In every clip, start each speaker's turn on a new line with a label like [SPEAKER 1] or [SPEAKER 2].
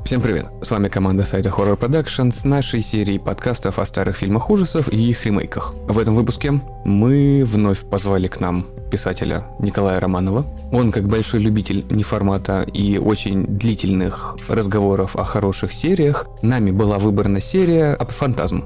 [SPEAKER 1] Всем привет! С вами команда сайта Horror Production с нашей серией подкастов о старых фильмах ужасов и их ремейках. В этом выпуске мы вновь позвали к нам писателя Николая Романова. Он, как большой любитель неформата и очень длительных разговоров о хороших сериях, нами была выбрана серия «Абфантазм».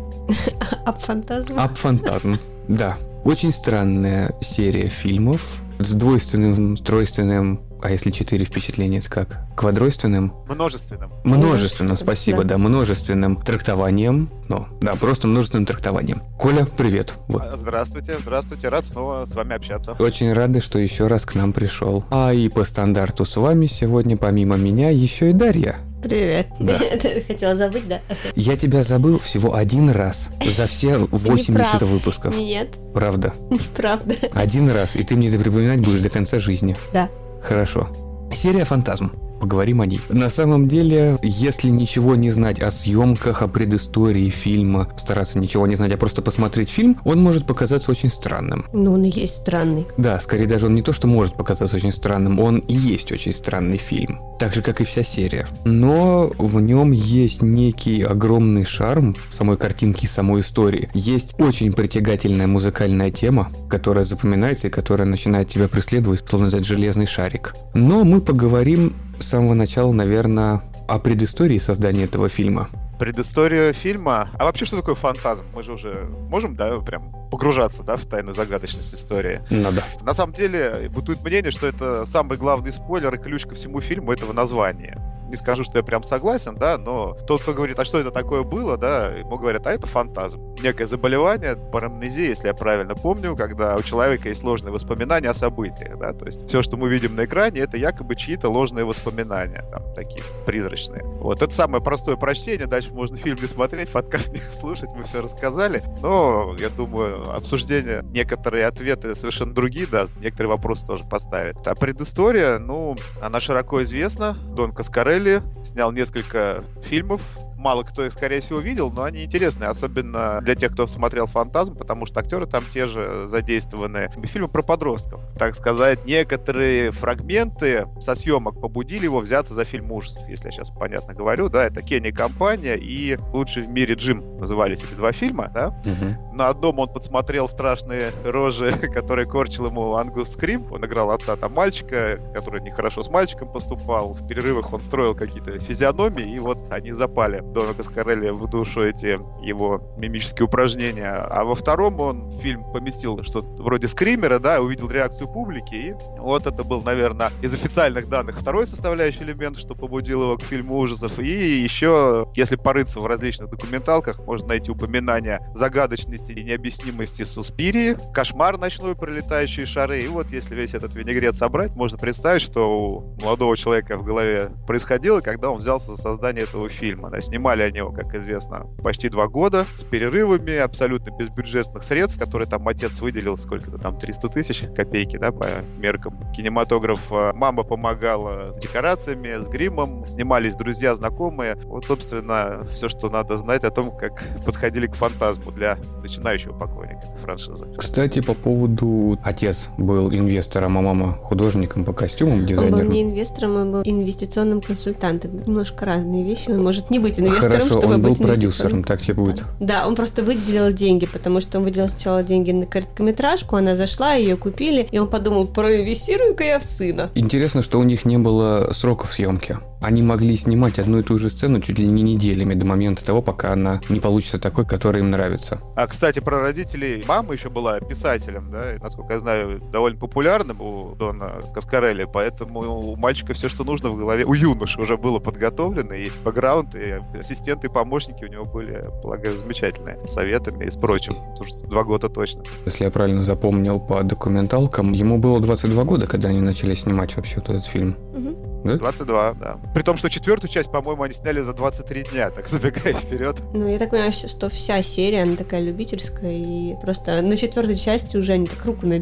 [SPEAKER 2] Абфантазм?
[SPEAKER 1] Абфантазм, да. Очень странная серия фильмов с двойственным, тройственным, а если 4 впечатления, это как? Квадройственным? Множественным, спасибо, да, множественным трактованием. Ну, да, просто множественным трактованием. Коля, привет.
[SPEAKER 3] Здравствуйте, рад снова с вами общаться.
[SPEAKER 1] Очень рады, что еще раз к нам пришел. А и по стандарту с вами сегодня, помимо меня, еще и Дарья.
[SPEAKER 2] Привет.
[SPEAKER 1] Да.
[SPEAKER 2] Ты хотела забыть, да?
[SPEAKER 1] Я тебя забыл всего один раз за все 80 выпусков.
[SPEAKER 2] Нет.
[SPEAKER 1] Правда?
[SPEAKER 2] Неправда.
[SPEAKER 1] Один раз, и ты мне это припоминать будешь до конца жизни.
[SPEAKER 2] Да.
[SPEAKER 1] Хорошо. Серия «Фантазм». Поговорим о ней. На самом деле, если ничего не знать о съемках, о предыстории фильма, стараться ничего не знать, а просто посмотреть фильм, он может показаться очень странным.
[SPEAKER 2] Ну, он и есть странный.
[SPEAKER 1] Да, скорее даже он не то, что может показаться очень странным, он и есть очень странный фильм. Так же, как и вся серия. Но в нем есть некий огромный шарм самой картинки, самой истории. Есть очень притягательная музыкальная тема, которая запоминается и которая начинает тебя преследовать, словно этот железный шарик. Но мы поговорим с самого начала, наверное, о предыстории создания этого фильма.
[SPEAKER 3] Предыстория фильма. А вообще, что такое фантазм? Мы же уже можем, да, прям погружаться, да, в тайную загадочность истории.
[SPEAKER 1] Надо.
[SPEAKER 3] На самом деле, бытует мнение, что это самый главный спойлер и ключ ко всему фильму этого названия. Не скажу, что я прям согласен, да, но тот, кто говорит, а что это такое было, да, ему говорят, а это фантазм. Некое заболевание, парамнезия, если я правильно помню, когда у человека есть ложные воспоминания о событиях, да, то есть все, что мы видим на экране, это якобы чьи-то ложные воспоминания, там, такие призрачные. Вот, это самое простое прочтение, дальше можно фильм не смотреть, подкаст не слушать, мы все рассказали, но, я думаю, обсуждение, некоторые ответы совершенно другие, да, некоторые вопросы тоже поставят. А предыстория, ну, она широко известна, Дон Коскарелли снял несколько фильмов. Мало кто их, скорее всего, видел, но они интересные, особенно для тех, кто смотрел «Фантазм», потому что актеры там те же задействованы. Фильмы про подростков. Так сказать, некоторые фрагменты со съемок побудили его взяться за фильм ужасов, если я сейчас понятно говорю. Да, это «Кенни Компания» и «Лучший в мире Джим» назывались эти два фильма, да.
[SPEAKER 1] Угу.
[SPEAKER 3] На одном он подсмотрел страшные рожи, которые корчил ему Ангус Скрим. Он играл отца там мальчика, который нехорошо с мальчиком поступал. В перерывах он строил какие-то физиономии, и вот они запали Дона Коскарелли в душу эти его мимические упражнения. А во втором он фильм поместил что-то вроде скримера, да, увидел реакцию публики, и вот это был, наверное, из официальных данных второй составляющий элемент, что побудил его к фильму ужасов. И еще, если порыться в различных документалках, можно найти упоминания загадочности и необъяснимости Суспирии, кошмар ночной, пролетающие шары. И вот если весь этот винегрет собрать, можно представить, что у молодого человека в голове происходило, когда он взялся за создание этого фильма. Да, снимали они его, как известно, почти 2 года, с перерывами, абсолютно без бюджетных средств, которые там отец выделил, сколько-то там, 300 тысяч, копейки, да, по меркам кинематографа. Мама помогала с декорациями, с гримом, снимались друзья, знакомые. Вот, собственно, все, что надо знать о том, как подходили к «Фантазму» для начинающего поклонника этой франшизы.
[SPEAKER 1] Кстати, по поводу... Отец был инвестором, а мама художником по костюмам, дизайнером.
[SPEAKER 2] Он был не инвестором, он был инвестиционным консультантом. Немножко разные вещи. Он может не быть инвестором,
[SPEAKER 1] хорошо,
[SPEAKER 2] чтобы
[SPEAKER 1] он был
[SPEAKER 2] быть
[SPEAKER 1] продюсером, так все будет.
[SPEAKER 2] Да, он просто выделил деньги, потому что он выделил сначала деньги на короткометражку, она зашла, ее купили, и он подумал, проинвестирую-ка я в сына.
[SPEAKER 1] Интересно, что у них не было сроков съемки. Они могли снимать одну и ту же сцену чуть ли не неделями до момента того, пока она не получится такой, который им нравится.
[SPEAKER 3] А, кстати, про родителей. Мама еще была писателем, да, и, насколько я знаю, довольно популярным у Дона Коскарелли, поэтому у мальчика все, что нужно в голове, у юноши уже было подготовлено, и бэкграунд, и ассистенты, и помощники у него были, полагаю, замечательные, с советами и с прочим. Слушай, 2 года точно.
[SPEAKER 1] Если я правильно запомнил по документалкам, ему было 22 года, когда они начали снимать вообще этот фильм.
[SPEAKER 2] Угу.
[SPEAKER 1] Да?
[SPEAKER 3] 22, да. При том, что 4-ю часть, по-моему, они сняли за 23 дня, так забегая вперед.
[SPEAKER 2] Ну, я так понимаю, что вся серия, она такая любительская, и просто на 4-й части уже они так руку набили.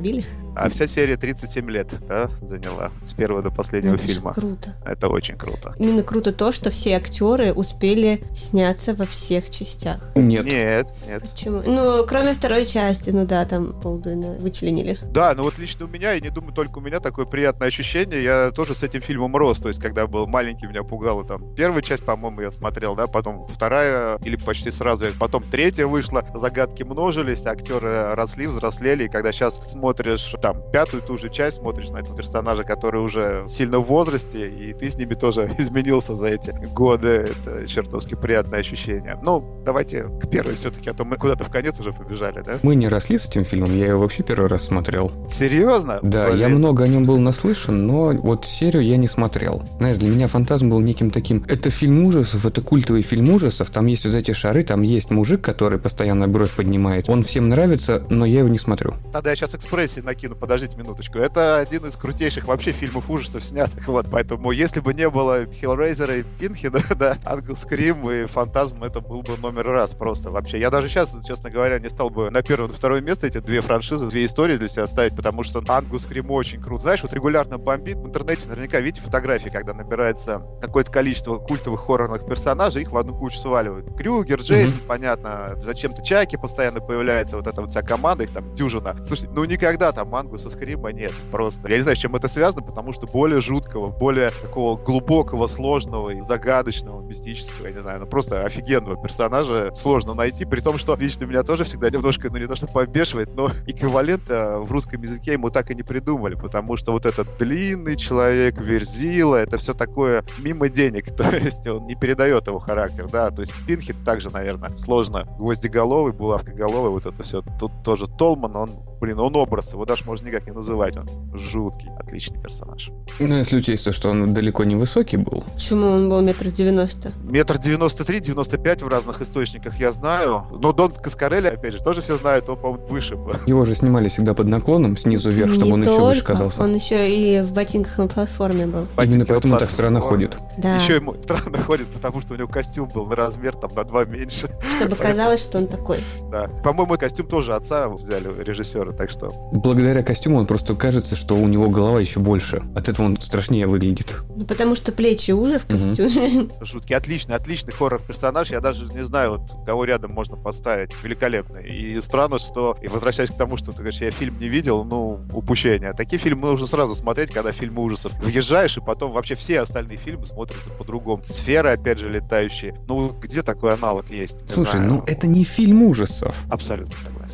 [SPEAKER 3] А вся серия 37 лет, да, заняла с первого до последнего фильма.
[SPEAKER 2] Это круто.
[SPEAKER 3] Это очень круто.
[SPEAKER 2] Именно круто то, что все актеры успели сняться во всех частях.
[SPEAKER 3] Нет.
[SPEAKER 2] Почему? Ну, кроме второй части, ну да, там Болдуина вычленили.
[SPEAKER 3] Да, ну вот лично у меня, и не думаю, только у меня такое приятное ощущение, я тоже с этим фильмом рос, то есть когда был маленький, меня пугало там первая часть, по-моему, я смотрел, да, потом вторая, или почти сразу, потом третья вышла, загадки множились, актеры росли, взрослели, и когда сейчас смотришь там пятую ту же часть, смотришь на этого персонажа, который уже сильно в возрасте, и ты с ними тоже изменился за эти годы, это чертовски приятное ощущение. Ну, давайте к первой все-таки, а то мы куда-то в конец уже побежали, да?
[SPEAKER 1] Мы не росли с этим фильмом, я его вообще первый раз смотрел.
[SPEAKER 3] Серьезно?
[SPEAKER 1] Да,
[SPEAKER 3] Блин.
[SPEAKER 1] я много о нем был наслышан, но вот серию я не смотрел. Знаешь, для меня «Фантазм» был неким таким... Это фильм ужасов, это культовый фильм ужасов, там есть вот эти шары, там есть мужик, который постоянно бровь поднимает. Он всем нравится, но я его не смотрю.
[SPEAKER 3] Тогда я сейчас экспрессии накину, подождите минуточку. Это один из крутейших вообще фильмов ужасов снятых, вот, поэтому если бы не было Хеллрейзера и Пинхеда, да, Ангел Скрим и Фантазм, это был бы номер раз просто вообще. Я даже сейчас, честно говоря, не стал бы на первое и второе место эти две франшизы, две истории для себя ставить, потому что Ангел Скрим очень крут. Знаешь, вот регулярно бомбит, в интернете наверняка видите фотографии, когда набирается какое-то количество культовых хоррорных персонажей, их в одну кучу сваливают. Крюгер, Джейсон, понятно, зачем-то Чаки постоянно появляется, вот эта вот вся команда, их там дюжина. Слушай, ну никогда там Ангуса Скрима нет, просто. Я не знаю, с чем это связано, потому что более жуткого, более такого глубокого, сложного и загадочного, мистического, я не знаю, ну просто офигенного персонажа сложно найти, при том, что лично меня тоже всегда немножко, ну не то что побешивает, но эквивалента в русском языке ему так и не придумали, потому что вот этот длинный человек, Верзила, это все такое мимо денег, то есть он не передает его характер, да, то есть Пинхед также, наверное, сложно, гвоздиголовый, булавкоголовый, вот это все, тут тоже Толман, он образ, его даже можно никак не называть, он жуткий, отличный персонаж.
[SPEAKER 1] Ну, если учесть то, что он далеко не высокий был.
[SPEAKER 2] Почему он был 1,90 м?
[SPEAKER 3] 1,93 м, 95 в разных источниках я знаю, но Дон Каскарелли, опять же, тоже все знают, он, по-моему, выше был.
[SPEAKER 1] Его же снимали всегда под наклоном, снизу вверх, чтобы
[SPEAKER 2] Не
[SPEAKER 1] он еще выше казался.
[SPEAKER 2] Он еще и в ботинках на платформе был.
[SPEAKER 1] Именно поэтому так странно ходит.
[SPEAKER 2] Да.
[SPEAKER 3] Еще ему странно ходит, потому что у него костюм был на размер там на 2 меньше.
[SPEAKER 2] Чтобы казалось, что он такой.
[SPEAKER 3] Да. По-моему, костюм тоже отца взяли, режиссера, так что...
[SPEAKER 1] Благодаря костюму он просто кажется, что у него голова еще больше. От этого он страшнее выглядит.
[SPEAKER 2] Ну, потому что плечи уже в костюме.
[SPEAKER 3] Жуткий, отличный хоррор-персонаж. Я даже не знаю, вот, кого рядом можно поставить. Великолепный. И странно, что... И возвращаясь к тому, что ты говоришь, я фильм не видел, ну, упущение. Такие фильмы нужно сразу смотреть, когда фильмы ужасов. Въезжаешь, и потом вообще все остальные фильмы смотрятся по-другому. Сферы, опять же, летающие. Ну, где такой аналог есть?
[SPEAKER 1] Слушай, ну это не фильм ужасов.
[SPEAKER 3] Абсолютно согласен.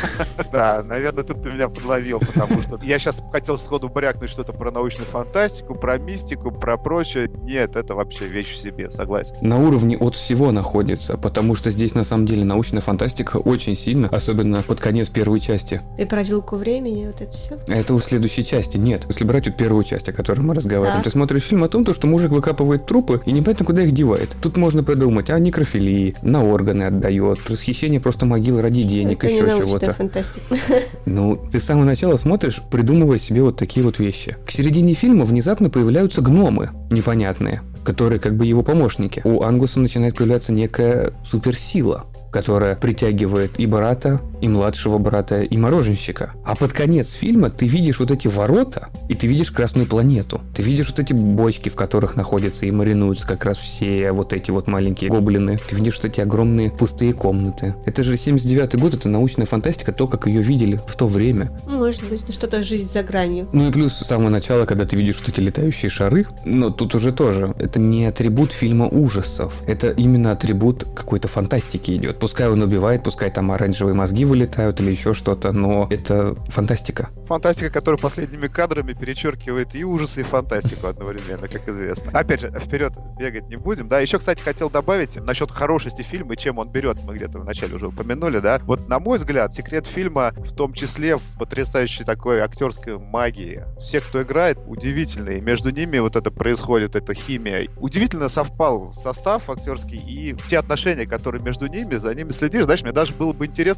[SPEAKER 3] Да, наверное, тут ты меня подловил, потому что я сейчас хотел сходу брякнуть что-то про научную фантастику, про мистику, про прочее. Нет, это вообще вещь в себе, согласен.
[SPEAKER 1] На уровне от всего находится, потому что здесь на самом деле научная фантастика очень сильно, особенно под конец первой части.
[SPEAKER 2] И про вилку времени, вот это все.
[SPEAKER 1] Это у следующей части нет. Если брать вот первую часть, о которой мы разговариваем, ты смотришь фильм о том, что мужик выкапывает трупы и непонятно куда их девает. Тут можно придумать о некрофилии, на органы отдает, расхищение просто могил ради денег,
[SPEAKER 2] это
[SPEAKER 1] еще
[SPEAKER 2] не
[SPEAKER 1] чего-то.
[SPEAKER 2] Фантастика.
[SPEAKER 1] Ну, ты с самого начала смотришь, придумывая себе вот такие вот вещи. К середине фильма внезапно появляются гномы непонятные, которые как бы его помощники. У Ангуса начинает появляться некая суперсила, которая притягивает и брата, и младшего брата, и мороженщика. А под конец фильма ты видишь вот эти ворота, и ты видишь Красную планету. Ты видишь вот эти бочки, в которых находятся и маринуются как раз все вот эти вот маленькие гоблины. Ты видишь вот эти огромные пустые комнаты. Это же 79-й год, это научная фантастика, то, как ее видели в то время.
[SPEAKER 2] Может быть, что-то жизнь за гранью.
[SPEAKER 1] Ну и плюс с самого начала, когда ты видишь вот эти летающие шары, но тут уже тоже, это не атрибут фильма ужасов, это именно атрибут какой-то фантастики идет. Пускай он убивает, пускай там оранжевые мозги вылетают или еще что-то, но это фантастика.
[SPEAKER 3] Фантастика, которая последними кадрами перечеркивает и ужасы, и фантастику одновременно, как известно. Опять же, вперед бегать не будем. Да, еще, кстати, хотел добавить насчет хорошести фильма и чем он берет. Мы где-то вначале уже упомянули, да. Вот, на мой взгляд, секрет фильма в том числе в потрясающей такой актерской магии. Все, кто играет, удивительные. Между ними вот это происходит, эта химия. Удивительно совпал состав актерский и те отношения, которые между ними, за ними следишь. Знаешь, мне даже было бы интересно смотреть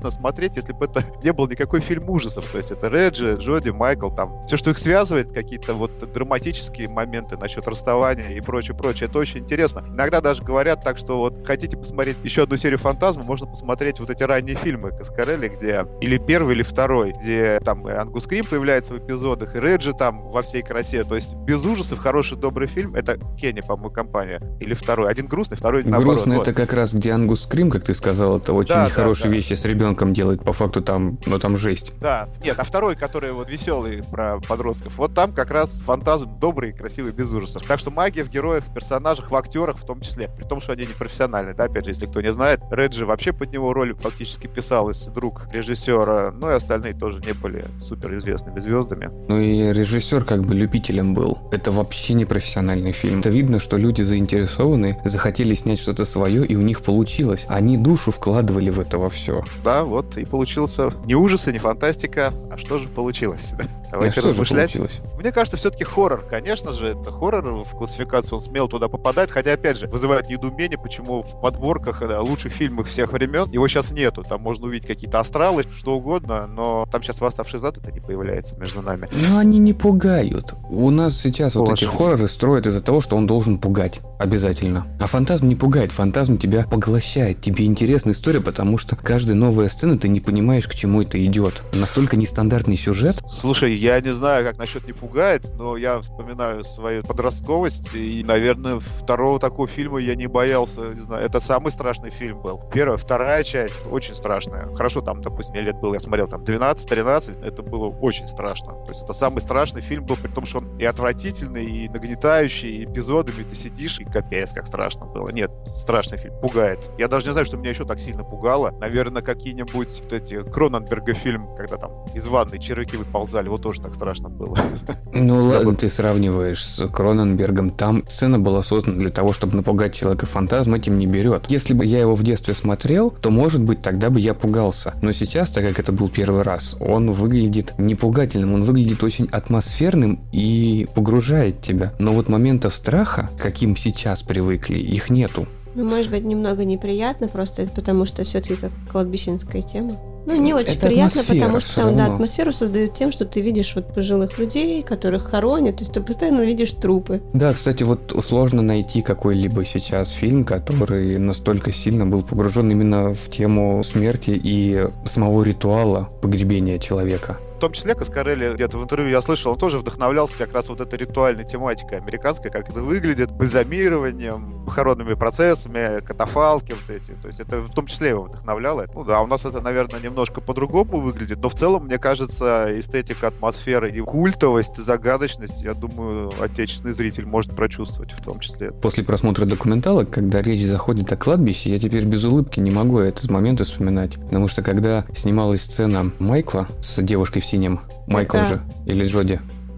[SPEAKER 3] смотреть, если бы это не был никакой фильм ужасов. То есть это Реджи, Джоди, Майкл, там все, что их связывает, какие-то вот драматические моменты насчет расставания и прочее. Это очень интересно. Иногда даже говорят так, что вот хотите посмотреть еще одну серию «Фантазма», можно посмотреть вот эти ранние фильмы Каскарелли, где или первый, или второй, где там и Ангус Крим появляется в эпизодах, и Реджи там во всей красе. То есть без ужасов хороший, добрый фильм. Это Кенни, по-моему, компания. Или второй. Один грустный, второй наоборот.
[SPEAKER 1] Грустный
[SPEAKER 3] вот.
[SPEAKER 1] это как раз где Ангус Крим, как ты сказал, это очень нехорошие вещи с ребенком делает, по факту там, ну там жесть.
[SPEAKER 3] Да, нет, а второй, который вот веселый про подростков, вот там как раз фантазм добрый, красивый, без ужасов. Так что магия в героях, в персонажах, в актерах в том числе, при том, что они не профессиональные, да, опять же, если кто не знает, Реджи вообще под него роль фактически писалась, друг режиссера, ну и остальные тоже не были суперизвестными звездами.
[SPEAKER 1] Ну и режиссер как бы любителем был. Это вообще не профессиональный фильм. Это видно, что люди заинтересованы, захотели снять что-то свое, и у них получилось. Они душу вкладывали в это во все.
[SPEAKER 3] Да, вот и получился не ужасы, не фантастика, а что же получилось? Давайте
[SPEAKER 1] что
[SPEAKER 3] размышлять.
[SPEAKER 1] же получилось?
[SPEAKER 3] Мне кажется, все-таки хоррор. Конечно же, это хоррор, в классификацию он смело туда попадает, хотя, опять же, вызывает недоумение, почему в подборках лучших фильмов всех времен его сейчас нету. Там можно увидеть какие-то астралы, что угодно, но там сейчас «Восставший зад» это не появляется между нами.
[SPEAKER 1] Но они не пугают. У нас сейчас вот эти хорроры строят из-за того, что он должен пугать. Обязательно. А фантазм не пугает, фантазм тебя поглощает. Тебе интересна история, потому что каждая новая сцена ты не понимаешь, к чему это идет. Настолько нестандартный сюжет.
[SPEAKER 3] Слушай, я не знаю, как насчет не пугает, но я вспоминаю свою подростковость, и, наверное, второго такого фильма я не боялся, не знаю, это самый страшный фильм был. Первая, вторая часть очень страшная. Хорошо, там, допустим, мне лет было, я смотрел там 12-13, это было очень страшно. То есть это самый страшный фильм был, при том, что он и отвратительный, и нагнетающий, и эпизодами ты сидишь, и капец, как страшно было. Нет, страшный фильм, пугает. Я даже не знаю, что меня еще так сильно пугало. Наверное, какие-нибудь вот эти Кроненберга фильм, когда там из ванной червяки выползали, вот тоже так страшно было.
[SPEAKER 1] Ну ладно, ты сравниваешь с Кроненбергом. Там сцена была создана для того, чтобы напугать человека. Фантазм этим не берет. Если бы я его в детстве смотрел, то, может быть, тогда бы я пугался. Но сейчас, так как это был первый раз, он выглядит не пугательным, он выглядит очень атмосферным и погружает тебя. Но вот моментов страха, каким сейчас привыкли, их нету.
[SPEAKER 2] Ну, может быть, немного неприятно, просто это потому, что все-таки как кладбищенская тема. Ну, не очень это приятно, потому что там, да, атмосферу создают тем, что ты видишь вот пожилых людей, которых хоронят, то есть ты постоянно видишь трупы.
[SPEAKER 1] Да, кстати, вот сложно найти какой-либо сейчас фильм, который настолько сильно был погружен именно в тему смерти и самого ритуала погребения человека.
[SPEAKER 3] В том числе Каскарелли, где-то в интервью я слышал, он тоже вдохновлялся как раз вот этой ритуальной тематикой американской, как это выглядит, бальзамированием, похоронными процессами, катафалки вот эти. То есть это в том числе его вдохновляло. Ну да, у нас это, наверное, немножко по-другому выглядит, но в целом, мне кажется, эстетика, атмосфера и культовость, загадочность, я думаю, отечественный зритель может прочувствовать в том числе.
[SPEAKER 1] После просмотра документалок, когда речь заходит о кладбище, я теперь без улыбки не могу этот момент вспоминать. Потому что когда снималась сцена Майкла с девушкой в синем, Майкл же, или Джоди?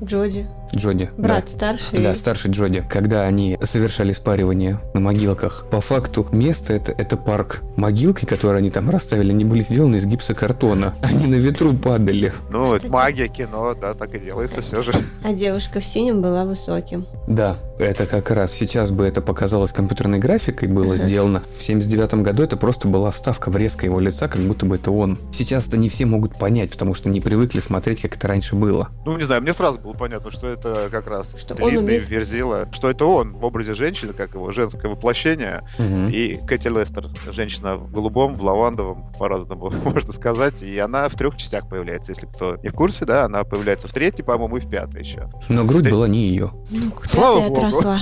[SPEAKER 1] Джоди.
[SPEAKER 2] Брат
[SPEAKER 1] да.
[SPEAKER 2] старший.
[SPEAKER 1] Да, старший Джоди. Когда они совершали спаривание на могилках, по факту место это парк. Могилки, которые они там расставили, они были сделаны из гипсокартона. Они на ветру падали.
[SPEAKER 3] Ну, кстати, это магия кино, да, так и делается все же.
[SPEAKER 2] А девушка в синем была высоким.
[SPEAKER 1] Да, это как раз сейчас бы это показалось компьютерной графикой, было сделано. В 79-м году это просто была вставка, врезка его лица, как будто бы это он. Сейчас это не все могут понять, потому что не привыкли смотреть, как это раньше было.
[SPEAKER 3] Ну, не знаю, мне сразу было понятно, что это как раз
[SPEAKER 2] что
[SPEAKER 3] длинный Верзила, что это он в образе женщины, как его женское воплощение, и Кэти Лестер, женщина в голубом, в лавандовом, по-разному можно сказать, и она в 3 частях появляется, если кто не в курсе, да, она появляется в 3, по-моему, и в 5 еще.
[SPEAKER 1] Но грудь была не ее.
[SPEAKER 2] Ну, к 5 отросла.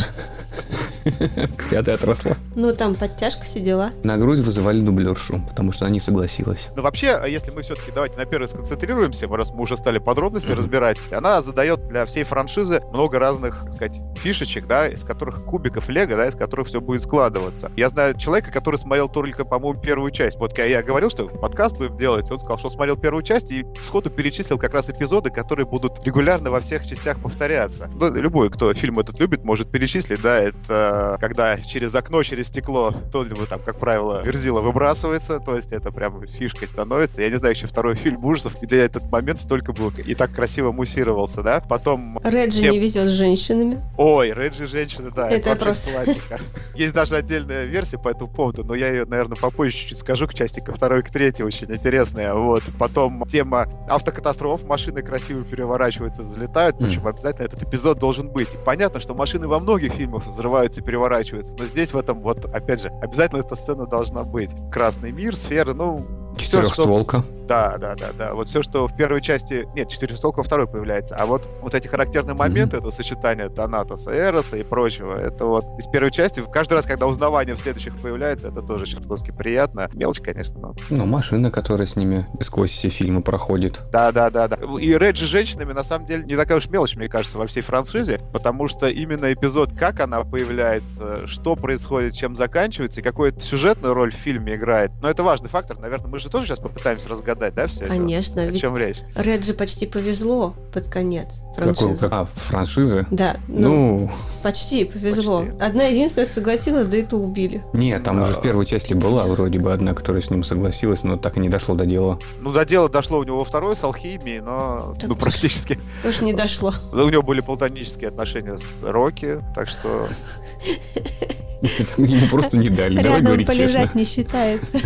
[SPEAKER 1] К 5 отросла.
[SPEAKER 2] Ну, там подтяжка сидела.
[SPEAKER 1] На грудь вызывали дублершу, потому что она не согласилась.
[SPEAKER 3] Но вообще, если мы все-таки давайте на первой сконцентрируемся, раз мы уже стали подробности разбирать, она задает для всей франшизы много разных, так сказать, фишечек, да, из которых кубиков лего, да, из которых все будет складываться. Я знаю человека, который смотрел только, по-моему, первую часть. Вот я говорил, что подкаст будем делать, он сказал, что смотрел первую часть и сходу перечислил как раз эпизоды, которые будут регулярно во всех частях повторяться. Ну, любой, кто фильм этот любит, может перечислить, да, это когда через окно, через стекло, то там, как правило, Верзила выбрасывается, то есть это прям фишкой становится. Я не знаю, еще второй фильм ужасов, где этот момент столько был и так красиво муссировался, да. Потом...
[SPEAKER 2] Реджи не везет с женщинами.
[SPEAKER 3] Ой, Реджи женщины, да,
[SPEAKER 2] это просто
[SPEAKER 3] классика. Есть даже отдельная версия по этому поводу, но я ее, наверное, попозже чуть-чуть скажу, к части ко второй, к третьей, очень интересная. Вот. Потом тема автокатастроф, машины красиво переворачиваются, взлетают, причем обязательно этот эпизод должен быть. И понятно, что машины во многих фильмах взрываются и переворачиваются, но здесь в этом, вот, опять же, обязательно эта сцена должна быть. Красный мир, сфера, ну...
[SPEAKER 1] Четырехстволка.
[SPEAKER 3] Да. Вот все, что в первой части... Нет, четырехстволка во второй появляется. А вот эти характерные моменты, это сочетание Танатоса, Эроса и прочего, это вот из первой части. Каждый раз, когда узнавание в следующих появляется, это тоже чертовски приятно. Мелочь, конечно, но...
[SPEAKER 1] Ну, машина, которая с ними сквозь все фильмы проходит.
[SPEAKER 3] Да. И Реджи с женщинами, на самом деле, не такая уж мелочь, мне кажется, во всей франшизе, потому что именно эпизод, как она появляется, что происходит, чем заканчивается, и какую сюжетную роль в фильме играет. Но это важный фактор. Наверное, мы же тоже сейчас попытаемся разгадать, да, все это?
[SPEAKER 2] Конечно,
[SPEAKER 3] о
[SPEAKER 2] ведь
[SPEAKER 3] чем речь?
[SPEAKER 2] Реджи почти повезло под конец франшизы.
[SPEAKER 1] Франшизы?
[SPEAKER 2] Да, ну, почти повезло. Почти. Одна единственная согласилась, да и то убили.
[SPEAKER 1] Нет, там уже в первой части была вроде бы одна, которая с ним согласилась, но так и не дошло до дела.
[SPEAKER 3] Ну, до дела дошло у него во второй с алхимией, но так практически...
[SPEAKER 2] Уж не дошло.
[SPEAKER 3] У него были платонические отношения с Рокки, так что...
[SPEAKER 1] Ему просто не дали, давай говорить честно.
[SPEAKER 2] Рядом полежать не считается.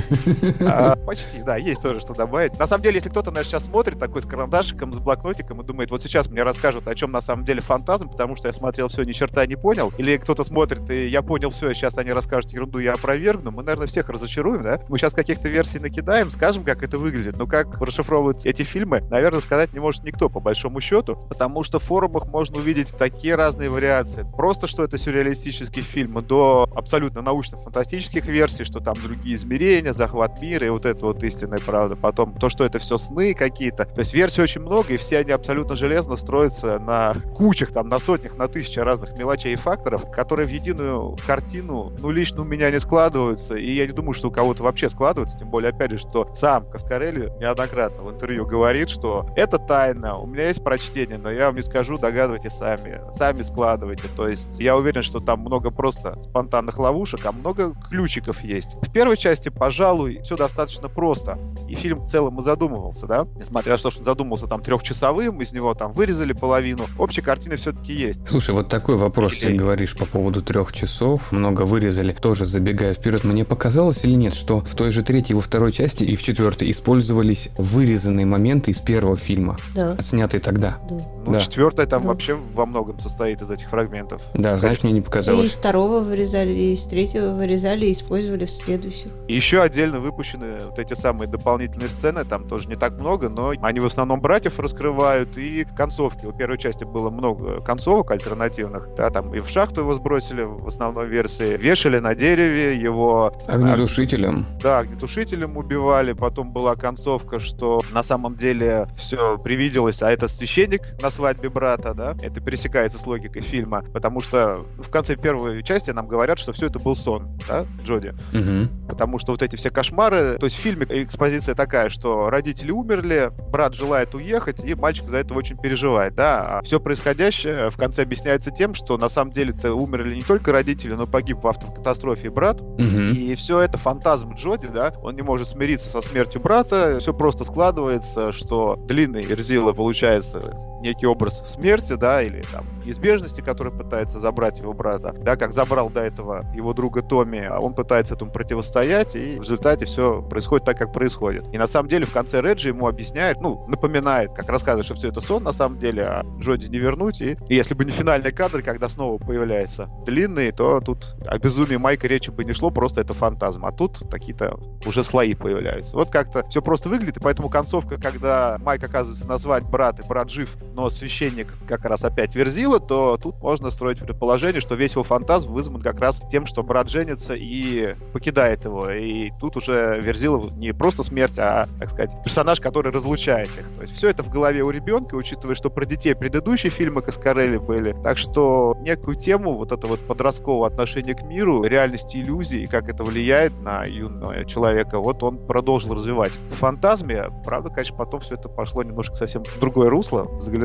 [SPEAKER 3] Почти, да, есть тоже что добавить. На самом деле, если кто-то, наверное, сейчас смотрит такой с карандашиком, с блокнотиком и думает, вот сейчас мне расскажут, о чем на самом деле фантазм, потому что я смотрел все, ни черта не понял, или кто-то смотрит, и я понял все, и сейчас они расскажут ерунду, я опровергну, мы, наверное, всех разочаруем, да? Мы сейчас каких-то версий накидаем, скажем, как это выглядит, но как расшифровываются эти фильмы, наверное, сказать не может никто, по большому счету, потому что в форумах можно увидеть такие разные вариации. Просто, что это сюрреалистический фильм, до абсолютно научно-фантастических версий, что там другие измерения, захват мира и вот это вот истинная правда. Потом то, что это все сны какие-то. То есть версий очень много, и все они абсолютно железно строятся на кучах, там, на сотнях, на тысячах разных мелочей и факторов, которые в единую картину, ну, лично у меня не складываются, и я не думаю, что у кого-то вообще складываются, тем более, опять же, что сам Каскарелли неоднократно в интервью говорит, что это тайна, у меня есть прочтение, но я вам не скажу, догадывайтесь сами складывайте. То есть я уверен, что там много просто спонтанных ловушек, а много ключиков есть. В первой части, пожалуй, все достаточно просто. И фильм в целом и задумывался, да? Несмотря на то, что он задумался там 3-часовым, из него там вырезали половину, общая картина все-таки есть.
[SPEAKER 1] Слушай, вот такой вопрос ты говоришь по поводу 3 часов, много вырезали. Тоже забегая вперед, мне показалось или нет, что в той же третьей, во второй части и в четвертой использовались вырезанные моменты из первого фильма, снятые тогда.
[SPEAKER 2] Да.
[SPEAKER 3] Ну, четвертая там вообще во многом состоит из этих фрагментов.
[SPEAKER 1] Да, знаешь, мне не показалось.
[SPEAKER 2] И из второго вырезали, и из третьего вырезали, и использовали в следующих.
[SPEAKER 3] И еще отдельно выпущены вот эти самые дополнительные сцены, там тоже не так много, но они в основном братьев раскрывают, и концовки. У первой части было много концовок альтернативных, да, там и в шахту его сбросили в основной версии, вешали на дереве, его...
[SPEAKER 1] Огнетушителем.
[SPEAKER 3] Да, огнетушителем убивали, потом была концовка, что на самом деле все привиделось, а это священник на свадьбе брата, да, это пересекается с логикой фильма, потому что в конце первой части нам говорят, что все это был сон, да, Джоди. Потому что вот эти все кошмары, то есть в фильме экспозиция такая, что родители умерли, брат желает уехать, и мальчик за это очень переживает, да, а все происходящее в конце объясняется тем, что на самом деле-то умерли не только родители, но погиб в автокатастрофе брат, и все это фантазм Джоди, да, он не может смириться со смертью брата, все просто складывается, что длинный Верзила получается некий образ смерти, да, или там неизбежности, который пытается забрать его брата, да, как забрал до этого его друга Томми, а он пытается этому противостоять, и в результате все происходит так, как происходит. И на самом деле в конце Реджи ему объясняет, ну, напоминает, как рассказывает, что все это сон на самом деле, а Джоди не вернуть, и если бы не финальный кадр, когда снова появляется длинный, то тут о безумии Майка речи бы не шло, просто это фантазм, а тут какие-то уже слои появляются. Вот как-то все просто выглядит, и поэтому концовка, когда Майк оказывается назвать брат, и брат жив, но священник как раз опять Верзила, то тут можно строить предположение, что весь его фантазм вызван как раз тем, что брат женится и покидает его. И тут уже Верзила не просто смерть, а, так сказать, персонаж, который разлучает их. То есть все это в голове у ребенка, учитывая, что про детей предыдущие фильмы Каскарелли были. Так что некую тему вот это вот подросткового отношения к миру, реальности иллюзий, и как это влияет на юного человека, вот он продолжил развивать. В фантазме, правда, конечно, потом все это пошло немножко совсем в другое русло, заглянул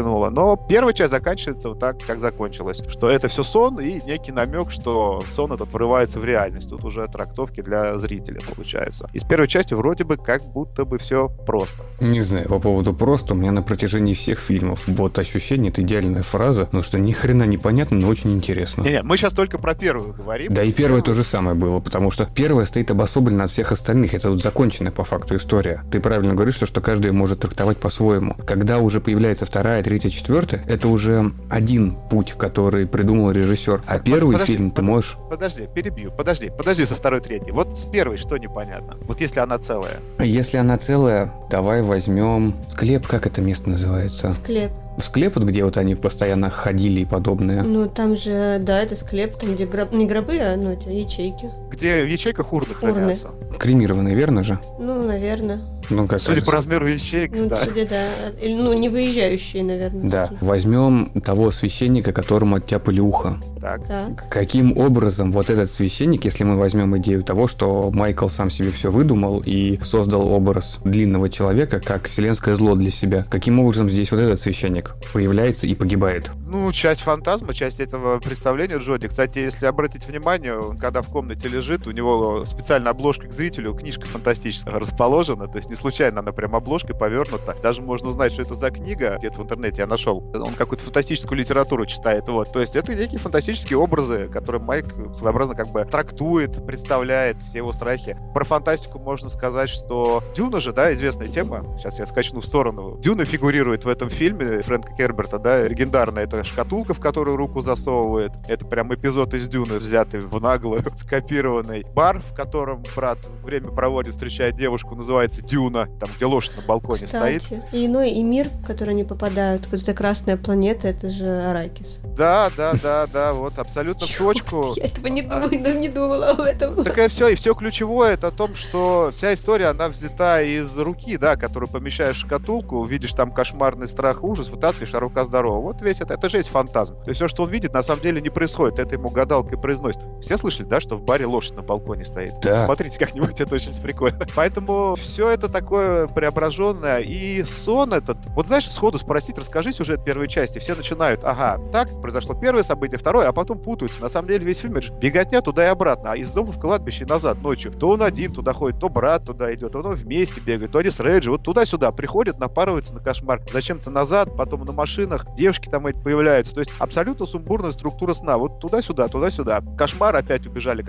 [SPEAKER 3] заглянула. Но первая часть заканчивается вот так, как закончилась. Что это все сон и некий намек, что сон этот врывается в реальность. Тут уже трактовки для зрителя получается. Из первой части вроде бы как будто бы все просто.
[SPEAKER 1] Не знаю, по поводу просто, у меня на протяжении всех фильмов вот ощущение, это идеальная фраза, но что ни хрена непонятно, но очень интересно.
[SPEAKER 3] Не, мы сейчас только про первую говорим.
[SPEAKER 1] Да и первое то же самое было, потому что первая стоит обособленно от всех остальных. Это тут законченная по факту история. Ты правильно говоришь, что каждый может трактовать по-своему. Когда уже появляется вторая, третья, четвертая, это уже один путь, который придумал режиссер. А первый фильм ты можешь...
[SPEAKER 3] Подожди, перебью. Подожди со второй, третьей. Вот с первой что непонятно? Вот если она целая.
[SPEAKER 1] Если она целая, давай возьмем склеп, как это место называется?
[SPEAKER 2] Склеп.
[SPEAKER 1] Склеп, вот где вот они постоянно ходили и подобное.
[SPEAKER 2] Ну, там же, да, это склеп, там где не гробы, а эти ячейки.
[SPEAKER 3] Где в ячейках урны хранятся.
[SPEAKER 1] Кремированные, верно же?
[SPEAKER 2] Ну, наверное.
[SPEAKER 1] Ну, как
[SPEAKER 3] судя по размеру ячеек,
[SPEAKER 2] ну,
[SPEAKER 3] да.
[SPEAKER 2] Судя, да. Или, не выезжающие, наверное.
[SPEAKER 1] Да.
[SPEAKER 2] Такие.
[SPEAKER 1] Возьмем того священника, которому оттяпали ухо.
[SPEAKER 3] Так.
[SPEAKER 1] Каким образом вот этот священник, если мы возьмем идею того, что Майкл сам себе все выдумал и создал образ длинного человека как вселенское зло для себя, каким образом здесь вот этот священник появляется и погибает?
[SPEAKER 3] Ну, часть фантазма, часть этого представления Джоди. Кстати, если обратить внимание, он когда в комнате лежит, у него специальная обложка к зрителю, книжка фантастическая расположена, то есть не случайно она прям обложкой повернута. Даже можно узнать, что это за книга, где-то в интернете я нашел. Он какую-то фантастическую литературу читает, вот. То есть это некие фантастические образы, которые Майк своеобразно как бы трактует, представляет все его страхи. Про фантастику можно сказать, что Дюна же, да, известная тема. Сейчас я скачну в сторону. Дюна фигурирует в этом фильме Фрэнка Керберта, да, легендарная. Это шкатулка, в которую руку засовывает. Это прям эпизод из Дюны, взятый в наглую, скопированный. Бар, в котором брат время проводит, встречает девушку, называется Дюна, там, где лошадь на балконе стоит.
[SPEAKER 2] И мир, в который они попадают, вот эта красная планета, это же Аракис.
[SPEAKER 3] Да, вот, абсолютно в точку.
[SPEAKER 2] Я этого не думала об этом.
[SPEAKER 3] Так и все ключевое, это о том, что вся история, она взята из руки, да, которую помещаешь в шкатулку, видишь там кошмарный страх, ужас, вытаскиваешь, а рука здорова. Вот весь это же есть фантазм. То есть все, что он видит, на самом деле не происходит. Это ему гадалка и произносит. Все слышали, да, что в баре лошадь на балконе стоит?
[SPEAKER 1] Да.
[SPEAKER 3] Смотрите как-нибудь, это очень прикольно. Поэтому все это такое преображенное. И сон этот... Вот знаешь, сходу спросить, расскажи сюжет первой части. Все начинают, ага, так, произошло первое событие, второе, а потом путаются. На самом деле весь фильм это же беготня туда и обратно, а из дома в кладбище и назад ночью. То он один туда ходит, то брат туда идет, то он вместе бегает, то они с Реджи. Вот туда-сюда приходят, напарываются на кошмар. Зачем-то назад, потом на машинах, девушки там эти появляются. То есть абсолютно сумбурная структура сна. Вот туда-сюда, туда-сюда. Кошмар опять убежали.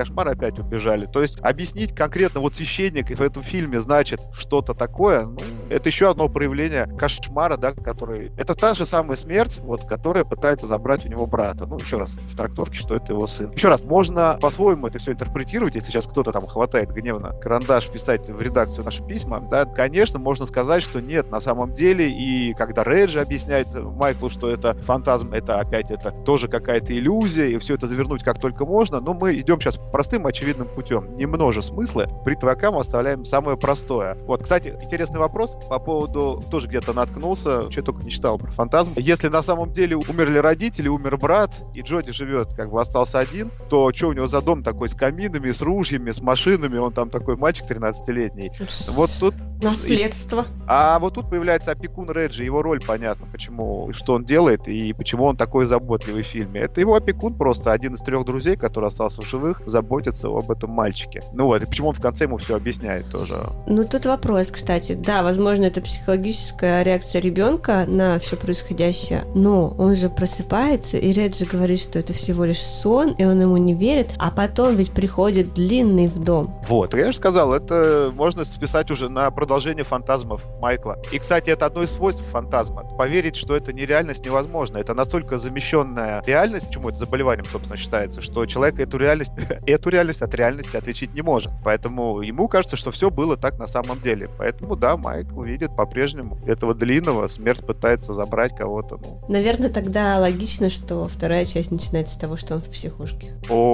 [SPEAKER 3] То есть объяснить конкретно, вот священник в этом фильме значит что-то такое, ну, это еще одно проявление кошмара, да, который... Это та же самая смерть, вот, которая пытается забрать у него брата. Ну, еще раз, в трактовке, что это его сын. Еще раз, можно по-своему это все интерпретировать, если сейчас кто-то там хватает гневно карандаш, писать в редакцию наши письма, да, конечно, можно сказать, что нет, на самом деле, и когда Реджи объясняет Майклу, что это фантазм, это опять это тоже какая-то иллюзия, и все это завернуть как только можно, но мы идем сейчас простым, очевидным путем. Не множе смысла, при ТВК мы оставляем самое простое. Вот, кстати, интересный вопрос по поводу, тоже где-то наткнулся, что я только не читал про фантазм. Если на самом деле умерли родители, умер брат, и Джоди живет, как бы остался один, то что у него за дом такой с каминами, с ружьями, с машинами, он там такой мальчик 13-летний. Вот тут...
[SPEAKER 2] Наследство.
[SPEAKER 3] А вот тут появляется опекун Реджи, его роль понятна, почему, что он делает и почему он такой заботливый в фильме. Это его опекун просто, один из 3 друзей, который остался в живых, заботится об этом мальчике. Ну вот, и почему он в конце ему все объясняет тоже.
[SPEAKER 2] Ну тут вопрос, кстати. Да, возможно, это психологическая реакция ребенка на все происходящее, но он же просыпается, и Реджи говорит, что это всего лишь сон, и он ему не верит, а потом ведь приходит Длинный в дом.
[SPEAKER 3] Вот, я же сказал, это можно списать уже на продолжение фантазмов Майкла. И, кстати, это одно из свойств фантазма. Поверить, что это нереальность, невозможно. Это настолько замещенная реальность, чему это заболеванием, собственно, считается, что человек эту реальность от реальности отличить не может. Поэтому ему кажется, что все было так на самом деле. Поэтому, да, Майкл видит по-прежнему этого Длинного, смерть пытается забрать кого-то. Ну.
[SPEAKER 2] Наверное, тогда логично, что вторая часть начинается с того, что он в психушке.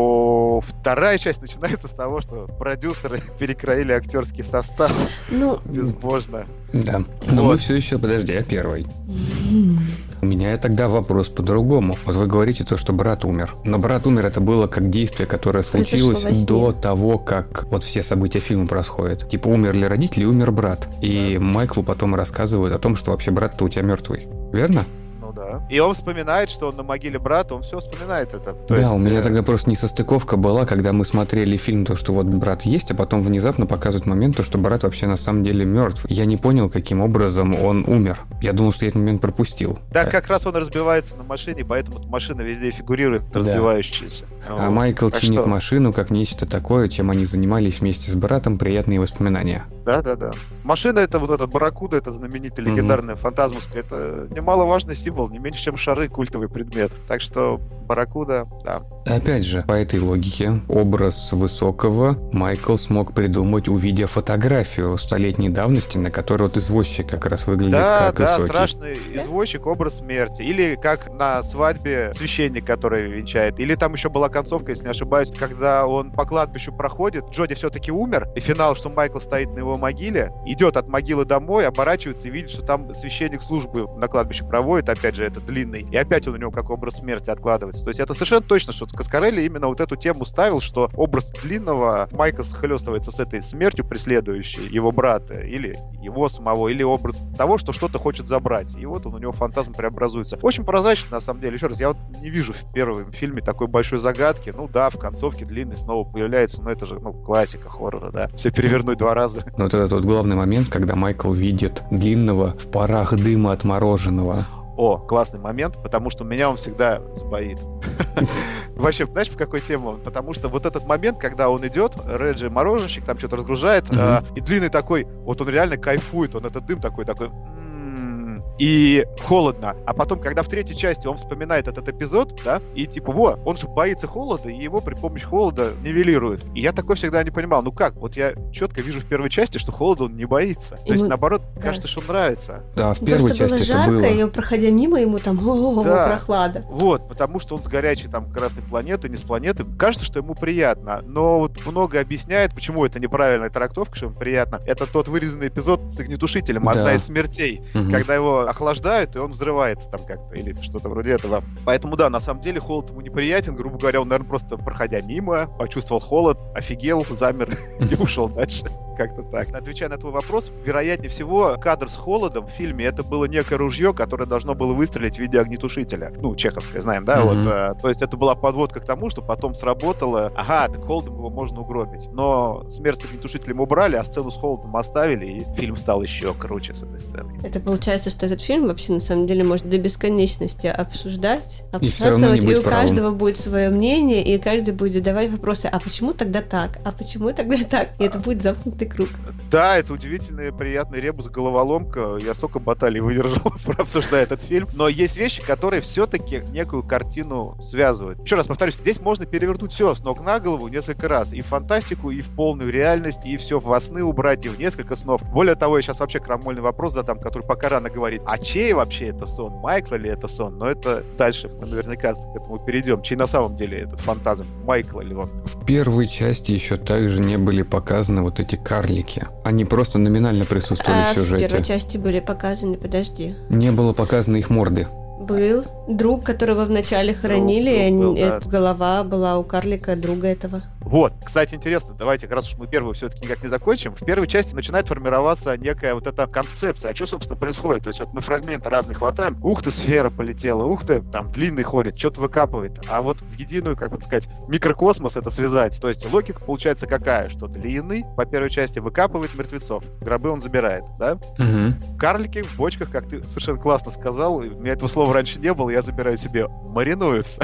[SPEAKER 3] Вторая часть начинается с того, что продюсеры перекроили актерский состав.
[SPEAKER 2] Ну,
[SPEAKER 3] безбожно.
[SPEAKER 1] Да, но мы все еще, подожди, а первый? У меня тогда вопрос по-другому. Вот вы говорите то, что брат умер. Но брат умер, это было как действие, которое случилось до того, как вот все события фильма происходят. Типа умерли родители, умер брат. И Майклу потом рассказывают о том, что вообще брат-то у тебя мертвый. Верно?
[SPEAKER 3] Ну да. И он вспоминает, что он на могиле брата, он все вспоминает это.
[SPEAKER 1] У меня тогда просто несостыковка была, когда мы смотрели фильм, то, что вот брат есть, а потом внезапно показывают момент, то, что брат вообще на самом деле мертв. Я не понял, каким образом он умер. Я думал, что я этот момент пропустил.
[SPEAKER 3] Да, как раз он разбивается на машине, поэтому машина везде фигурирует, разбивающаяся.
[SPEAKER 1] А Майкл чинит машину как нечто такое, чем они занимались вместе с братом, приятные воспоминания.
[SPEAKER 3] Да. Машина — это вот эта барракуда, это знаменитая легендарная фантазмовская, это немаловажный символ, не меньше, чем шары, культовый предмет. Так что барракуда, да.
[SPEAKER 1] Опять же, по этой логике, образ Высокого Майкл смог придумать, увидя фотографию столетней давности, на которой вот извозчик как раз выглядит как Высокий.
[SPEAKER 3] Да, страшный извозчик, образ смерти. Или как на свадьбе священник, который венчает. Или там еще была концовка, если не ошибаюсь, когда он по кладбищу проходит, Джоди все-таки умер, и финал, что Майкл стоит на его могиле, идет от могилы домой, оборачивается и видит, что там священник службы на кладбище проводит, опять же, это длинный, и опять он у него как образ смерти откладывается. То есть это совершенно точно, что Коскарелли именно вот эту тему ставил, что образ длинного Майкл схлестывается с этой смертью, преследующей его брата, или его самого, или образ того, что что-то хочет забрать. И вот он у него фантазм преобразуется. Очень прозрачно, на самом деле. Еще раз, я вот не вижу в первом фильме такой большой загадки. Ну да, в концовке длинный снова появляется, но это же, классика хоррора, да. Все перевернуть 2 раза.
[SPEAKER 1] Но вот этот вот главный момент, когда Майкл видит длинного в парах дыма от мороженого.
[SPEAKER 3] О, классный момент, потому что меня он всегда сбоит. Вообще, знаешь, в какой теме он? Потому что вот этот момент, когда он идет, Реджи мороженщик там что-то разгружает, и длинный такой, вот он реально кайфует, он этот дым такой, и холодно. А потом, когда в 3-й части он вспоминает этот эпизод, да, и типа, он же боится холода, и его при помощи холода нивелируют. И я такой всегда не понимал, как? Вот я четко вижу в 1-й части, что холода он не боится. То есть, наоборот, кажется, что он нравится.
[SPEAKER 1] Да, в 1-й части
[SPEAKER 2] было жарко,
[SPEAKER 1] это было.
[SPEAKER 2] И проходя мимо, ему там, прохлада.
[SPEAKER 3] Вот, потому что он с горячей там красной планеты, не с планеты. Кажется, что ему приятно. Но вот много объясняет, почему это неправильная трактовка, что ему приятно. Это тот вырезанный эпизод с огнетушителем, одна из смертей, когда его охлаждают, и он взрывается там как-то, или что-то вроде этого. Поэтому, да, на самом деле холод ему неприятен, грубо говоря, он, наверное, просто проходя мимо, почувствовал холод, офигел, замер и ушел дальше. Как-то так. Отвечая на твой вопрос, вероятнее всего, кадр с холодом в фильме это было некое ружье, которое должно было выстрелить в виде огнетушителя. Чеховское, знаем, да? То есть это была подводка к тому, что потом сработало, так холодом его можно угробить. Но смерть с огнетушителем убрали, а сцену с холодом оставили, и фильм стал еще круче с этой сценой.
[SPEAKER 2] Это получается, что этот фильм вообще на самом деле может до бесконечности обсуждать,
[SPEAKER 1] и
[SPEAKER 2] у каждого будет свое мнение, и каждый будет задавать вопросы, а почему тогда так? А почему тогда так? И это будет замкнутый круг.
[SPEAKER 3] Да, это удивительный, приятный ребус, головоломка. Я столько баталий выдержал, обсуждая этот фильм. Но есть вещи, которые все-таки некую картину связывают. Еще раз повторюсь, здесь можно перевернуть все с ног на голову несколько раз. И в фантастику, и в полную реальность, и все во сны убрать, и в несколько снов. Более того, я сейчас вообще крамольный вопрос задам, который пока рано говорит. А чей вообще это сон? Майкла ли это сон? Но это дальше мы наверняка к этому перейдем. Чей на самом деле этот фантазм? Майкла ли он?
[SPEAKER 1] В 1-й части еще также не были показаны вот эти карлики. Они просто номинально присутствовали в сюжете.
[SPEAKER 2] В 1-й части были показаны, подожди.
[SPEAKER 1] Не было показано их морды.
[SPEAKER 2] Был друг, которого вначале хоронили, голова была у карлика друга этого.
[SPEAKER 3] Вот, кстати, интересно, давайте, раз уж мы первую все-таки никак не закончим, в 1-й части начинает формироваться некая вот эта концепция, а что, собственно, происходит? То есть вот мы фрагменты разные хватаем, ух ты, сфера полетела, ух ты, там длинный ходит, что-то выкапывает, а вот в единую, как бы сказать, микрокосмос это связать. То есть логика получается какая? Что длинный по 1-й части выкапывает мертвецов, гробы он забирает, да? Карлики в бочках, как ты совершенно классно сказал, у меня этого слова раньше не было, я забираю себе, маринуются.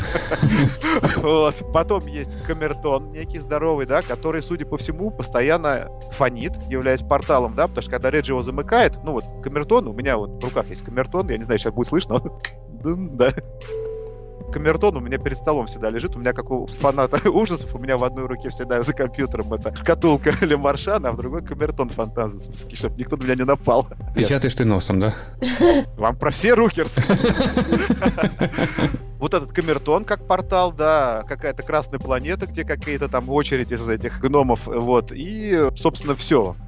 [SPEAKER 3] Потом есть камертон, некий здоровый, да, который, судя по всему, постоянно фонит, являясь порталом, да, потому что когда Реджи его замыкает, камертон, у меня вот в руках есть камертон, я не знаю, сейчас будет слышно, да. Камертон у меня перед столом всегда лежит. У меня, как у фаната ужасов, у меня в одной руке всегда за компьютером это шкатулка Ле Маршана, а в другой камертон фантазмовский, чтобы никто на меня не напал.
[SPEAKER 1] Печатаешь ты носом, да?
[SPEAKER 3] Вам про все руки рассказать. Вот этот камертон как портал, да, какая-то красная планета, где какие-то там очереди из этих гномов, и, собственно, все.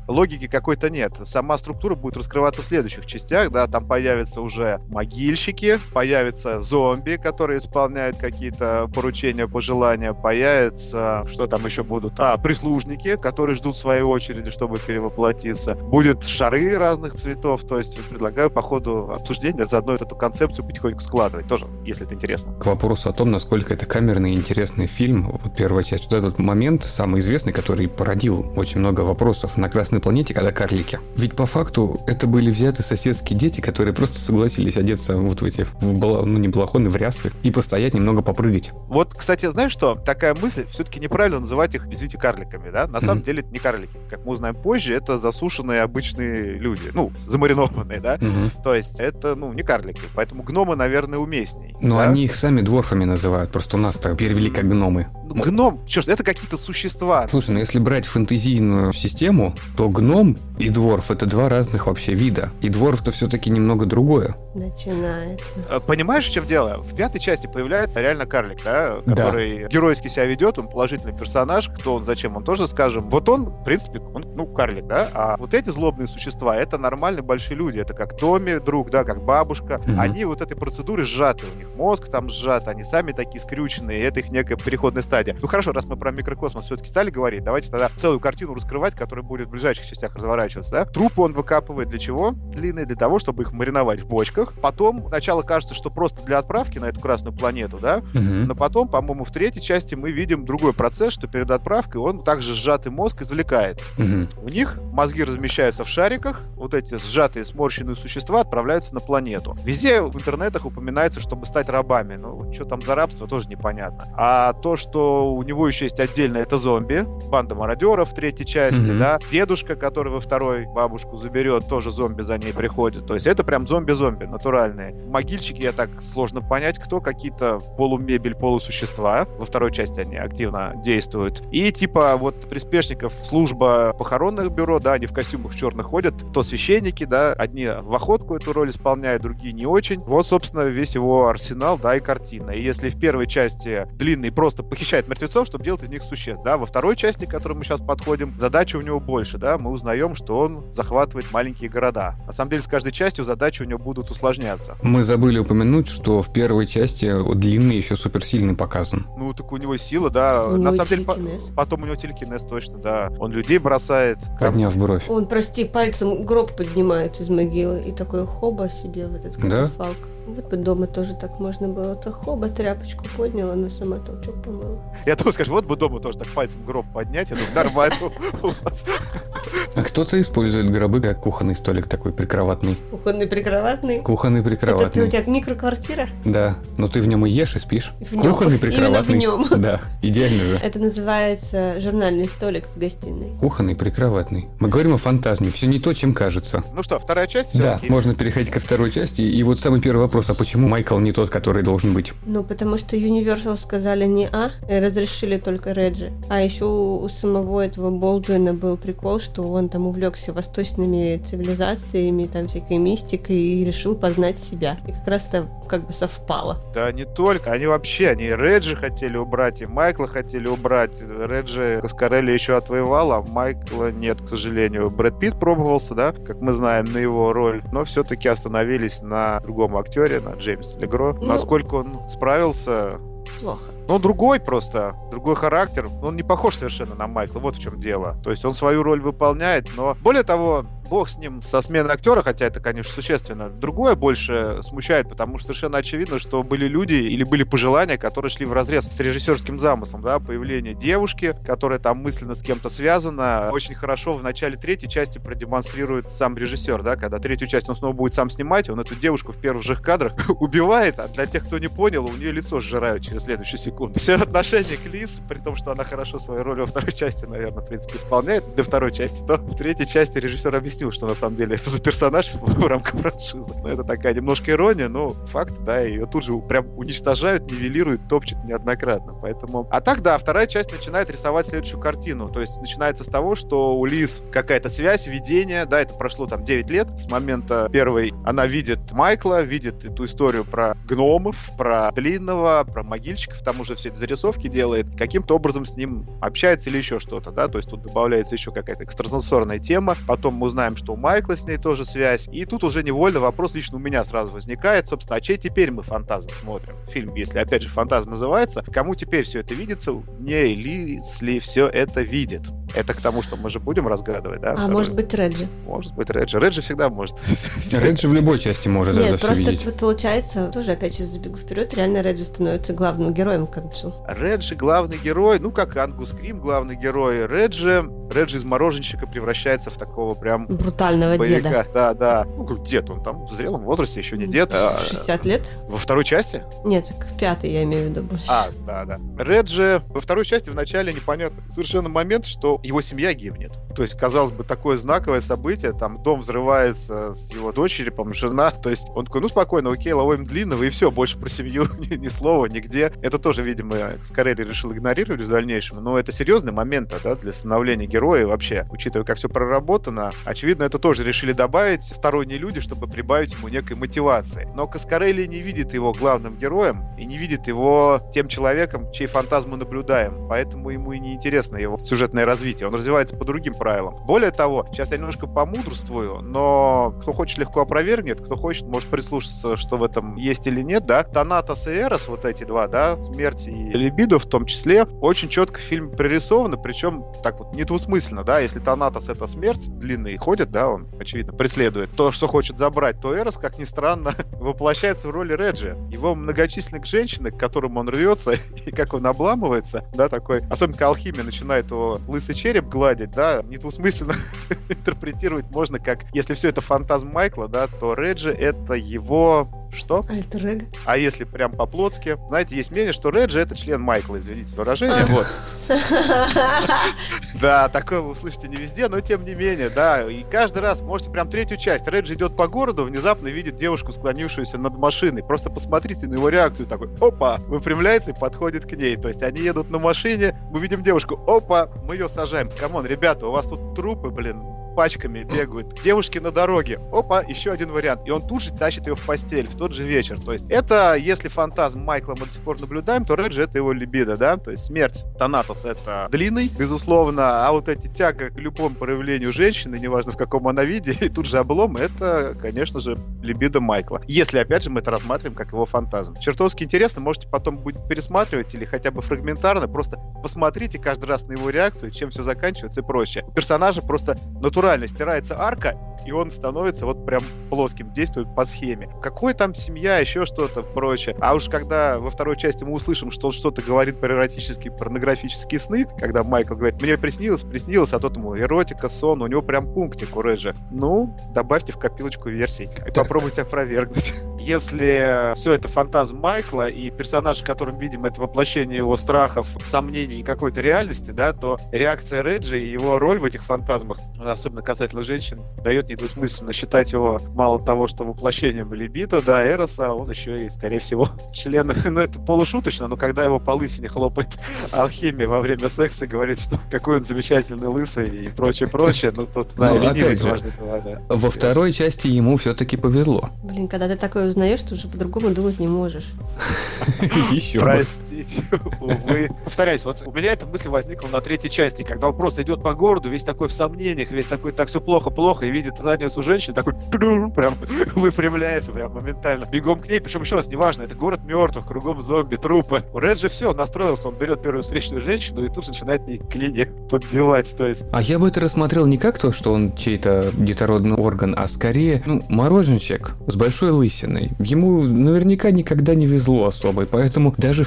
[SPEAKER 3] логики какой-то нет. Сама структура будет раскрываться в следующих частях, да, там появятся уже могильщики, появятся зомби, которые исполняют какие-то поручения, пожелания, появятся, что там еще будут? Прислужники, которые ждут своей очереди, чтобы перевоплотиться. Будет шары разных цветов, то есть предлагаю по ходу обсуждения заодно эту концепцию потихоньку складывать, тоже, если это интересно.
[SPEAKER 1] К вопросу о том, насколько это камерный и интересный фильм, вот первая часть, вот этот момент, самый известный, который породил очень много вопросов на Красной планете, когда карлики. Ведь по факту это были взяты соседские дети, которые просто согласились одеться вот в эти, не балахоны, в рясы и постоять, немного попрыгать.
[SPEAKER 3] Вот, кстати, знаешь что? Такая мысль, все-таки неправильно называть их, извините, карликами, да? На самом деле это не карлики. Как мы узнаем позже, это засушенные обычные люди. Замаринованные, да? То есть это, не карлики. Поэтому гномы, наверное, уместней.
[SPEAKER 1] Но
[SPEAKER 3] да?
[SPEAKER 1] они их сами дворфами называют. Просто у нас так перевели как гномы.
[SPEAKER 3] Гном, это какие-то существа.
[SPEAKER 1] Слушай, если брать фэнтезийную систему, то гном и дворф — это два разных вообще вида. И дворф-то все-таки немного другое.
[SPEAKER 2] Начинается.
[SPEAKER 3] Понимаешь, в чем дело? В 5-й части появляется реально карлик, да? Который геройски себя ведет, он положительный персонаж. Кто он, зачем он, тоже скажем. Вот он, в принципе, карлик, да? А вот эти злобные существа, это нормальные большие люди. Это как Томми, друг, да, как бабушка. Они вот этой процедуры сжаты. У них мозг там сжат, они сами такие скрюченные. И это их некая переходная стадия. Хорошо, раз мы про микрокосмос все-таки стали говорить, давайте тогда целую картину раскрывать, которая будет в ближайших частях разворачиваться, да? Трупы он выкапывает для чего? Длинные, для того, чтобы их мариновать в бочках. Потом сначала кажется, что просто для отправки на эту Красную планету, да? Но потом, по-моему, в 3-й части мы видим другой процесс, что перед отправкой он также сжатый мозг извлекает. У них мозги размещаются в шариках, вот эти сжатые, сморщенные существа отправляются на планету. Везде в интернетах упоминается, чтобы стать рабами. Что там за рабство, тоже непонятно. А то, что у него еще есть отдельно, это зомби, банда мародеров в 3-й части, да, дедушка, который во 2-й бабушку заберет, тоже зомби за ней приходит. То есть это прям зомби-зомби, натуральные. Могильщики, я так сложно понять, кто, какие-то полумебель, полусущества. Во 2-й части они активно действуют. И приспешников служба похоронных бюро, да, они в костюмах черных ходят, то священники, да, одни в охотку эту роль исполняют, другие не очень. Вот, собственно, весь его арсенал, да, и картина. И если в 1-й части Длинный просто похищает мертвецов, чтобы делать из них существ, да, во 2-й части, к которой мы сейчас подходим, задача у него больше, да, мы узнаем, что он захватывает маленькие города. На самом деле, с каждой частью задачи у него будут усложняться.
[SPEAKER 1] Мы забыли упомянуть, что в 1-й части Длинный еще суперсильный показан.
[SPEAKER 3] Так у него сила, да, на самом деле, потом у него телекинез, точно, да, он людей бросает.
[SPEAKER 1] Подняв бровь.
[SPEAKER 2] Он, пальцем гроб поднимает из могилы и такой хоба себе в этот катафалк. Да? Вот бы дома тоже так можно было. То хоба, тряпочку подняла, она сама толчок помыла.
[SPEAKER 3] Я думаю, скажешь, вот бы дома тоже так пальцем гроб поднять, это нормально у вас.
[SPEAKER 1] А кто-то использует гробы как кухонный столик такой прикроватный.
[SPEAKER 2] Кухонный прикроватный?
[SPEAKER 1] Кухонный прикроватный.
[SPEAKER 2] Это у тебя микроквартира?
[SPEAKER 1] Да, но ты в нем и ешь, и спишь.
[SPEAKER 2] Кухонный прикроватный. Именно в нем.
[SPEAKER 1] Да, идеально же.
[SPEAKER 2] Это называется журнальный столик в гостиной.
[SPEAKER 1] Кухонный прикроватный. Мы говорим о фантазме, все не то, чем кажется.
[SPEAKER 3] Ну что, 2-я часть?
[SPEAKER 1] Да, можно переходить ко 2-й части. И вот самый первый вопрос, а почему Майкл не тот, который должен быть?
[SPEAKER 2] Потому что Universal сказали не и разрешили только Реджи. А еще у самого этого Болдуина был прикол, что он там увлекся восточными цивилизациями, там всякой мистикой и решил познать себя. И как раз это совпало.
[SPEAKER 3] Да не только, они Реджи хотели убрать, и Майкла хотели убрать. Реджи Каскарелли еще отвоевал, а Майкла нет, к сожалению. Брэд Питт пробовался, да, как мы знаем, на его роль, но все-таки остановились на другом актере, на Джеймсе Легро. Насколько он справился...
[SPEAKER 2] Плохо.
[SPEAKER 3] Он другой характер. Он не похож совершенно на Майкла, вот в чем дело. То есть он свою роль выполняет, но более того, бог с ним, со сменой актера, хотя это, конечно, существенно. Другое больше смущает, потому что совершенно очевидно, что были люди или были пожелания, которые шли вразрез с режиссерским замыслом, да, появление девушки, которая там мысленно с кем-то связана. Очень хорошо в начале 3-й части продемонстрирует сам режиссер, да, когда 3-ю часть он снова будет сам снимать, он эту девушку в первых же кадрах убивает, а для тех, кто не понял, у нее лицо сжирают через следующую секунду. Все отношение к Лиз, при том, что она хорошо свою роль во 2-й части, наверное, в принципе, исполняет, до 2-й части, то в 3-й части режиссер объясняет, объяснил, что на самом деле это за персонаж в рамках франшизы. Но это такая немножко ирония, но факт, да, ее тут же прям уничтожают, нивелируют, топчут неоднократно. Поэтому... А так, да, вторая часть начинает рисовать следующую картину. То есть начинается с того, что у Лиз какая-то связь, видение, да, это прошло там 9 лет с момента первой. Она видит Майкла, видит эту историю про гномов, про длинного, про могильщиков, там уже все эти зарисовки делает, каким-то образом с ним общается или еще что-то, да, то есть тут добавляется еще какая-то экстрасенсорная тема, потом мы узнаем, что у Майкла с ней тоже связь, и тут уже невольно вопрос лично у меня сразу возникает, собственно, а чей теперь мы фантазм смотрим? Фильм, если опять же фантазм называется, кому теперь все это видится? Не Лиз ли все это видит? Это к тому, что мы же будем разгадывать, да?
[SPEAKER 2] А может быть Реджи?
[SPEAKER 3] Может быть Реджи. Реджи всегда может.
[SPEAKER 1] Реджи в любой части может это все видеть.
[SPEAKER 2] Нет, просто получается, тоже опять сейчас забегу вперед, реально Реджи становится главным героем как бы.
[SPEAKER 3] Реджи главный герой, ну как Ангус Крим главный герой. Реджи из мороженщика превращается в такого прям...
[SPEAKER 2] брутального
[SPEAKER 3] боевика.
[SPEAKER 2] деда.
[SPEAKER 3] Да. Ну как дед, он там в зрелом возрасте, еще не дед.
[SPEAKER 2] 60 лет?
[SPEAKER 3] Во второй части?
[SPEAKER 2] Нет, к пятой я имею в виду больше.
[SPEAKER 3] Да. Реджи во второй части вначале непонятно совершенно момент, что его семья гибнет. То есть, казалось бы, такое знаковое событие, там дом взрывается с его дочерью, по-моему, жена, то есть он такой, ну спокойно, окей, ловим длинного и все, больше про семью ни слова, нигде. Это тоже, видимо, Скорелли решил игнорировать в дальнейшем, но это серьезный момент, да, для становления героя вообще, учитывая, как все проработано. Очевидно, это тоже решили добавить сторонние люди, чтобы прибавить ему некой мотивации. Но Скорелли не видит его главным героем и не видит его тем человеком, чей фантазм мы наблюдаем, поэтому ему и не интересно его сюжетное развитие. Он развивается по другим правилам. Более того, сейчас я немножко помудрствую, но кто хочет, легко опровергнет, кто хочет, может прислушаться, что в этом есть или нет, да. Танатос и Эрос, вот эти два, да, смерть и либидо в том числе, очень четко в фильме прорисованы, причем так вот недвусмысленно, да, если Танатос — это смерть, длинный ходит, да, он, очевидно, преследует то, что хочет забрать, то Эрос, как ни странно, воплощается в роли Реджи. Его многочисленных женщин, к которым он рвется, и как он обламывается, да, такой, особенно когда алхимия начинает его лысый череп гладить, да, недвусмысленно интерпретировать можно как, если все это фантазм Майкла, да, то Реджи — это его... Что?
[SPEAKER 2] Альтер-эго.
[SPEAKER 3] А если прям по-плотски, знаете, есть мнение, что Реджи — это член Майкла, извините за выражение, вот. Да, такое вы услышите не везде, но тем не менее, да, и каждый раз, можете прям третью часть, Реджи идет по городу, внезапно видит девушку, склонившуюся над машиной, просто посмотрите на его реакцию, такой, опа, выпрямляется и подходит к ней, то есть они едут на машине, мы видим девушку, опа, мы ее сажаем, камон, ребята, у вас тут трупы, блин, пачками бегают. Девушки на дороге. Опа, еще один вариант. И он тут же тащит ее в постель в тот же вечер. То есть это, если фантазм Майкла мы до сих пор наблюдаем, то Реджи — это его либидо, да? То есть смерть Танатоса — это длинный, безусловно, а вот эти тяга к любому проявлению женщины, неважно в каком она виде, и тут же облом, это, конечно же, либидо Майкла. Если, опять же, мы это рассматриваем как его фантазм. Чертовски интересно, можете потом будет пересматривать или хотя бы фрагментарно, просто посмотрите каждый раз на его реакцию, чем все заканчивается и прочее. У персонажа просто натурально стирается арка, и он становится вот прям плоским, действует по схеме. Какой там семья, еще что-то прочее. А уж когда во второй части мы услышим, что он что-то говорит про эротические, порнографические сны, когда Майкл говорит, мне приснилось, а тот ему эротика, сон, у него прям пунктик у Реджи. Ну, добавьте в копилочку версий и попробуйте опровергнуть. Если все это фантазм Майкла и персонаж, которым видим, это воплощение его страхов, сомнений и какой-то реальности, да, то реакция Реджи и его роль в этих фантазмах, особенно касательно женщин, дает недвусмысленно считать его мало того, что воплощением либидо, да, Эроса, он еще и, скорее всего, член, ну это полушуточно, но когда его по лысине хлопает алхимия во время секса и говорит, что какой он замечательный лысый и прочее, ну тут, да, ленивый дважды два, да.
[SPEAKER 1] Во второй части ему все-таки повезло.
[SPEAKER 2] Блин, когда ты такое узнаешь, ты уже по-другому думать не можешь.
[SPEAKER 1] Еще
[SPEAKER 3] простите, увы. Повторяюсь, вот у меня эта мысль возникла на третьей части, когда он просто идет по городу, весь такой в сомнениях, весь такой, так все плохо, и видит задницу женщины, такой прям выпрямляется, прям моментально, бегом к ней, причем еще раз, неважно, это город мертвых, кругом зомби, трупы. У Реджи все, настроился, он берет первую встречную женщину и тут же начинает ей клини подбивать, то есть.
[SPEAKER 1] А я бы это рассмотрел не как то, что он чей-то детородный орган, а скорее, мороженщик с большой лысиной. Ему наверняка никогда не везло особо, и поэтому даже в таком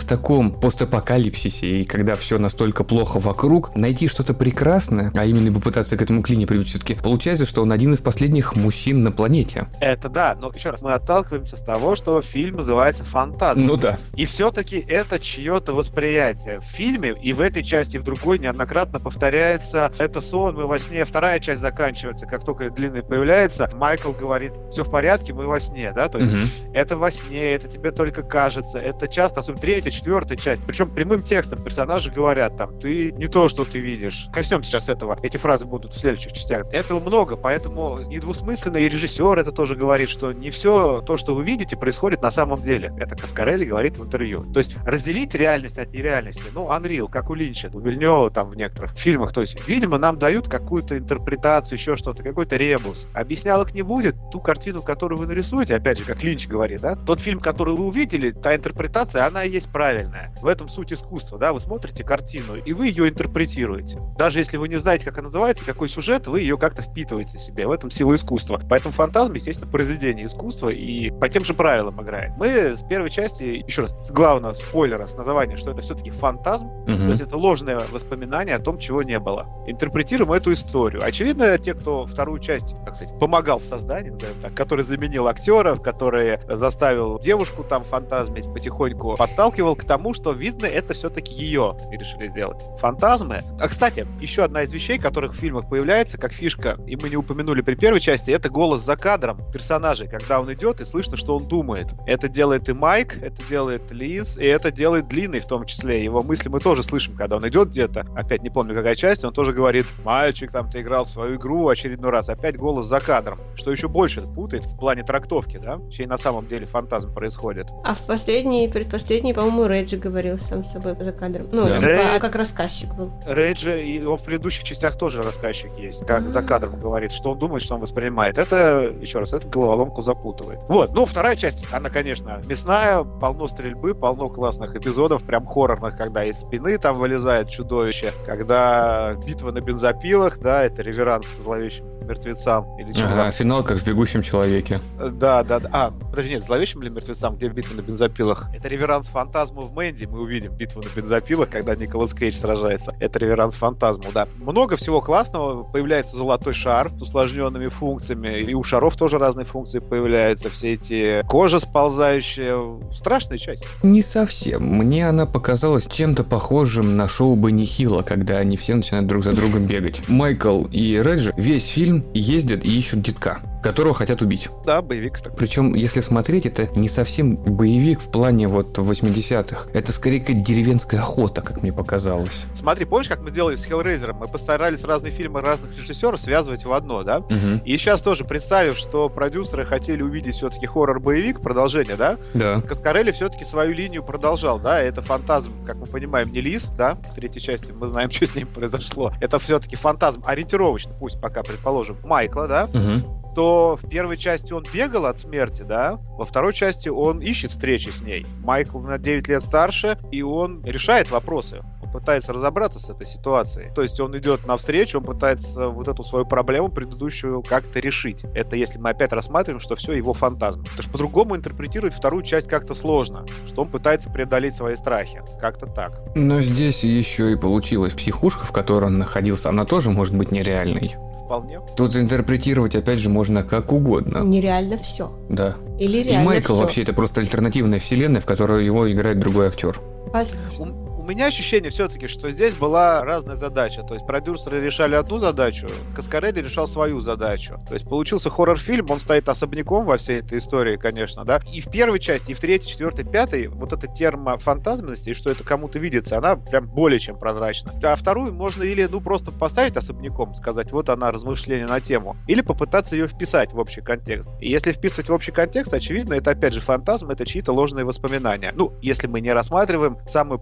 [SPEAKER 1] таком постапокалипсисе, и когда все настолько плохо вокруг, найти что-то прекрасное, а именно попытаться к этому клине привить, все-таки получается, что он один из последних мужчин на планете.
[SPEAKER 3] Это да, но еще раз, мы отталкиваемся с того, что фильм называется «Фантазм».
[SPEAKER 1] Ну да.
[SPEAKER 3] И все-таки это чье-то восприятие. В фильме и в этой части, и в другой неоднократно повторяется «это сон, мы во сне». Вторая часть заканчивается, как только длинный появляется, Майкл говорит «все в порядке, мы во сне», да, то есть это во сне, это тебе только кажется, это часто, особенно третья, четвертая часть, причем прямым текстом персонажи говорят там «ты не то, что ты видишь». Коснемся сейчас этого, эти фразы будут в следующих частях. Этого много, поэтому недвусмысленно, и режиссер это тоже говорит, что не все то, что вы видите, происходит на самом деле. Это Каскарелли говорит в интервью. То есть разделить реальность от нереальности, ну, Unreal, как у Линча, у Вильнёва там в некоторых фильмах, то есть, видимо, нам дают какую-то интерпретацию, еще что-то, какой-то ребус. Объяснялок не будет, ту картину, которую вы нарисуете, опять же, как Линч говорит, да, тот фильм, который вы увидели, та интерпретация, она и есть правильная. В этом суть искусства, да, вы смотрите картину, и вы ее интерпретируете. Даже если вы не знаете, как она называется, какой сюжет, вы ее как-то впитываете в себе. В этом сила искусства. Поэтому «Фантазм», естественно, произведение искусства и по тем же правилам играет. Мы с первой части, еще раз, с главного спойлера, с названием, что это все-таки фантазм, то есть это ложное воспоминание о том, чего не было. Интерпретируем эту историю. Очевидно, те, кто вторую часть, так сказать, помогал в создании, назовем так, который заменил актеров, который заставил девушку там фантазмить потихоньку, подталкивал к тому, что, видно, это все-таки ее и решили сделать. Фантазмы. А, кстати, еще одна из вещей, которых в фильмах появляется, как фишка, и мы не упомянули при первой части, это голос за кадром персонажей, когда он идет и слышно, что он думает. Это делает и Майк, это делает Лиз, и это делает Длинный в том числе. Его мысли мы тоже слышим, когда он идет где-то, опять не помню какая часть, он тоже говорит: мальчик, там ты играл в свою игру очередной раз, опять голос за кадром, что еще больше путает в плане трактовки, да, чей на самом деле фантазм происходит.
[SPEAKER 2] А в предпоследней, по-моему, Реджи говорил сам собой за кадром. Ну,
[SPEAKER 1] да.
[SPEAKER 2] типа, как рассказчик был.
[SPEAKER 3] Реджи, и он в предыдущих частях тоже рассказчик есть, как за кадром говорит, что он думает, что он воспринимает. Это, еще раз, это головоломку запутывает. Вот, ну, вторая часть, она, конечно, мясная, полно стрельбы, полно классных эпизодов, прям хоррорных, когда из спины там вылезает чудовище, когда битва на бензопилах, да, это реверанс зловещим мертвецам или чего.
[SPEAKER 1] Ага, финал как в «Бегущем человеке».
[SPEAKER 3] Да. Подожди, нет, зловещим или мертвецам, где битва на бензопилах? Это реверанс фантазму в Мэнди, мы увидим битву на бензопилах, когда Николас Кейдж сражается. Это реверанс фантазму, да. Много всего классного, появляется золотой шар с усложненными функциями, и у шаров тоже разные функции появляются, все эти кожа сползающая, страшная часть.
[SPEAKER 1] Не совсем. Мне она показалась чем-то похожим на шоу Бенни Хилла, когда они все начинают друг за другом бегать. Майкл и Реджи весь фильм ездят и ищут детка, которого хотят убить.
[SPEAKER 3] Да, боевик такой.
[SPEAKER 1] Причем, если смотреть, это не совсем боевик в плане вот 80-х. Это скорее какая-то деревенская охота, как мне показалось.
[SPEAKER 3] Смотри, помнишь, как мы сделали с Hellraiser? Мы постарались разные фильмы разных режиссеров связывать в одно, да? И сейчас тоже, представив, что продюсеры хотели увидеть все-таки хоррор-боевик, продолжение, да?
[SPEAKER 1] Да.
[SPEAKER 3] Каскарелли все-таки свою линию продолжал, да? Это фантазм, как мы понимаем, не Лиз, да? В третьей части мы знаем, что с ним произошло. Это все-таки фантазм ориентировочно, пусть пока предположим, Майкла, да? То в первой части он бегал от смерти, да? Во второй части он ищет встречи с ней. Майкл на 9 лет старше, и он решает вопросы. Он пытается разобраться с этой ситуацией. То есть он идет навстречу, он пытается вот эту свою проблему предыдущую как-то решить. Это если мы опять рассматриваем, что все его фантазм. Потому что по-другому интерпретировать вторую часть как-то сложно. Что он пытается преодолеть свои страхи. Как-то так.
[SPEAKER 1] Но здесь еще и получилась психушка, в которой он находился. Она тоже может быть нереальной.
[SPEAKER 3] Вполне.
[SPEAKER 1] Тут интерпретировать, опять же, можно как угодно.
[SPEAKER 2] Нереально все.
[SPEAKER 1] Да.
[SPEAKER 2] Или реально
[SPEAKER 1] И Майкл
[SPEAKER 2] всё.
[SPEAKER 1] вообще это просто альтернативная вселенная, в которой его играет другой актер.
[SPEAKER 2] Возможно.
[SPEAKER 3] У меня ощущение все-таки, что здесь была разная задача. То есть продюсеры решали одну задачу, Каскарелли решал свою задачу. То есть получился хоррор-фильм, он стоит особняком во всей этой истории, конечно, да. И в первой части, и в третьей, четвертой, пятой вот эта терма фантазменности, и что это кому-то видится, она прям более чем прозрачна. А вторую можно или, просто поставить особняком, сказать, вот она, размышление на тему, или попытаться ее вписать в общий контекст. И если вписывать в общий контекст, очевидно, это опять же фантазм, это чьи-то ложные воспоминания. Если мы не рассматриваем самую простую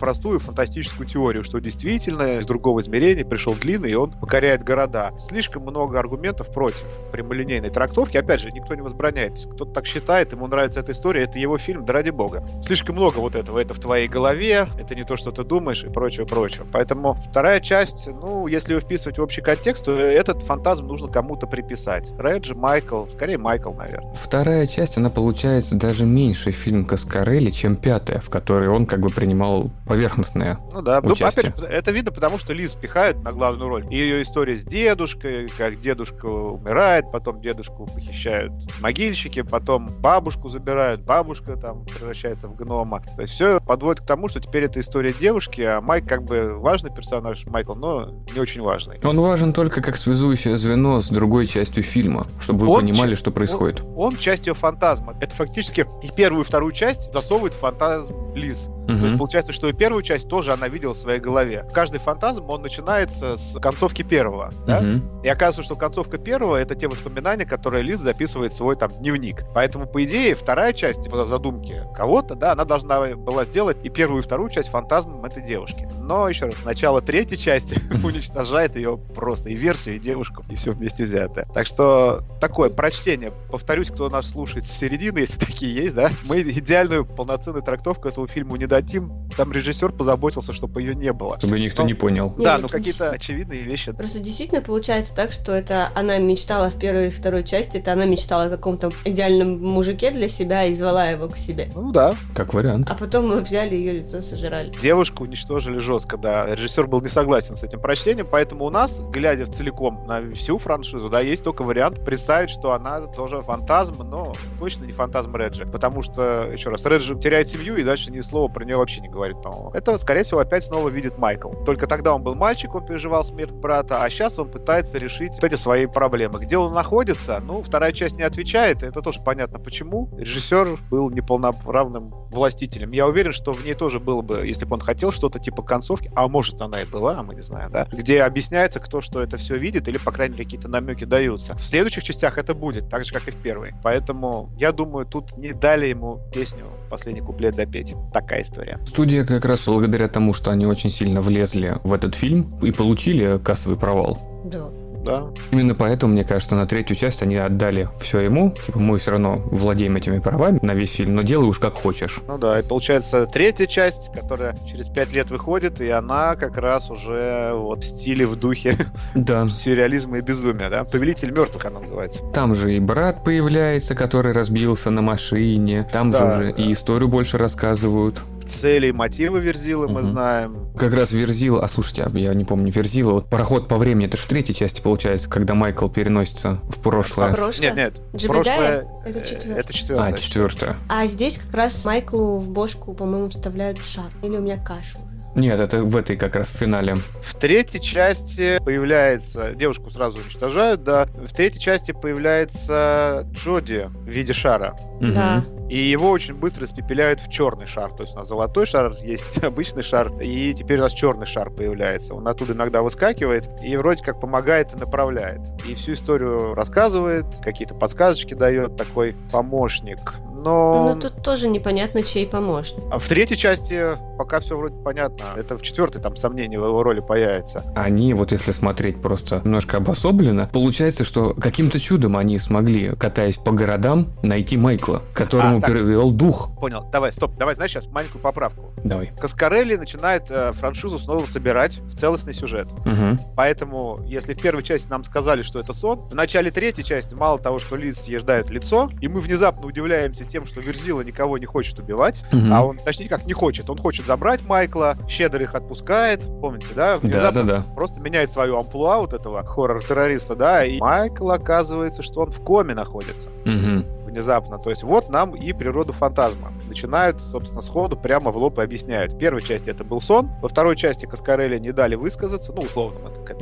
[SPEAKER 3] фантастическую теорию, что действительно из другого измерения пришел Длинный, и он покоряет города. Слишком много аргументов против прямолинейной трактовки. Опять же, никто не возбраняет. Кто-то так считает, ему нравится эта история, это его фильм, да ради бога. Слишком много вот этого. Это в твоей голове, это не то, что ты думаешь, и прочее. Поэтому вторая часть, если ее вписывать в общий контекст, то этот фантазм нужно кому-то приписать. Реджи, Майкл, скорее Майкл, наверное.
[SPEAKER 1] Вторая часть, она получается даже меньше фильм Коскарелли, чем пятая, в которой он как бы принимал поверхностное участие.
[SPEAKER 3] Опять же, это видно, потому что Лиз пихают на главную роль. И ее история с дедушкой, как дедушка умирает, потом дедушку похищают могильщики, потом бабушку забирают, бабушка там превращается в гнома. То есть все подводит к тому, что теперь это история девушки, а Майк как бы важный персонаж, Майкл, но не очень важный.
[SPEAKER 1] Он важен только как связующее звено с другой частью фильма, чтобы вы понимали, что происходит.
[SPEAKER 3] Он часть ее фантазма. Это фактически и первую, и вторую часть засовывает в фантазм Лиз. То есть получается, что и первую часть тоже она видела в своей голове. Каждый фантазм, он начинается с концовки первого. Да? И оказывается, что концовка первого — это те воспоминания, которые Лиз записывает в свой там дневник. Поэтому, по идее, вторая часть, по задумке кого-то, да, она должна была сделать и первую, и вторую часть фантазмом этой девушки. Но, еще раз, начало третьей части уничтожает ее просто и версию, и девушку, и все вместе взятое. Так что такое прочтение. Повторюсь, кто нас слушает с середины, если такие есть, да, мы идеальную полноценную трактовку этому фильму не дадим. Там режиссер позаботился, чтобы ее не было.
[SPEAKER 1] Чтобы никто не понял.
[SPEAKER 3] Да, какие-то очевидные вещи.
[SPEAKER 2] Просто действительно получается так, что это она мечтала в первой и второй части, это она мечтала о каком-то идеальном мужике для себя и звала его к себе.
[SPEAKER 3] Да.
[SPEAKER 1] Как вариант.
[SPEAKER 2] А потом мы взяли ее лицо, сожрали.
[SPEAKER 3] Девушку уничтожили жестко, да. Режиссер был не согласен с этим прочтением, поэтому у нас, глядя целиком на всю франшизу, да, есть только вариант представить, что она тоже фантазм, но точно не фантазм Реджи. Потому что, еще раз, Реджи теряет семью и дальше ни слова про нее вообще не говорит, по-моему. Это, скорее всего, опять снова видит Майкл. Только тогда он был мальчик, он переживал смерть брата, а сейчас он пытается решить вот эти свои проблемы. Где он находится? Вторая часть не отвечает, это тоже понятно почему. Режиссер был неполноправным властителем. Я уверен, что в ней тоже было бы, если бы он хотел, что-то типа концовки, а может она и была, мы не знаем, да, где объясняется, кто что это все видит, или, по крайней мере, какие-то намеки даются. В следующих частях это будет, так же, как и в первой. Поэтому, я думаю, тут не дали ему песню «Последний куплет» допеть. Такая история.
[SPEAKER 1] Студия как раз благодаря тому, что они очень сильно влезли в этот фильм и получили кассовый провал.
[SPEAKER 3] Да.
[SPEAKER 1] Именно поэтому, мне кажется, на третью часть они отдали все ему. Типа, мы все равно владеем этими правами на весь фильм, но делай уж как хочешь.
[SPEAKER 3] И получается третья часть, которая через 5 лет выходит, и она как раз уже в стиле, в духе сюрреализма и безумия, да? «Повелитель мертвых» она называется.
[SPEAKER 1] Там же и брат появляется, который разбился на машине. Там же уже и историю больше рассказывают.
[SPEAKER 3] Цели и мотивы Верзилы мы знаем.
[SPEAKER 1] Как раз Верзила, слушайте, я не помню, Верзила, пароход по времени, это же в третьей части получается, когда Майкл переносится в прошлое.
[SPEAKER 3] Нет,
[SPEAKER 2] Джебедая? Это четвертая.
[SPEAKER 3] Это четвертая.
[SPEAKER 1] Четвертая.
[SPEAKER 2] А здесь как раз Майклу в бошку, по-моему, вставляют шар. Или у меня каша уже.
[SPEAKER 1] Нет, это в этой как раз в финале.
[SPEAKER 3] В третьей части появляется... Девушку сразу уничтожают, да. В третьей части появляется Джоди в виде шара.
[SPEAKER 2] Да.
[SPEAKER 3] И его очень быстро испепеляют в черный шар. То есть у нас золотой шар, есть обычный шар, и теперь у нас черный шар появляется. Он оттуда иногда выскакивает и вроде как помогает и направляет. И всю историю рассказывает, какие-то подсказочки дает, такой помощник. Но
[SPEAKER 2] тут тоже непонятно, чей помощник.
[SPEAKER 3] А в третьей части пока все вроде понятно. Это в четвертой там сомнения в его роли появится.
[SPEAKER 1] Они, вот если смотреть просто немножко обособленно, получается, что каким-то чудом они смогли, катаясь по городам, найти Майкла, которому перевел дух.
[SPEAKER 3] Понял. Давай, стоп. Давай, знаешь, сейчас маленькую поправку.
[SPEAKER 1] Давай.
[SPEAKER 3] Коскарелли начинает франшизу снова собирать в целостный сюжет. Поэтому, если в первой части нам сказали, что это сон, в начале третьей части мало того, что Лиз съезжает лицо, и мы внезапно удивляемся тем, что Верзила никого не хочет убивать, а он, точнее, как не хочет. Он хочет забрать Майкла, щедро их отпускает, помните, да? Внезапно просто меняет свою амплуа вот этого хоррор-террориста, да, и Майкл, оказывается, что он в коме находится. Внезапно. То есть вот нам и природу фантазма. Начинают, собственно, сходу прямо в лоб и объясняют. В первой части это был сон, во второй части Коскарелли не дали высказаться, условно мы к этому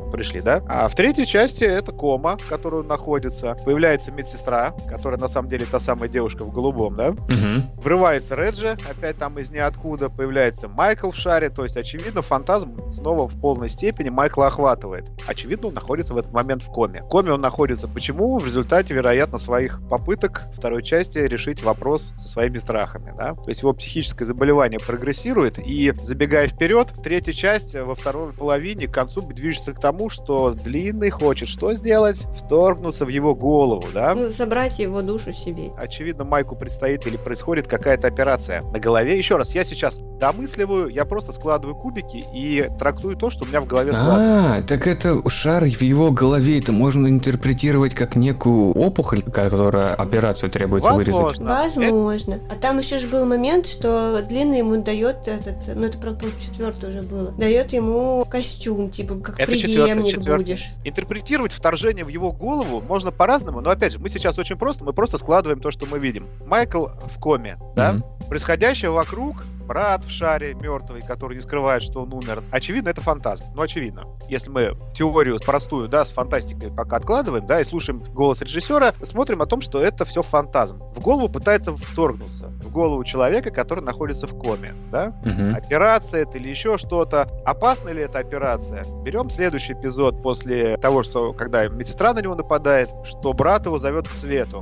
[SPEAKER 3] пришли, да? А в третьей части это кома, в которой он находится. Появляется медсестра, которая на самом деле та самая девушка в голубом, да? Врывается Реджи, опять там из ниоткуда. Появляется Майкл в шаре. То есть, очевидно, фантазм снова в полной степени Майкла охватывает. Очевидно, он находится в этот момент в коме. В коме он находится почему? В результате, вероятно, своих попыток второй части решить вопрос со своими страхами, да? То есть его психическое заболевание прогрессирует, и, забегая вперед, третья часть во второй половине к концу движется к тому, что Длинный хочет что сделать? Вторгнуться в его голову, да?
[SPEAKER 2] Ну, забрать его душу себе.
[SPEAKER 3] Очевидно, Майку предстоит или происходит какая-то операция на голове. Еще раз, я сейчас домысливаю, я просто складываю кубики и трактую то, что у меня в голове складывается.
[SPEAKER 1] Так это шар в его голове, это можно интерпретировать как некую опухоль, которая операцию требуется вырезать.
[SPEAKER 2] Возможно. А там еще же был момент, что Длинный ему дает ну это, правда, четвертый уже было, дает ему костюм, типа, как это преемник будешь.
[SPEAKER 3] Интерпретировать вторжение в его голову можно по-разному, но, опять же, мы сейчас очень просто, мы просто складываем то, что мы видим. Майкл в коме, да? Происходящее вокруг, брат в шаре мертвый, который не скрывает, что он умер. Очевидно, это фантазм. Ну, очевидно. Если мы теорию простую, да, с фантастикой пока откладываем, да, и слушаем голос режиссера, смотрим о том, что это все фантазм. В голову пытается вторгнуться. В голову человека, который находится в коме, да? Операция это или еще что-то. Опасна ли эта операция? Берем следующий эпизод после того, что, когда медсестра на него нападает, что брат его зовет к свету.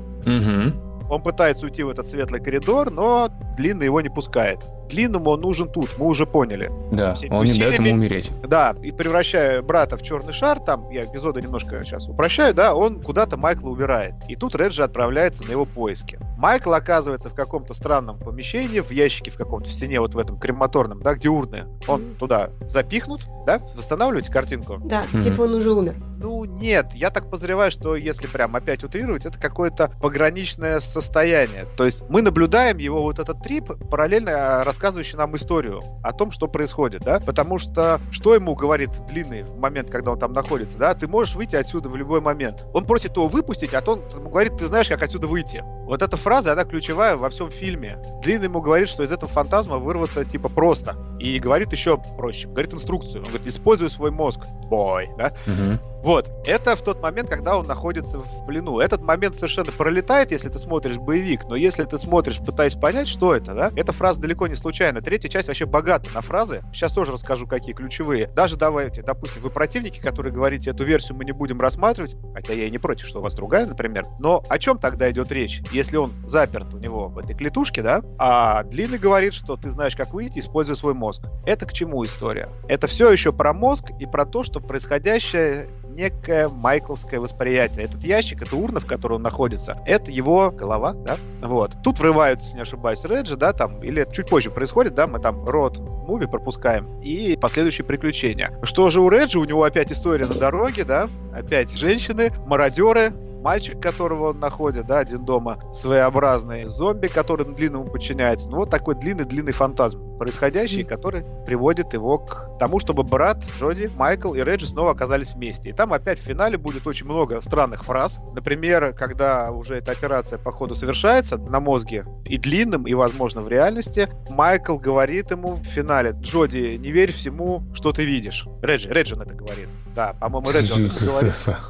[SPEAKER 3] Он пытается уйти в этот светлый коридор, но Длинный его не пускает. Длинному он нужен тут, мы уже поняли.
[SPEAKER 1] Да, он не дает ему умереть.
[SPEAKER 3] Да, и превращая брата в черный шар, там, я эпизоды немножко сейчас упрощаю, да, он куда-то Майкла убирает. И тут Реджи отправляется на его поиски. Майкл оказывается в каком-то странном помещении, в ящике в каком-то, в стене вот в этом крематорном, да, где урны. Он туда запихнут, да? Восстанавливаете картинку?
[SPEAKER 2] Да, типа он уже умер.
[SPEAKER 3] Ну, нет, я так подозреваю, что если прям опять утрировать, это какое-то пограничное состояние. То есть мы наблюдаем его вот этот трип, параллельно рассказывающий нам историю о том, что происходит, да? Потому что что ему говорит Длинный в момент, когда он там находится, да? Ты можешь выйти отсюда в любой момент. Он просит его выпустить, а он ему говорит, ты знаешь, как отсюда выйти. Вот эта фраза, она ключевая во всем фильме. Длинный ему говорит, что из этого фантазма вырваться типа просто. И говорит еще проще. Говорит инструкцию. Он говорит, используй свой мозг. Бой, да? Вот, это в тот момент, когда он находится в плену. Этот момент совершенно пролетает, если ты смотришь боевик, но если ты смотришь, пытаясь понять, что это, да, эта фраза далеко не случайна. Третья часть вообще богата на фразы. Сейчас тоже расскажу, какие ключевые. Даже давайте, допустим, вы противники, которые говорите, эту версию мы не будем рассматривать, хотя я и не против, что у вас другая, например, но о чем тогда идет речь, если он заперт у него в этой клетушке, да, а Длинный говорит, что ты знаешь, как выйти, используя свой мозг. Это к чему история? Это все еще про мозг и про то, что происходящее некое майкловское восприятие. Этот ящик, это урна, в которой он находится, это его голова, да? Вот. Тут врываются, если не ошибаюсь, Реджи, да, там, или чуть позже происходит, да, мы там род муви пропускаем, и последующие приключения. Что же у Реджи? У него опять история на дороге, да, опять женщины, мародеры, мальчик, которого он находит, да, один дома, своеобразный зомби, который Длинному подчиняется. Ну, вот такой длинный фантазм происходящий, который приводит его к тому, чтобы брат Джоди, Майкл и Реджи снова оказались вместе. И там опять в финале будет очень много странных фраз. Например, когда уже эта операция, по ходу, совершается на мозге и Длинным, и, возможно, в реальности, Майкл говорит ему в финале: Джоди, не верь всему, что ты видишь. Реджи он это говорит. Да, по-моему, Реджи он это говорит.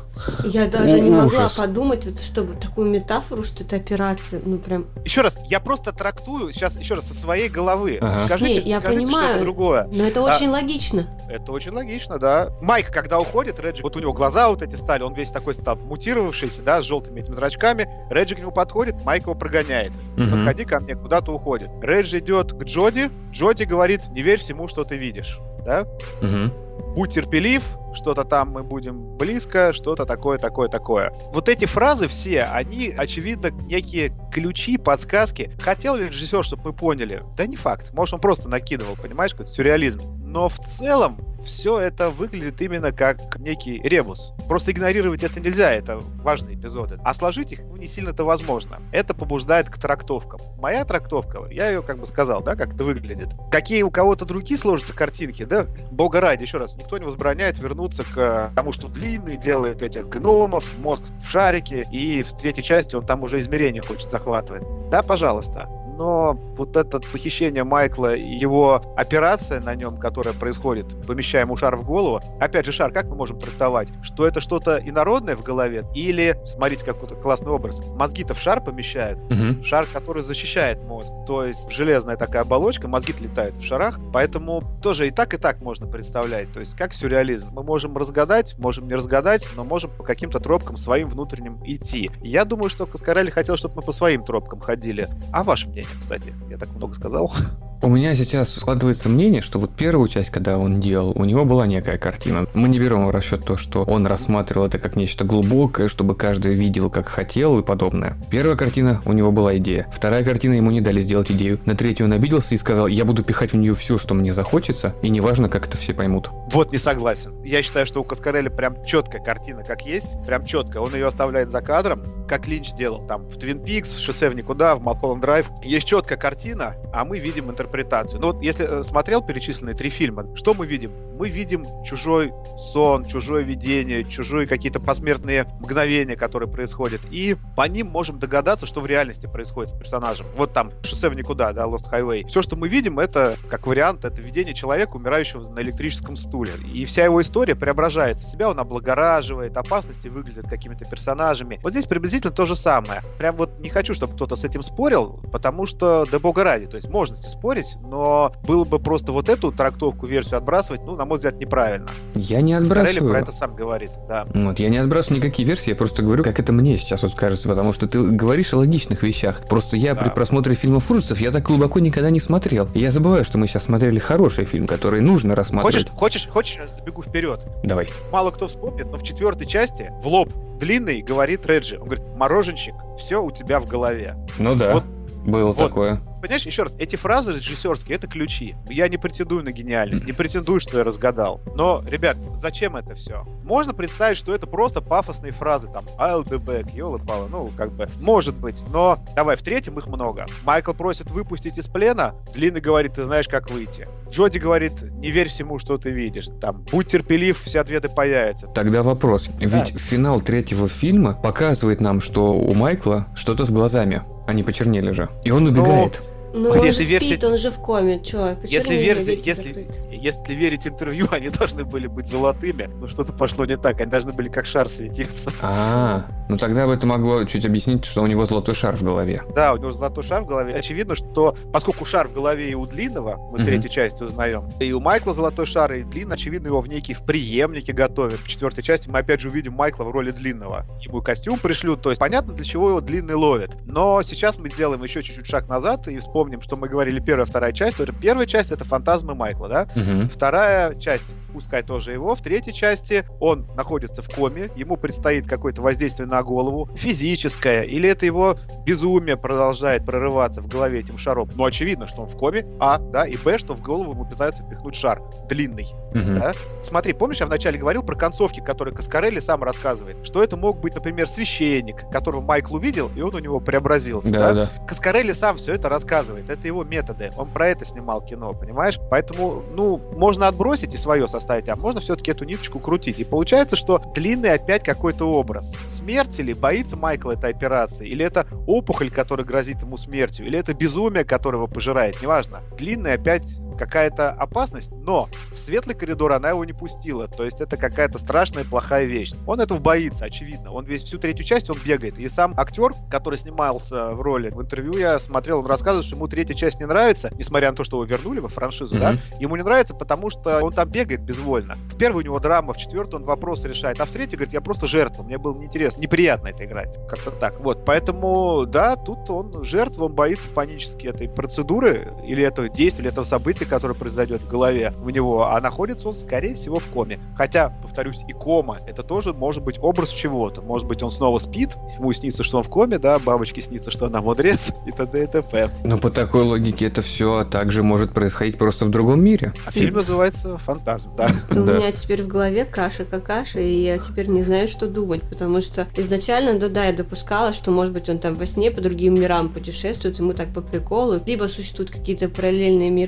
[SPEAKER 2] Я даже не могла подумать, вот, чтобы такую метафору, что это операция, ну прям...
[SPEAKER 3] Еще раз, я просто трактую сейчас еще раз со своей головы.
[SPEAKER 2] Скажите, я понимаю,
[SPEAKER 3] что это другое.
[SPEAKER 2] Но это очень логично.
[SPEAKER 3] Это очень логично, да. Майк, когда уходит, Реджи, вот у него глаза вот эти стали, он весь такой стал мутировавшийся, да, с желтыми этими зрачками. Реджи к нему подходит, Майк его прогоняет. Подходи ко мне, куда-то уходит. Реджи идет к Джоди, Джоди говорит: не верь всему, что ты видишь, да? Будь терпелив, что-то там мы будем близко, что-то такое. Вот эти фразы все, они, очевидно, некие ключи, подсказки. Хотел ли режиссер, чтобы мы поняли? Да не факт. Может, он просто накидывал, понимаешь, какой-то сюрреализм. Но в целом все это выглядит именно как некий ребус. Просто игнорировать это нельзя, это важные эпизоды. А сложить их не сильно-то возможно. Это побуждает к трактовкам. Моя трактовка, я ее как бы сказал, да, как это выглядит. Какие у кого-то другие сложатся картинки, да, бога ради, еще раз, никто не возбраняет вернуться к тому, что Длинный делает этих гномов, мозг в шарике, и в третьей части он там уже измерения хочет захватывать. Да, пожалуйста. но вот это похищение Майкла и его операция на нем, которая происходит, помещая ему шар в голову, опять же, шар как мы можем трактовать? Что это что-то инородное в голове? Или, смотрите, какой-то классный образ, мозги-то в шар помещают, шар, который защищает мозг, то есть железная такая оболочка, мозги-то летают в шарах, поэтому тоже и так можно представлять, то есть как сюрреализм. Мы можем разгадать, можем не разгадать, но можем по каким-то тропкам своим внутренним идти. Я думаю, что Коскорелли хотел, чтобы мы по своим тропкам ходили. А ваше мнение, кстати? Я так много сказал.
[SPEAKER 1] У меня сейчас складывается мнение, что вот первую часть, когда он делал, у него была некая картина. Мы не берем в расчет то, что он рассматривал это как нечто глубокое, чтобы каждый видел, как хотел и подобное. Первая картина, у него была идея. Вторая картина, ему не дали сделать идею. На третью он обиделся и сказал, я буду пихать в нее все, что мне захочется, и неважно, как это все поймут.
[SPEAKER 3] Вот не согласен. Я считаю, что у Коскорелли прям четкая картина, как есть, прям четкая. Он ее оставляет за кадром, как Линч делал там в Твин Пикс, в Шоссе в никуда, в Малхолланд Драйв. Есть четкая картина, а мы видим интерпретацию. Ну вот если смотрел перечисленные 3 фильма, что мы видим? Мы видим чужой сон, чужое видение, чужие какие-то посмертные мгновения, которые происходят. И по ним можем догадаться, что в реальности происходит с персонажем. Вот там Шоссе в никуда, да, Lost Highway. Все, что мы видим, это, как вариант, это видение человека, умирающего на электрическом стуле. И вся его история преображается. Себя он облагораживает, опасности выглядят какими-то персонажами. Вот здесь приблизительно то же самое. Прям вот не хочу, чтобы кто-то с этим спорил, потому что, да бога ради, то есть можно спорить, но было бы просто вот эту трактовку, версию отбрасывать, ну, на мой взгляд, неправильно.
[SPEAKER 1] Я не отбрасываю.
[SPEAKER 3] Коскорелли про это сам говорит, да.
[SPEAKER 1] Вот, я не отбрасываю никакие версии, я просто говорю, как это мне сейчас вот кажется, потому что ты говоришь о логичных вещах. Просто я при просмотре фильмов ужасов, я так глубоко никогда не смотрел. И я забываю, что мы сейчас смотрели хороший фильм, который нужно рассматривать.
[SPEAKER 3] Хочешь, я забегу вперед?
[SPEAKER 1] Давай.
[SPEAKER 3] Мало кто вспомнит, но в 4-й части в лоб длинный говорит Реджи. Он говорит, мороженщик, все у тебя в голове.
[SPEAKER 1] Ну да,
[SPEAKER 3] вот,
[SPEAKER 1] было такое.
[SPEAKER 3] Понимаешь, еще раз, эти фразы режиссерские, это ключи. Я не претендую на гениальность, не претендую, что я разгадал. Но, ребят, зачем это все? Можно представить, что это просто пафосные фразы, там, I'll be back, ёлы-палы, ну, как бы, может быть. Но, давай, в 3-м их много. Майкл просит выпустить из плена, Длинный говорит, ты знаешь, как выйти. Джоди говорит, не верь всему, что ты видишь. Там, будь терпелив, все ответы появятся.
[SPEAKER 1] Тогда вопрос. Ведь финал 3-го фильма показывает нам, что у Майкла что-то с глазами. Они почернели же. И он убегает.
[SPEAKER 2] Ну, он же спит, он же в коме, чё?
[SPEAKER 3] Если верить интервью, они должны были быть золотыми, но что-то пошло не так, они должны были как шар светиться.
[SPEAKER 1] Ну тогда бы это могло чуть объяснить, что у него золотой шар в голове.
[SPEAKER 3] Да, у него золотой шар в голове. Очевидно, что поскольку шар в голове и у Длинного, мы в 3-й части узнаем, и у Майкла золотой шар, и Длинный, очевидно, его в некие преемники готовят. В 4-й части мы опять же увидим Майкла в роли Длинного. Ему костюм пришлют, то есть понятно, для чего его Длинный ловит. Но сейчас мы сделаем еще чуть-чуть шаг назад и вспомним, что мы говорили 1-я, 2-я часть. Первая часть — это фантазмы Майкла, да? Вторая часть, пускай тоже его. В 3-й части он находится в коме, ему предстоит какое-то воздействие на голову, физическое, или это его безумие продолжает прорываться в голове этим шаром. Ну, очевидно, что он в коме, да, и б, что в голову ему пытаются впихнуть шар длинный. Да? Смотри, помнишь, я вначале говорил про концовки, которые Коскорелли сам рассказывает, что это мог быть, например, священник, которого Майкл увидел, и он у него преобразился. Да? Коскорелли сам все это рассказывает, это его методы, он про это снимал кино, понимаешь? Поэтому, ну, можно отбросить и свое составить, а можно все-таки эту ниточку крутить. И получается, что Длинный опять какой-то образ. Смерть или боится Майкл этой операции, или это опухоль, которая грозит ему смертью, или это безумие, которое его пожирает, неважно. Длинный опять какая-то опасность, но в светлый коридор она его не пустила. То есть это какая-то страшная, плохая вещь. Он этого боится, очевидно. Он всю 3-ю часть он бегает. И сам актер, который снимался в роли, в интервью я смотрел, он рассказывает, что ему 3-я часть не нравится, несмотря на то, что его вернули во франшизу, да? Ему не нравится, потому что он там бегает безвольно. В 1-й у него драма, в 4-й он вопросы решает, а в 3-й говорит, я просто жертва, мне было неинтересно, неприятно это играть. Как-то так. Вот, поэтому, да, тут он жертва, он боится панически этой процедуры, или этого действия, или этого события, которое произойдет в голове у него, а находится он, скорее всего, в коме. Хотя, повторюсь, и кома, это тоже может быть образ чего-то. Может быть, он снова спит, ему снится, что он в коме, да, бабочке снится, что она мудрец, и т.д. и т.п.
[SPEAKER 1] Но по такой логике это все также может происходить просто в другом мире.
[SPEAKER 3] А фильм называется «Фантазм», да.
[SPEAKER 2] У меня теперь в голове каша, и я теперь не знаю, что думать, потому что изначально, да, я допускала, что, может быть, он там во сне по другим мирам путешествует, ему так по приколу, либо существуют какие-то параллельные миры, которые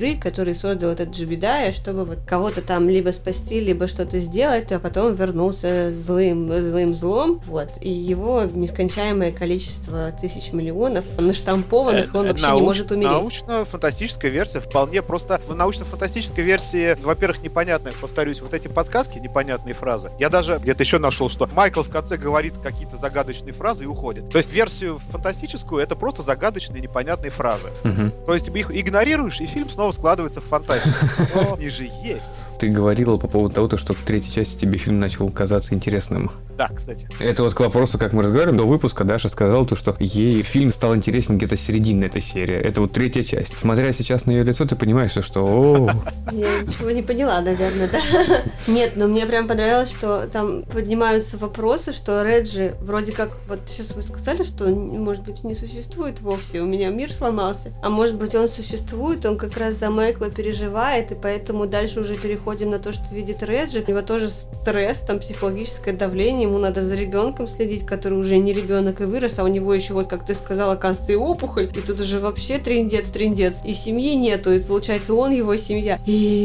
[SPEAKER 2] который создал этот Джебедая, чтобы вот кого-то там либо спасти, либо что-то сделать, а потом вернулся злым злом, вот, и его нескончаемое количество тысяч миллионов наштампованных, он вообще не может умереть.
[SPEAKER 3] Научно-фантастическая версия вполне просто... В научно-фантастической версии, во-первых, непонятные, повторюсь, вот эти подсказки, непонятные фразы. Я даже где-то еще нашел, что Майкл в конце говорит какие-то загадочные фразы и уходит. То есть версию фантастическую это просто загадочные непонятные фразы. То есть их игнорируешь, и фильм снова складывается в фантастику. Но они же есть.
[SPEAKER 1] Ты говорила по поводу того, что в третьей части тебе фильм начал казаться интересным.
[SPEAKER 3] Да, кстати.
[SPEAKER 1] Это вот к вопросу, как мы разговариваем, до выпуска Даша сказала то, что ей фильм стал интересен где-то середина этой серии. Это вот третья часть. Смотря сейчас на ее лицо, ты понимаешь, что...
[SPEAKER 2] Я ничего не поняла, наверное, да? Нет, но мне прям понравилось, что там поднимаются вопросы, что Реджи вроде как... Вот сейчас вы сказали, что, может быть, не существует вовсе, у меня мир сломался. А может быть, он существует, он как раз за Майкла переживает, и поэтому дальше уже переходим на то, что видит Реджи. У него тоже стресс, там психологическое давление, ему надо за ребенком следить, который уже не ребенок и вырос, а у него еще, вот как ты сказала, оказывается, и опухоль, и тут уже вообще трындец, и семьи нету, и получается он его семья.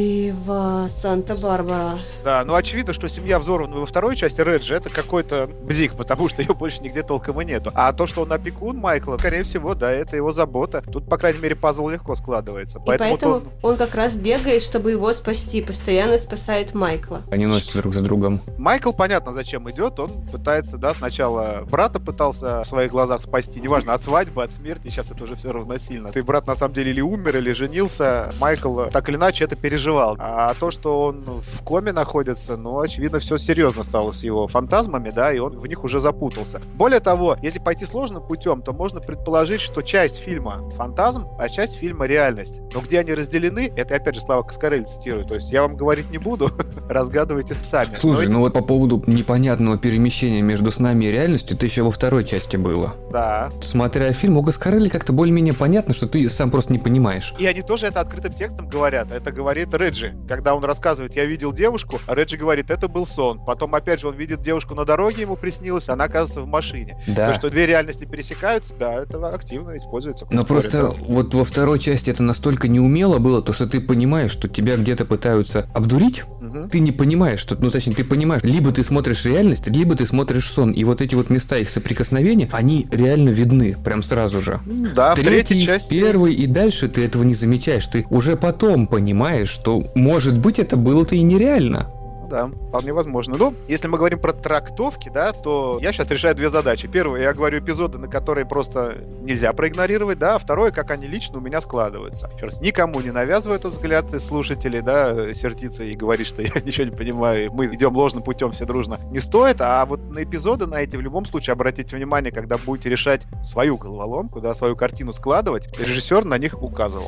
[SPEAKER 2] Ива, Санта-Барбара.
[SPEAKER 3] Да, ну очевидно, что семья взорвана во второй части Реджи, это какой-то бзик, потому что ее больше нигде толком и нету. А то, что он опекун Майкла, скорее всего, да, это его забота. Тут, по крайней мере, пазл легко складывается.
[SPEAKER 2] И поэтому он как раз бегает, чтобы его спасти, постоянно спасает Майкла.
[SPEAKER 1] Они носятся друг за другом.
[SPEAKER 3] Майкл, понятно, зачем идет, он пытается, да, сначала брата пытался в своих глазах спасти, неважно, от свадьбы, от смерти, сейчас это уже все равносильно. Ты брат на самом деле или умер, или женился, Майкл так или иначе это переживал. А то, что он в коме находится, ну, очевидно, все серьезно стало с его фантазмами, да, и он в них уже запутался. Более того, если пойти сложным путем, то можно предположить, что часть фильма фантазм, а часть фильма реальность. Но где они разделены, это опять же Слава Каскарелли цитирую, то есть я вам говорить не буду, разгадывайте сами.
[SPEAKER 1] Слушай, ну вот по поводу непонятного перемещения между снами и реальностью, это еще во второй части было.
[SPEAKER 3] Да.
[SPEAKER 1] Смотря фильм, у Каскарелли как-то более-менее понятно, что ты сам просто не понимаешь.
[SPEAKER 3] И они тоже это открытым текстом говорят. Это говорит Реджи. Когда он рассказывает, я видел девушку, а Реджи говорит, это был сон. Потом опять же он видит девушку на дороге, ему приснилось, она оказывается в машине.
[SPEAKER 1] Да.
[SPEAKER 3] То, что две реальности пересекаются, да, это активно используется.
[SPEAKER 1] Но просто вот во второй части это настолько неумело было, то что ты понимаешь, что тебя где-то пытаются обдурить, ты не понимаешь, что, ну точнее, ты понимаешь, либо ты смотришь реальность, либо ты смотришь сон, и вот эти вот места их соприкосновения, они реально видны, прям сразу же.
[SPEAKER 3] Да,
[SPEAKER 1] в третьей части... первой и дальше ты этого не замечаешь, ты уже потом понимаешь, что, может быть, это было-то и нереально.
[SPEAKER 3] Да, вполне возможно. Но если мы говорим про трактовки, да, то я сейчас решаю две задачи. Первое, я говорю эпизоды, на которые просто нельзя проигнорировать, да, а второе, как они лично у меня складываются. Еще раз, никому не навязываю этот взгляд слушателей, да, сердиться и говорить, что я ничего не понимаю, мы идем ложным путем все дружно. Не стоит, а вот на эпизоды на эти в любом случае обратите внимание, когда будете решать свою головоломку, да, свою картину складывать, режиссер на них указывал.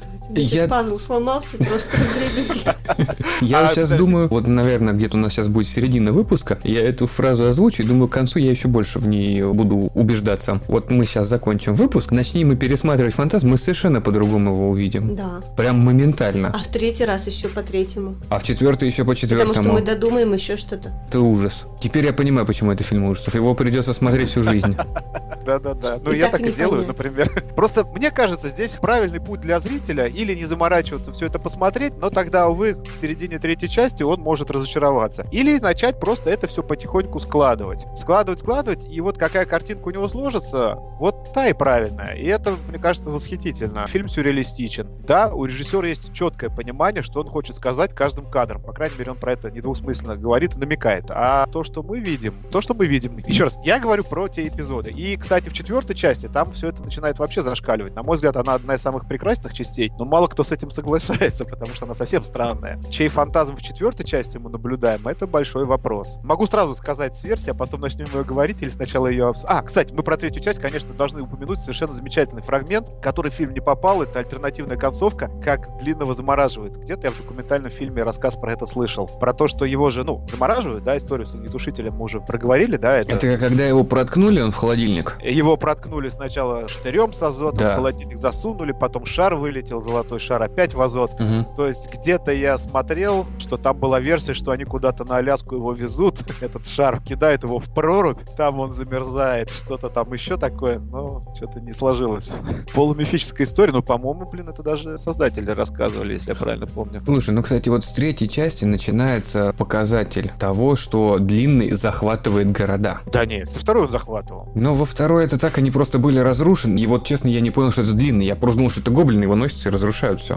[SPEAKER 2] Пазл сломался, просто вдребезги.
[SPEAKER 1] Я сейчас думаю, вот, наверное, где-то у нас сейчас будет середина выпуска, я эту фразу озвучу, и думаю, к концу я еще больше в ней буду убеждаться. Вот мы сейчас закончим выпуск, начнем мы пересматривать фантазм, мы совершенно по-другому его увидим.
[SPEAKER 2] Да.
[SPEAKER 1] Прям моментально.
[SPEAKER 2] А в третий раз еще по третьему.
[SPEAKER 1] А в четвертый еще по четвертому.
[SPEAKER 2] Потому что мы додумаем еще что-то.
[SPEAKER 1] Это ужас. Теперь я понимаю, почему это фильм ужасов. Его придется смотреть всю жизнь.
[SPEAKER 3] Да-да-да. Ну, я так и делаю, например. Просто, мне кажется, здесь правильный путь для зрителя или не заморачиваться, все это посмотреть, но тогда, увы, в середине третьей части он может разочароваться. Или начать просто это все потихоньку складывать. Складывать, и вот какая картинка у него сложится, вот та и правильная. И это, мне кажется, восхитительно. Фильм сюрреалистичен. Да, у режиссера есть четкое понимание, что он хочет сказать каждым кадром. По крайней мере, он про это недвусмысленно говорит и намекает. А то, что мы видим... Еще раз, я говорю про те эпизоды. И, кстати, в четвертой части там все это начинает вообще зашкаливать. На мой взгляд, она одна из самых прекрасных частей, но мало кто с этим соглашается, потому что она совсем странная. Чей фантазм в четвертой части мы наблюдаем, это большой вопрос. Могу сразу сказать с версией, а потом начнем ее говорить или сначала ее... Кстати, мы про третью часть, конечно, должны упомянуть совершенно замечательный фрагмент, который в фильм не попал, это альтернативная концовка, как длинного замораживают. Где-то я в документальном фильме рассказ про это слышал. Про то, что его же, замораживают, да, историю с огнетушителем мы уже проговорили, да, это...
[SPEAKER 1] Это когда его проткнули, он в холодильник?
[SPEAKER 3] Его проткнули сначала штырем с азотом, в холодильник засунули, потом шар вылетел, золотой шар опять в азот. То есть где-то я смотрел, что там была версия, что они куда-то на Аляску его везут, этот шар, кидают его в прорубь, там он замерзает, что-то там еще такое, но что-то не сложилось. Полумифическая история, но, по-моему, это даже создатели рассказывали, если я правильно помню.
[SPEAKER 1] Слушай, кстати, вот с третьей части начинается показатель того, что Длинный захватывает города.
[SPEAKER 3] Да нет, со второй он захватывал.
[SPEAKER 1] Но во второй это так, они просто были разрушены, и вот, честно, я не понял, что это Длинный, я просто думал, что это гоблины, его носятся и разрушают все.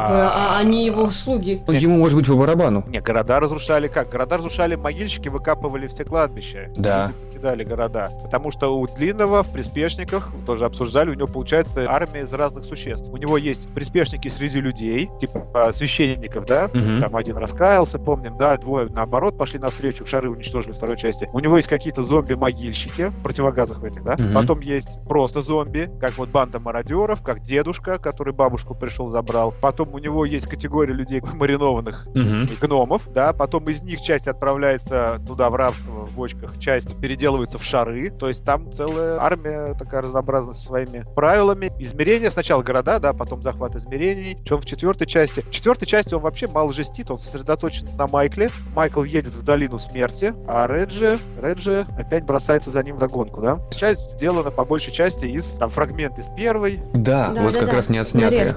[SPEAKER 2] Они его слуги.
[SPEAKER 1] Ему может быть по барабану.
[SPEAKER 3] Не, города разрушали как? Города разрушали могильщики, выкапывали все кладбища.
[SPEAKER 1] Да.
[SPEAKER 3] Кидали города. Потому что у Длинного в приспешниках, тоже обсуждали, у него получается армия из разных существ. У него есть приспешники среди людей, типа священников, да? Там один раскаялся, помним, да? Двое, наоборот, пошли навстречу, шары уничтожили в второй части. У него есть какие-то зомби-могильщики, противогазах этих, да? Потом есть просто зомби, как вот банда мародеров, как дедушка, который бабушку пришел, забрал. Потом у него есть категория людей маринованных гномов, да? Потом из них часть отправляется туда в рабство, в бочках, часть переделывается в шары, то есть там целая армия такая разнообразная со своими правилами. Измерения, сначала города, да, потом захват измерений. Чем в четвертой части? В четвертой части он вообще мало жестит, он сосредоточен на Майкле. Майкл едет в долину смерти, а Реджи опять бросается за ним вдогонку, да? Часть сделана по большей части из, там, фрагмент из первой.
[SPEAKER 1] Да, вот как раз не отснятые.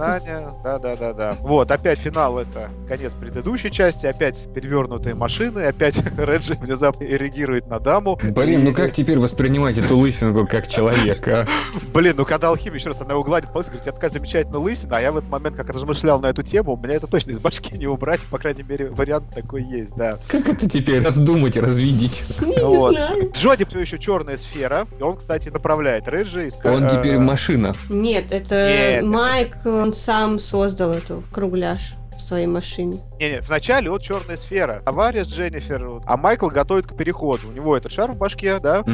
[SPEAKER 3] Да. Вот, опять финал — это конец предыдущей части, опять перевернутые машины, опять Реджи внезапно реагирует на даму.
[SPEAKER 1] Блин, как теперь воспринимать эту лысину как человека?
[SPEAKER 3] Блин, когда Алхимик еще раз она его гладит, говорит, у тебя такая замечательная лысина, а я в этот момент, как размышлял на эту тему, у меня это точно из башки не убрать, по крайней мере, вариант такой есть, да.
[SPEAKER 1] Как это теперь раздумать и развидеть?
[SPEAKER 2] Не знаю.
[SPEAKER 3] Джоди все еще черная сфера, и он, кстати, направляет Реджи.
[SPEAKER 1] Он теперь машина.
[SPEAKER 2] Нет, это Майк, он сам создал эту кругляш в своей машине.
[SPEAKER 3] Не, вначале вот черная сфера. Авария с Дженнифер. А Майкл готовит к переходу. У него этот шар в башке, да?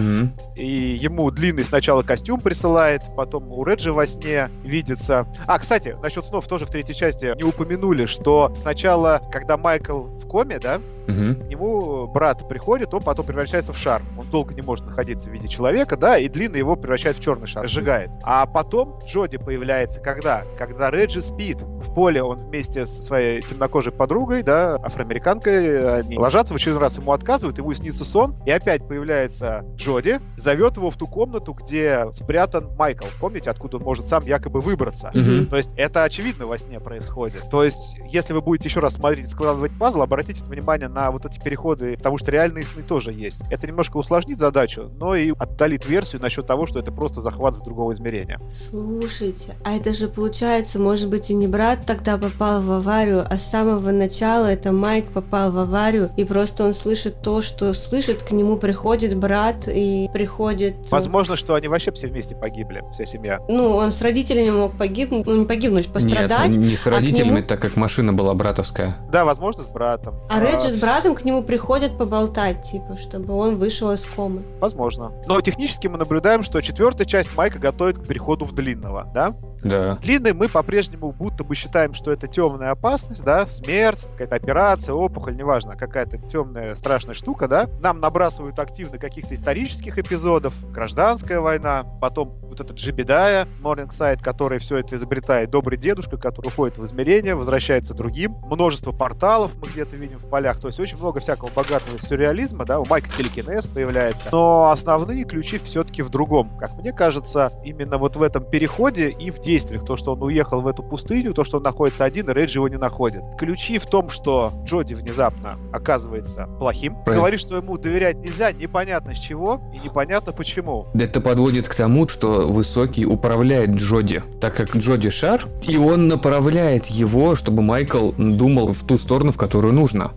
[SPEAKER 3] И ему Длинный сначала костюм присылает, потом у Реджи во сне видится. Кстати, насчет снов тоже в третьей части не упомянули, что сначала, когда Майкл в коме, да, к нему брат приходит, он потом превращается в шар. Он долго не может находиться в виде человека, да, и Длинный его превращает в черный шар, сжигает. А потом Джоди появляется когда? Когда Реджи спит. В поле он вместе со своей темнокожей подругой, да, афроамериканкой, они ложатся, в очередной раз ему отказывают, ему снится сон, и опять появляется Джоди, зовет его в ту комнату, где спрятан Майкл. Помните, откуда он может сам якобы выбраться? То есть это очевидно во сне происходит. То есть, если вы будете еще раз смотреть и складывать пазл, обратите внимание на вот эти переходы, потому что реальные сны тоже есть. Это немножко усложнит задачу, но и отдалит версию насчет того, что это просто захват с другого измерения.
[SPEAKER 2] Слушайте, а это же получается, может быть, и не брат тогда попал в аварию, а с самого начала это Майк попал в аварию, и просто он слышит то, что слышит, к нему приходит брат и приходит...
[SPEAKER 3] Возможно, что они вообще все вместе погибли, вся семья.
[SPEAKER 2] Он с родителями мог погибнуть, не погибнуть, пострадать.
[SPEAKER 1] Нет, не с родителями, так как машина была братовская.
[SPEAKER 3] Да, возможно, с братом.
[SPEAKER 2] А Реджи с братом к нему приходят поболтать, типа, чтобы он вышел из комы.
[SPEAKER 3] Возможно. Но технически мы наблюдаем, что четвертая часть Майка готовит к переходу в Длинного, да?
[SPEAKER 1] Да.
[SPEAKER 3] Длинный мы по-прежнему будто бы считаем, что это темная опасность, да, смерть, какая-то операция, опухоль, неважно, какая-то темная страшная штука, да. Нам набрасывают активно каких-то исторических эпизодов, гражданская война, потом вот этот Джебедая, Морнингсайд, который все это изобретает, добрый дедушка, который уходит в измерение, возвращается другим, множество порталов мы где-то видим в полях, то есть очень много всякого богатого сюрреализма, да, у Майка телекинез появляется, но основные ключи все-таки в другом, как мне кажется, именно вот в этом переходе и в действиях, то, что он уехал в эту пустыню, то, что он находится один, и Реджи его не находит. Ключи в том, что Джоди внезапно оказывается плохим, говорит, что ему доверять нельзя, непонятно с чего и непонятно почему.
[SPEAKER 1] Это подводит к тому, что Высокий управляет Джоди, так как Джоди шар, и он направляет его, чтобы Майкл думал в ту сторону, в которую нужно.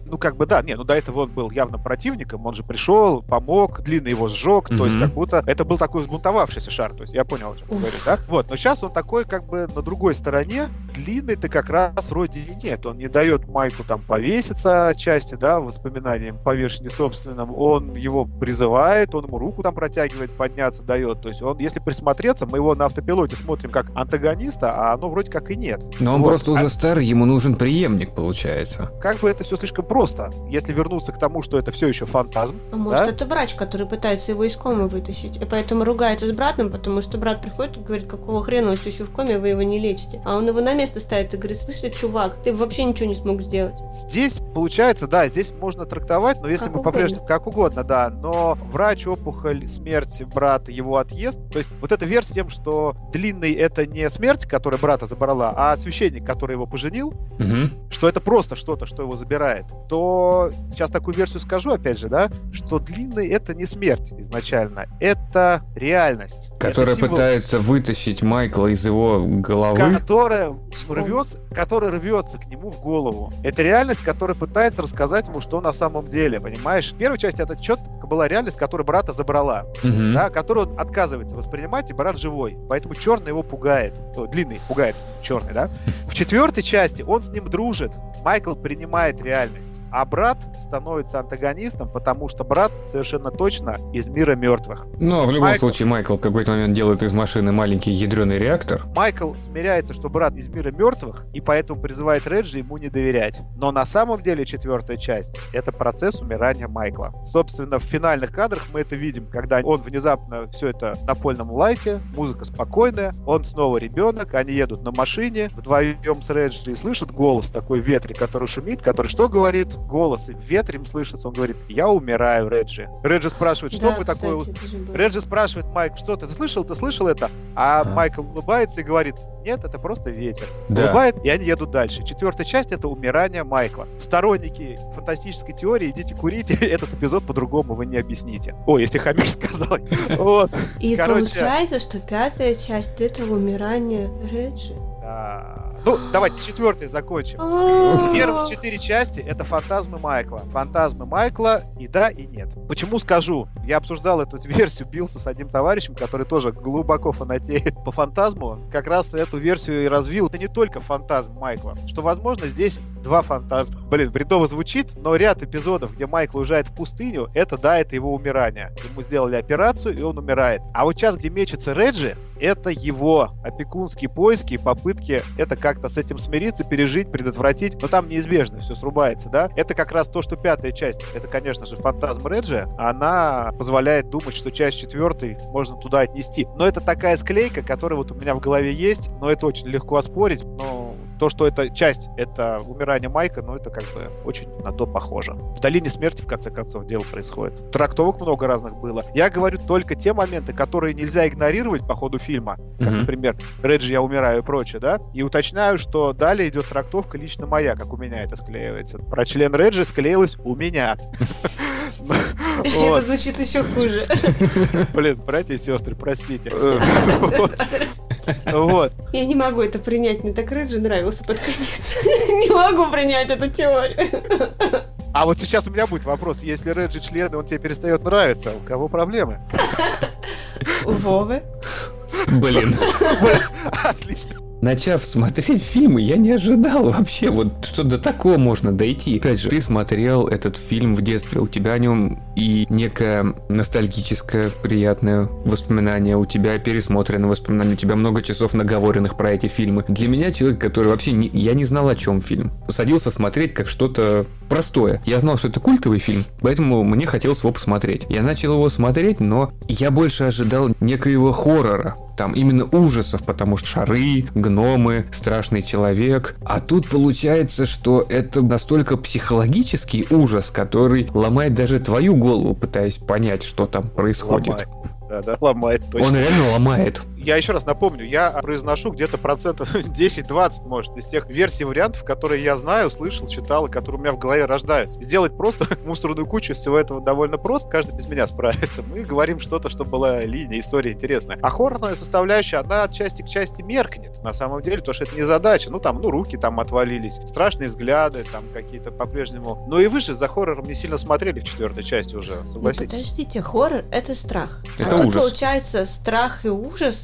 [SPEAKER 3] До этого он был явно противником, он же пришел, помог, Длинный его сжег, то есть как будто это был такой взбунтовавшийся шар, то есть я понял, о чем ты говоришь, да? Вот, но сейчас он такой как бы на другой стороне, длинный-то как раз вроде и нет. Он не дает Майку там повеситься отчасти, да, воспоминаниям повешению собственным. Он его призывает, он ему руку там протягивает, подняться дает. То есть он, если присмотреться, мы его на автопилоте смотрим как антагониста, а оно вроде как и нет.
[SPEAKER 1] Но он просто уже старый, ему нужен преемник, получается.
[SPEAKER 3] Как бы это все слишком просто, если вернуться к тому, что это все еще фантазм.
[SPEAKER 2] А может, это врач, который пытается его из комы вытащить, и поэтому ругается с братом, потому что брат приходит и говорит, какого хрена он все еще в коме, вы его не лечите. А он его на место ставит и говорит, слышь, чувак, ты вообще ничего не смог сделать.
[SPEAKER 3] Здесь получается, да, здесь можно трактовать, но если мы по-прежнему как угодно, да, но врач, опухоль, смерть брата, его отъезд, то есть вот эта версия тем, что длинный это не смерть, которая брата забрала, а священник, который его поженил, что это просто что-то, что его забирает, то сейчас такую версию скажу, опять же, да, что длинный это не смерть изначально, это реальность.
[SPEAKER 1] Которая пытается вытащить Майкла из его головы.
[SPEAKER 3] Которая рвется к нему в голову. Это реальность, которая пытается рассказать ему, что на самом деле, понимаешь? В первой части это четко была реальность, которая брата забрала, да, которую он отказывается воспринимать, и брат живой. Поэтому черный его пугает. Длинный пугает черный, да? В четвертой части он с ним дружит. Майкл принимает реальность. А брат становится антагонистом, потому что брат совершенно точно из мира мертвых.
[SPEAKER 1] Ну, в любом случае, Майкл в какой-то момент делает из машины маленький ядреный реактор.
[SPEAKER 3] Майкл смиряется, что брат из мира мертвых, и поэтому призывает Реджи ему не доверять. Но на самом деле четвертая часть — это процесс умирания Майкла. Собственно, в финальных кадрах мы это видим, когда он внезапно все это на польном лайте, музыка спокойная, он снова ребенок, они едут на машине вдвоем с Реджи и слышат голос такой в ветре, который шумит, который что говорит? Голос и в ветре им слышится, он говорит: «Я умираю, Реджи». Реджи спрашивает, что мы такое... Реджи спрашивает Майк, что ты слышал это? А Майкл улыбается и говорит: нет, это просто ветер.
[SPEAKER 1] Да.
[SPEAKER 3] Улыбает, и они едут дальше. Четвертая часть — это умирание Майкла. Сторонники фантастической теории, идите курите, этот эпизод по-другому вы не объясните. Ой, если Хамер сказал. Вот.
[SPEAKER 2] И получается, что пятая часть — это умирание Реджи.
[SPEAKER 3] Да. Ну, давайте с четвертой закончим. Первые 4 части — это фантазмы Майкла. Фантазмы Майкла и да, и нет. Почему скажу? Я обсуждал эту версию, бился с одним товарищем, который тоже глубоко фанатеет по фантазму. Как раз эту версию и развил. Это не только фантазм Майкла. Что, возможно, здесь 2 фантазма. Блин, бредово звучит, но ряд эпизодов, где Майкл уезжает в пустыню, это его умирание. Ему сделали операцию, и он умирает. А вот час, где мечется Реджи, это его опекунские поиски, попытки это как-то с этим смириться, пережить, предотвратить. Но там неизбежно все срубается, да? Это как раз то, что пятая часть, это, конечно же, фантазм Реджи, она позволяет думать, что часть 4 можно туда отнести. Но это такая склейка, которая вот у меня в голове есть, но это очень легко оспорить, но то, что эта часть, это умирание Майка, ну, это как бы очень на то похоже. В долине смерти, в конце концов, дело происходит. Трактовок много разных было. Я говорю только те моменты, которые нельзя игнорировать по ходу фильма, как, например, Реджи, я умираю и прочее, да, и уточняю, что далее идет трактовка лично моя, как у меня это склеивается. Про член Реджи склеилось у меня.
[SPEAKER 2] Это звучит еще хуже.
[SPEAKER 3] Блин, братья и сестры, простите. Вот.
[SPEAKER 2] Я не могу это принять, мне так Реджи нравился под конец. Не могу принять эту теорию.
[SPEAKER 3] А вот сейчас у меня будет вопрос. Если Реджи член, и он тебе перестает нравиться, у кого проблемы?
[SPEAKER 2] У Вовы.
[SPEAKER 1] Блин.
[SPEAKER 3] Отлично.
[SPEAKER 1] Начав смотреть фильмы, я не ожидал вообще, вот что до такого можно дойти. Опять же, ты смотрел этот фильм в детстве, у тебя о нем и некое ностальгическое, приятное воспоминание, у тебя пересмотренное воспоминание, у тебя много часов наговоренных про эти фильмы. Для меня, человек, который вообще я не знал, о чем фильм, садился смотреть как что-то простое. Я знал, что это культовый фильм, поэтому мне хотелось его посмотреть. Я начал его смотреть, но я больше ожидал некоего хоррора, там именно ужасов, потому что шары, гномы, страшный человек. А тут получается, что это настолько психологический ужас, который ломает даже твою голову, пытаясь понять, что там происходит.
[SPEAKER 3] Да, ломает точно.
[SPEAKER 1] Он реально ломает.
[SPEAKER 3] Я еще раз напомню, я произношу где-то процентов 10-20, может, из тех версий, вариантов, которые я знаю, слышал, читал, и которые у меня в голове рождаются. Сделать просто мусорную кучу из всего этого довольно просто, каждый без меня справится. Мы говорим что-то, чтобы была линия, история интересная. А хоррорная составляющая, она от части к части меркнет, на самом деле, потому что это не задача. Руки там отвалились, страшные взгляды там какие-то по-прежнему. Но и вы же за хоррором не сильно смотрели в 4 части уже, согласитесь?
[SPEAKER 2] Подождите, хоррор — это страх.
[SPEAKER 1] Это
[SPEAKER 2] тут
[SPEAKER 1] ужас.
[SPEAKER 2] Получается, страх и ужас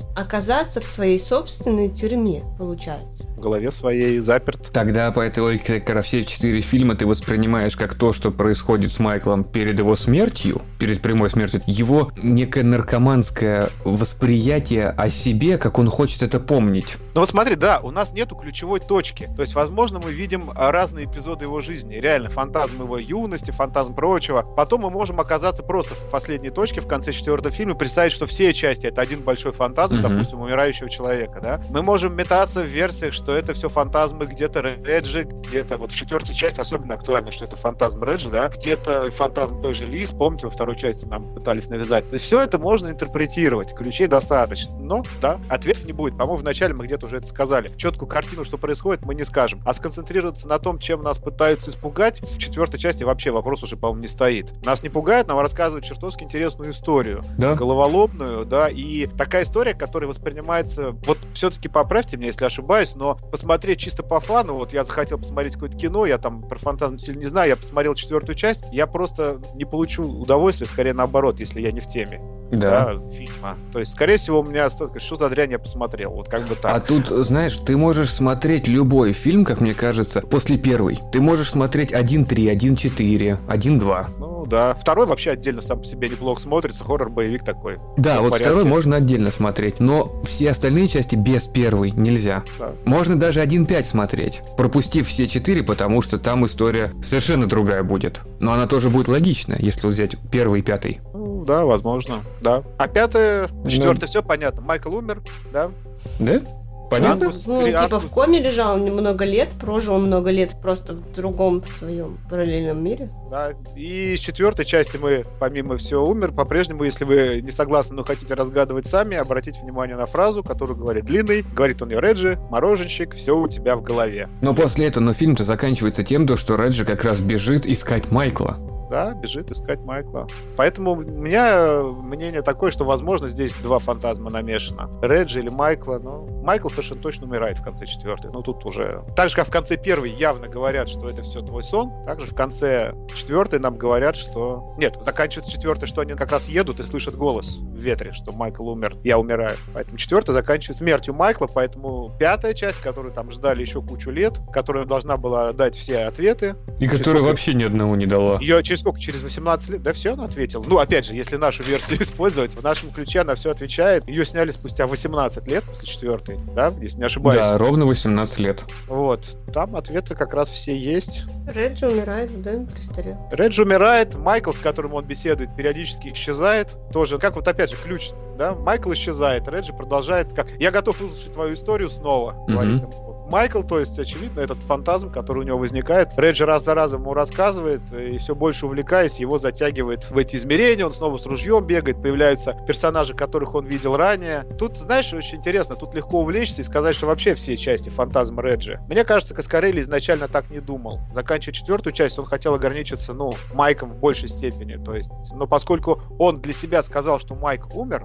[SPEAKER 2] оказаться в своей собственной тюрьме, получается.
[SPEAKER 3] В голове своей заперт.
[SPEAKER 1] Тогда по этой логике, как все 4 фильма ты воспринимаешь как то, что происходит с Майклом перед его смертью, перед прямой смертью, его некое наркоманское восприятие о себе, как он хочет это помнить.
[SPEAKER 3] Ну вот смотри, да, у нас нету ключевой точки. То есть, возможно, мы видим разные эпизоды его жизни. Реально, фантазм его юности, фантазм прочего. Потом мы можем оказаться просто в последней точке, в конце 4-го фильма, представить, что все части — это один большой фантазм, допустим, умирающего человека, да? Мы можем метаться в версиях, что это все фантазмы где-то Реджи, где-то вот в 4-й части особенно актуально, что это фантазм Реджи, да? Где-то фантазм той же Лиз, помните, во 2-й части нам пытались навязать. То есть все это можно интерпретировать, ключей достаточно. Но, да, ответов не будет. По-моему, вначале мы где-то уже это сказали. Четкую картину, что происходит, мы не скажем. А сконцентрироваться на том, чем нас пытаются испугать, в 4-й части вообще вопрос уже, по-моему, не стоит. Нас не пугает, нам рассказывают чертовски интересную историю. Да? Головоломную, да, и такая история, которая воспринимается, вот все-таки поправьте меня, если ошибаюсь, но посмотреть чисто по фану, вот я захотел посмотреть какое-то кино, я там про фантазм сильно не знаю, я посмотрел 4-ю часть, я просто не получу удовольствия, скорее наоборот, если я не в теме. Да, фильма. То есть, скорее всего, у меня остается, что за дрянь я посмотрел. Вот как бы так.
[SPEAKER 1] А тут, знаешь, ты можешь смотреть любой фильм, как мне кажется, после первой. Ты можешь смотреть 1.3, 1.4, 1.2.
[SPEAKER 3] Ну да. Второй вообще отдельно сам по себе неплохо смотрится. Хоррор-боевик такой.
[SPEAKER 1] Да, вот второй можно отдельно смотреть. Но все остальные части без первой нельзя. Да. Можно даже 1.5 смотреть, пропустив все 4, потому что там история совершенно другая будет. Но она тоже будет логичная, если взять 1 и 5.
[SPEAKER 3] Ну да, возможно. Да. А 5-е, 4-е, все понятно. Майкл умер, да?
[SPEAKER 1] Да? Понятно?
[SPEAKER 2] Типа в коме лежал много лет, прожил много лет просто в другом своем параллельном мире.
[SPEAKER 3] Да, и из 4-й части мы, помимо всего, умер. По-прежнему, если вы не согласны, но хотите разгадывать сами, обратите внимание на фразу, которую говорит Длинный. Говорит он ее Реджи: мороженщик, все у тебя в голове.
[SPEAKER 1] Но после этого, фильм-то заканчивается тем, что Реджи как раз бежит искать Майкла.
[SPEAKER 3] Да, бежит искать Майкла. Поэтому у меня мнение такое, что, возможно, здесь 2 фантазма намешано. Реджи или Майкла, но Майкл совершенно точно умирает в конце 4-й. Ну, тут уже... Так же, как в конце 1-й явно говорят, что это все твой сон, так же в конце 4-й нам говорят, что... Нет, заканчивается 4-й, что они как раз едут и слышат голос в ветре, что Майкл умер, я умираю. Поэтому 4-й заканчивается смертью Майкла, поэтому 5-я часть, которую там ждали еще кучу лет, которая должна была дать все ответы...
[SPEAKER 1] И которая вообще ни одного не дала.
[SPEAKER 3] Ее через сколько? Через 18 лет? Да все, она ответила. Ну, опять же, если нашу версию использовать, в нашем ключе она все отвечает. Ее сняли спустя 18 лет после 4-й, да, если не ошибаюсь.
[SPEAKER 1] Да, ровно 18 лет.
[SPEAKER 3] Вот. Там ответы как раз все есть.
[SPEAKER 2] Реджи умирает, в доме престарел.
[SPEAKER 3] Реджи умирает, Майкл, с которым он беседует, периодически исчезает. Тоже, как вот опять же, ключ, да, Майкл исчезает, Реджи продолжает, как «я готов выслушать твою историю снова», говорит ему. Майкл, то есть, очевидно, этот фантазм, который у него возникает. Реджи раз за разом ему рассказывает, и все больше увлекаясь, его затягивает в эти измерения, он снова с ружьем бегает, появляются персонажи, которых он видел ранее. Тут, знаешь, очень интересно, тут легко увлечься и сказать, что вообще все части фантазма Реджи. Мне кажется, Каскарелли изначально так не думал. Заканчивая 4-ю часть, он хотел ограничиться, Майком в большей степени, то есть, но поскольку он для себя сказал, что Майкл умер,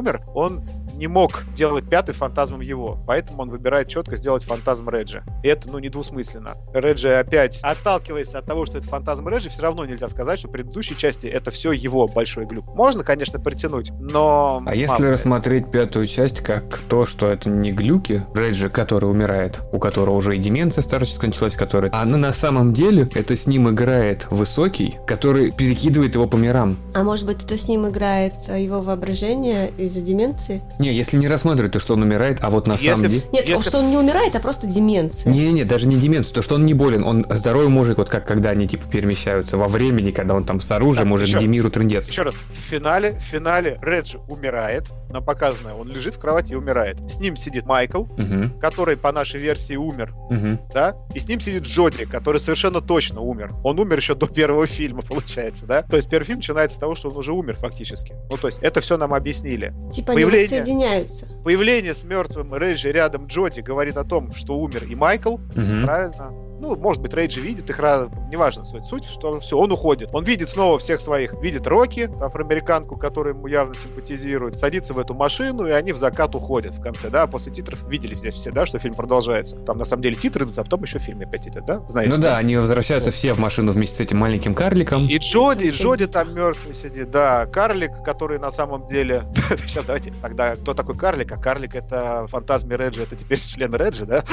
[SPEAKER 3] он не мог делать 5-й фантазмом его, поэтому он выбирает четко сделать фантазм Реджи. И это, недвусмысленно. Реджи опять, отталкиваясь от того, что это фантазм Реджи, все равно нельзя сказать, что в предыдущей части это все его большой глюк. Можно, конечно, притянуть, но...
[SPEAKER 1] А если рассмотреть 5-ю часть как то, что это не глюки Реджи, который умирает, у которого уже и деменция старческая началась, а на самом деле это с ним играет Высокий, который перекидывает его по мирам.
[SPEAKER 2] А может быть, это с ним играет его воображение из-за деменции?
[SPEAKER 1] Не, если не рассматривать то, что он умирает, а вот на самом деле...
[SPEAKER 2] Нет, что он не умирает, а просто деменция.
[SPEAKER 1] Не, даже не деменция, то, что он не болен, он здоровый мужик, вот как когда они перемещаются во времени, когда он там с оружием, может, где миру трындец.
[SPEAKER 3] Еще раз, в финале Реджи умирает, нам показано, он лежит в кровати и умирает. С ним сидит Майкл, который по нашей версии умер, да, и с ним сидит Джоди, который совершенно точно умер. Он умер еще до 1-го фильма, получается, да? То есть 1-й фильм начинается с того, что он уже умер фактически. То есть это все нам объяснили.
[SPEAKER 2] Типа они воссоединяются.
[SPEAKER 3] Появление с мертвым Реджи рядом Джоди говорит о том, что умер и Майкл, правильно? Ну, может быть, Рейджи видит их, неважно, суть, что все, он уходит. Он видит снова всех своих, видит Рокки, афроамериканку, которая ему явно симпатизирует, садится в эту машину, и они в закат уходят в конце, да, после титров видели здесь все, да, что фильм продолжается. Там, на самом деле, титры идут, а потом еще в фильме опять идет, да? Знаете?
[SPEAKER 1] Ну да, они возвращаются все в машину вместе с этим маленьким карликом.
[SPEAKER 3] И Джоди там мертвый сидит, да, карлик, который на самом деле... Сейчас давайте, тогда кто такой карлик? А карлик — это фантазме Реджи, это теперь член Реджи, да?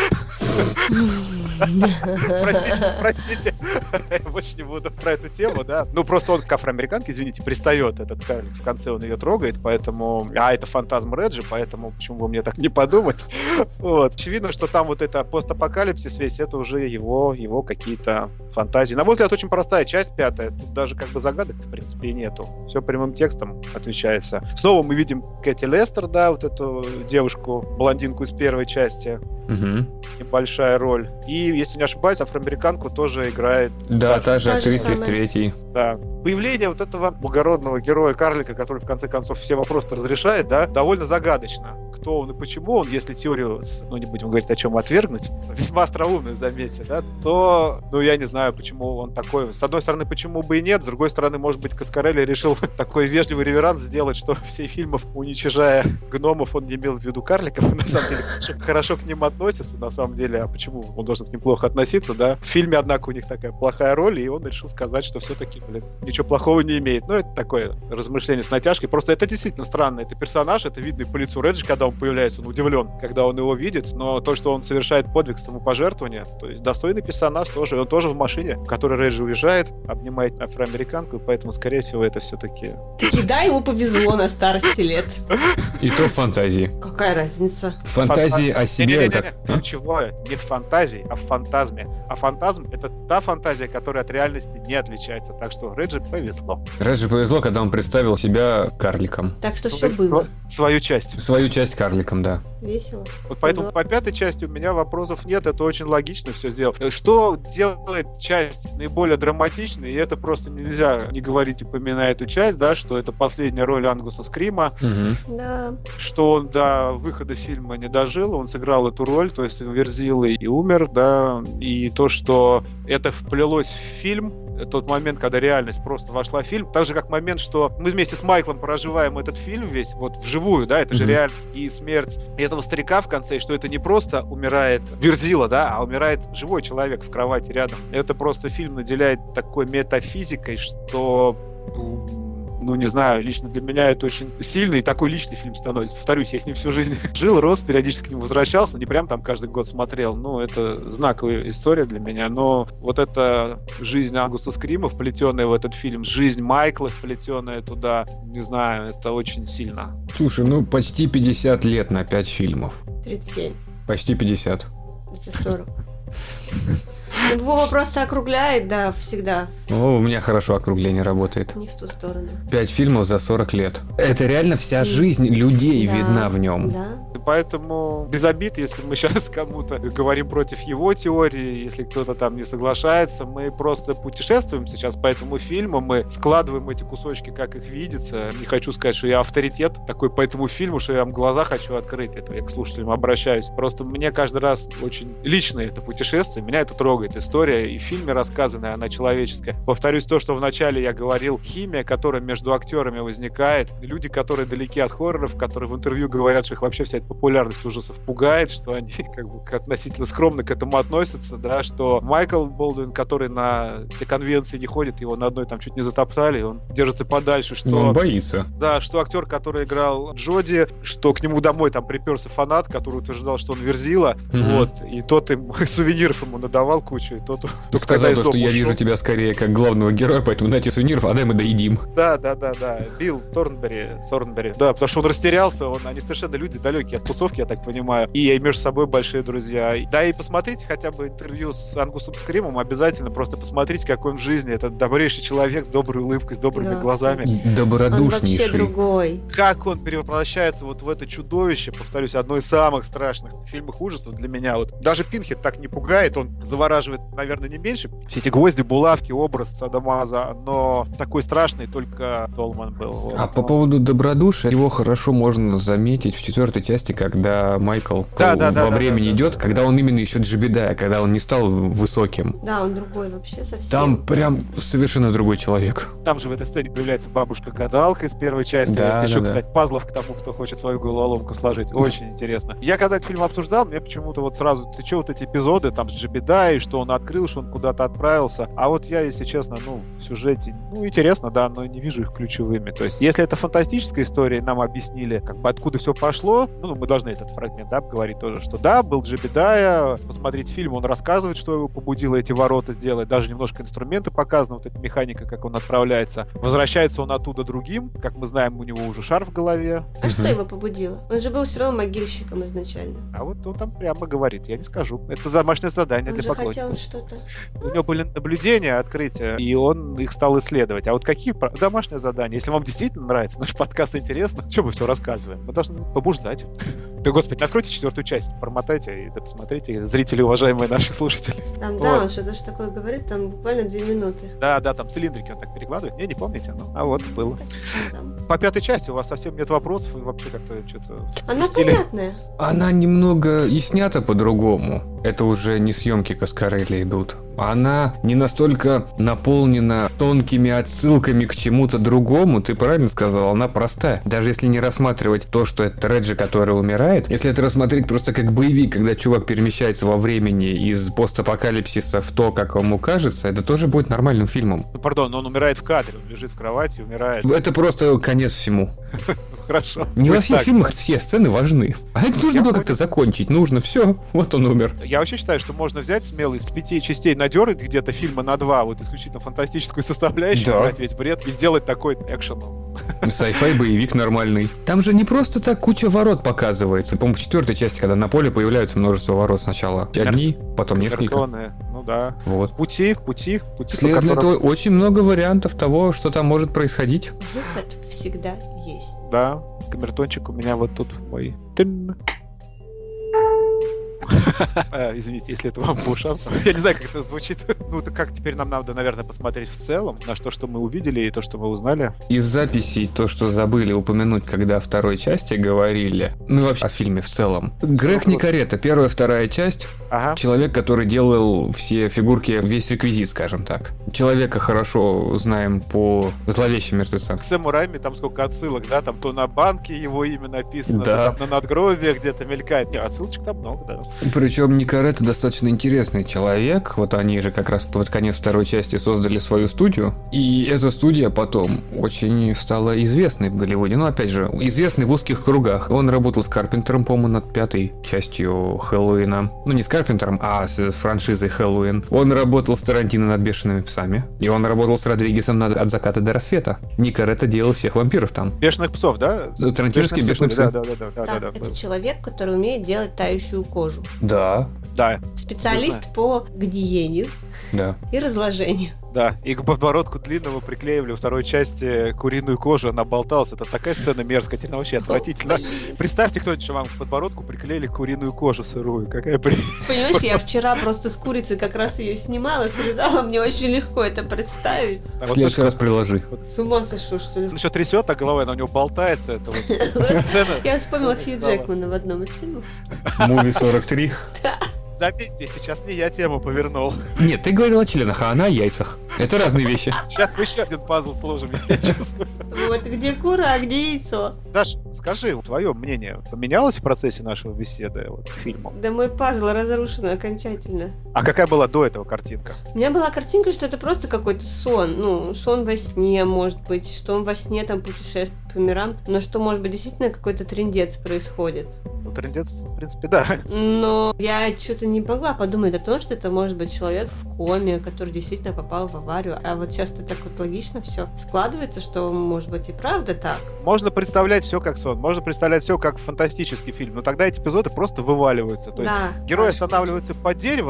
[SPEAKER 3] Простите, я больше не буду про эту тему, да. Ну, просто он к афроамериканке, извините, пристает, этот карлик, в конце он ее трогает, поэтому... А это фантазм Реджи, поэтому почему бы мне так не подумать? Вот. Очевидно, что там вот это постапокалипсис весь, это уже его какие-то фантазии. На мой взгляд, очень простая часть, 5-я. Тут даже как бы загадок, в принципе, и нету. Все прямым текстом отвечается. Снова мы видим Кэти Лестер, да, вот эту девушку, блондинку из первой части. Небольшая роль. И, если не ошибаюсь, афроамериканку тоже играет...
[SPEAKER 1] Да, та же актриса из 3-й.
[SPEAKER 3] Да. Появление вот этого благородного героя-карлика, который, в конце концов, все вопросы разрешает, да, довольно загадочно. Кто он и почему он, если теорию, ну, не будем говорить о чем, отвергнуть, весьма остроумную, заметьте, да, то, ну, я не знаю, почему он такой. С одной стороны, почему бы и нет, с другой стороны, может быть, Каскарелли решил такой вежливый реверанс сделать, что всей фильмов, уничижая гномов, он не имел в виду карликов, и на самом деле хорошо к ним относится, на самом деле, а почему он должен к ним плохо относиться, да. В фильме, однако, у них такая плохая роль, и он решил сказать, что все-таки, ничего плохого не имеет. Ну, это такое размышление с натяжкой. Просто это действительно странно. Это персонаж, это видно и по лицу Реджи, когда он появляется, он удивлен, когда он его видит, но то, что он совершает подвиг самопожертвования, то есть достойный персонаж тоже, он тоже в машине, в которой Реджи уезжает, обнимает афроамериканку, и поэтому, скорее всего, это все-таки...
[SPEAKER 2] Таки да, ему повезло на старости лет.
[SPEAKER 1] И то в фантазии.
[SPEAKER 2] Какая разница?
[SPEAKER 1] Фантазии о себе...
[SPEAKER 3] Ключевое не в фантазии, а в фантазме. А фантазм — это та фантазия, которая от реальности не отличается. Так что Реджи повезло.
[SPEAKER 1] Реджи повезло, когда он представил себя карликом.
[SPEAKER 2] Так что все было.
[SPEAKER 3] Свою часть.
[SPEAKER 1] Свою часть карликом, да.
[SPEAKER 2] Весело.
[SPEAKER 3] Вот поэтому по 5-й части у меня вопросов нет, это очень логично все сделал. Что делает часть наиболее драматичной, и это просто нельзя не говорить, упоминая эту часть, да, что это последняя роль Ангуса Скрима,
[SPEAKER 2] да.
[SPEAKER 3] Что он до выхода фильма не дожил, он сыграл эту роль, то есть верзил и умер, да, и то, что это вплелось в фильм, тот момент, когда реальность просто вошла в фильм, так же, как момент, что мы вместе с Майклом проживаем этот фильм весь, вот вживую, да, это же реально, и смерть этого старика в конце, и что это не просто умирает Верзила, да, а умирает живой человек в кровати рядом. Это просто фильм наделяет такой метафизикой, что... Ну, не знаю, лично для меня это очень сильный и такой личный фильм становится. Повторюсь, я с ним всю жизнь жил, рос, периодически к нему возвращался, не прям там каждый год смотрел. Ну, это знаковая история для меня. Но вот эта жизнь Ангуса Скрима, вплетенная в этот фильм, жизнь Майкла, вплетенная туда, не знаю, это очень сильно.
[SPEAKER 1] Слушай, ну, почти 50 лет на 5 фильмов.
[SPEAKER 2] 37.
[SPEAKER 1] Почти 50.
[SPEAKER 2] Это 40. Вова просто округляет, да, всегда.
[SPEAKER 1] О, у меня хорошо округление работает.
[SPEAKER 2] Не в ту сторону.
[SPEAKER 1] 5 фильмов за 40 лет. Это реально вся жизнь людей видна в нем.
[SPEAKER 2] Да.
[SPEAKER 3] И поэтому без обид, если мы сейчас кому-то говорим против его теории, если кто-то там не соглашается, мы просто путешествуем сейчас по этому фильму, мы складываем эти кусочки, как их видится. Не хочу сказать, что я авторитет такой по этому фильму, что я вам глаза хочу открыть. Это я к слушателям обращаюсь. Просто мне каждый раз очень личное это путешествие, меня это трогает. История и в фильме рассказанная, она человеческая. Повторюсь то, что вначале я говорил, химия, которая между актерами возникает, люди, которые далеки от хорроров, которые в интервью говорят, что их вообще вся эта популярность ужасов пугает, что они как бы относительно скромно к этому относятся, да, что Майкл Болдуин, который на все конвенции не ходит, его на одной там чуть не затоптали, он держится подальше, что...
[SPEAKER 1] Он боится.
[SPEAKER 3] Да, что актер, который играл Джоди, что к нему домой там приперся фанат, который утверждал, что он Верзила, вот, и тот им сувениров ему надавал кучу, и тот
[SPEAKER 1] сказал, что я вижу тебя скорее как главного героя, поэтому дайте сувениров, а дай мы доедим.
[SPEAKER 3] Да. Билл Торнберри. Да, потому что он растерялся, они совершенно люди далекие от тусовки, я так понимаю, и между собой большие друзья. Да, и посмотрите хотя бы интервью с Ангусом Скримом, обязательно просто посмотрите, какой он в жизни. Это добрейший человек с доброй улыбкой, с добрыми глазами.
[SPEAKER 1] Добродушнейший.
[SPEAKER 2] Он вообще другой.
[SPEAKER 3] Как он перевоплощается вот в это чудовище, повторюсь, одно из самых страшных фильмов ужасов для меня. Вот даже Пинхед так не пугает, он завораживает завораживает, наверное, не меньше. Все эти гвозди, булавки, образ Садамаза, но такой страшный только Толман был.
[SPEAKER 1] А по поводу добродушия, его хорошо можно заметить в 4-й части, когда Майкл во времени идет, когда он именно еще Джебедая, когда он не стал высоким.
[SPEAKER 2] Да, он другой вообще совсем.
[SPEAKER 1] Там прям совершенно другой человек.
[SPEAKER 3] Там же в этой сцене появляется бабушка-гадалка из первой части. Еще, кстати, пазлов к тому, кто хочет свою головоломку сложить. Очень интересно. Я когда этот фильм обсуждал, мне почему-то вот сразу, ты че вот эти эпизоды, там с Джебедай, что он открыл, что он куда-то отправился. А вот я, если честно, в сюжете, интересно, да, но не вижу их ключевыми. То есть, если это фантастическая история, нам объяснили, как бы откуда все пошло, мы должны этот фрагмент, да, говорить тоже, что да, был Джебедая, посмотреть фильм, он рассказывает, что его побудило эти ворота сделать, даже немножко инструменты показаны, вот эта механика, как он отправляется. Возвращается он оттуда другим, как мы знаем, у него уже шар в голове.
[SPEAKER 2] А что его побудило? Он же был все равно могильщиком изначально.
[SPEAKER 3] А вот он там прямо говорит, я не скажу. Это домашнее задание для поклонников.
[SPEAKER 2] Он же хотел что-то.
[SPEAKER 3] У него были наблюдения, открытия, и он их стал исследовать. А вот какие домашние задания? Если вам действительно нравится наш подкаст, интересно, что мы все рассказываем? Мы должны побуждать. Да, господи, откройте 4-ю часть, промотайте и посмотрите, зрители, уважаемые наши слушатели.
[SPEAKER 2] Там, вот. Да, он что-то же такое говорит, там буквально 2 минуты.
[SPEAKER 3] Да, там цилиндрики он так перекладывает. Не помните? А вот было. По 5-й части у вас совсем нет вопросов, и вообще как-то что-то...
[SPEAKER 2] Она понятная.
[SPEAKER 1] Она немного и снята по-другому. Это уже не съемки Каскарелли идут. Она не настолько наполнена тонкими отсылками к чему-то другому, ты правильно сказал, она простая. Даже если не рассматривать то, что это Реджи, который умирает, если это рассмотреть просто как боевик, когда чувак перемещается во времени из постапокалипсиса в то, как ему кажется, это тоже будет нормальным фильмом.
[SPEAKER 3] Пардон, но он умирает в кадре, он лежит в кровати, умирает.
[SPEAKER 1] Это просто конец всему.
[SPEAKER 3] Хорошо.
[SPEAKER 1] Не во всех фильмах все сцены важны. А это нужно было как-то закончить. Нужно, все, вот он умер.
[SPEAKER 3] Я вообще считаю, что можно взять смело из 5 частей надернуть где-то фильма на 2, вот исключительно фантастическую составляющую, брать весь бред и сделать такой экшен.
[SPEAKER 1] Sci-fi боевик нормальный. Там же не просто так куча ворот показывается. По-моему, в 4-й части, когда на поле появляются множество ворот сначала. Одни, потом несколько.
[SPEAKER 3] Ну да.
[SPEAKER 1] Вот.
[SPEAKER 3] Пути.
[SPEAKER 1] Следовательно, это очень много вариантов того, что там может происходить.
[SPEAKER 2] Выход всегда есть.
[SPEAKER 3] Да, камертончик у меня вот тут мой. Извините, если это вам по ушам. Я не знаю, как это звучит. Так как теперь нам надо, наверное, посмотреть в целом на то, что мы увидели и то, что мы узнали.
[SPEAKER 1] Из записей то, что забыли упомянуть, когда о 2-й части говорили, и вообще о фильме в целом. Грег Никарета, 1-я, 2-я часть.
[SPEAKER 3] Ага.
[SPEAKER 1] Человек, который делал все фигурки, весь реквизит, скажем так. Человека хорошо знаем по «Зловещим мертвецам».
[SPEAKER 3] К Сэму Райми там сколько отсылок, да? Там то на банке его имя написано,
[SPEAKER 1] да.
[SPEAKER 3] То там на надгробиях где-то мелькает. Отсылочек там много, да.
[SPEAKER 1] Причем Никарета достаточно интересный человек. Вот они же как раз под конец 2-й части создали свою студию. И эта студия потом очень стала известной в Голливуде. Опять же, известной в узких кругах. Он работал с Карпентером, по-моему, над 5-й частью Хэллоуина. Не с Карпентером, а с франшизой Хэллоуин. Он работал с Тарантино над «Бешеными псами». И он работал с Родригесом над «От заката до рассвета». Никарета делал всех вампиров там.
[SPEAKER 3] «Бешеных псов», да?
[SPEAKER 1] Тарантиновские «Бешеные псы».
[SPEAKER 3] Да.
[SPEAKER 2] Это человек, который умеет делать тающую кожу.
[SPEAKER 1] Да.
[SPEAKER 2] Специалист по гниению и разложению.
[SPEAKER 3] Да, и к подбородку длинного приклеивали во 2-й части куриную кожу, она болталась. Это такая сцена мерзкая, это вообще отвратительно. Представьте, кто-нибудь, что вам к подбородку приклеили куриную кожу сырую. Какая
[SPEAKER 2] Понимаешь, я вчера просто с курицей как раз ее снимала, срезала, мне очень легко это представить.
[SPEAKER 1] В следующий раз приложи.
[SPEAKER 2] С ума сошел, что ли?
[SPEAKER 3] Он еще трясет, а голова она у него болтается.
[SPEAKER 2] Я вспомнила Хью Джекмана в одном из фильмов.
[SPEAKER 1] Муви 43.
[SPEAKER 2] Да.
[SPEAKER 3] Заметьте, сейчас не я тему повернул.
[SPEAKER 1] Нет, ты говорил о членах, а она о яйцах. Это разные вещи.
[SPEAKER 3] Сейчас мы еще один пазл сложим, я чувствую.
[SPEAKER 2] Вот где кура, а где яйцо?
[SPEAKER 3] Даш, скажи, твое мнение поменялось в процессе нашего беседы к фильму?
[SPEAKER 2] Да мой пазл разрушен окончательно.
[SPEAKER 3] А какая была до этого картинка?
[SPEAKER 2] У меня была картинка, что это просто какой-то сон. Сон во сне, может быть, что он во сне там путешествует по мирам, но что, может быть, действительно какой-то трындец происходит.
[SPEAKER 3] Трындец, в принципе, да.
[SPEAKER 2] Но я что-то не могла подумать о том, что это может быть человек в коме, который действительно попал в аварию. А вот сейчас-то так вот логично все складывается, что, может быть, и правда так.
[SPEAKER 3] Можно представлять все как сон, можно представлять все как фантастический фильм, но тогда эти эпизоды просто вываливаются. То есть герои останавливаются под деревом, да,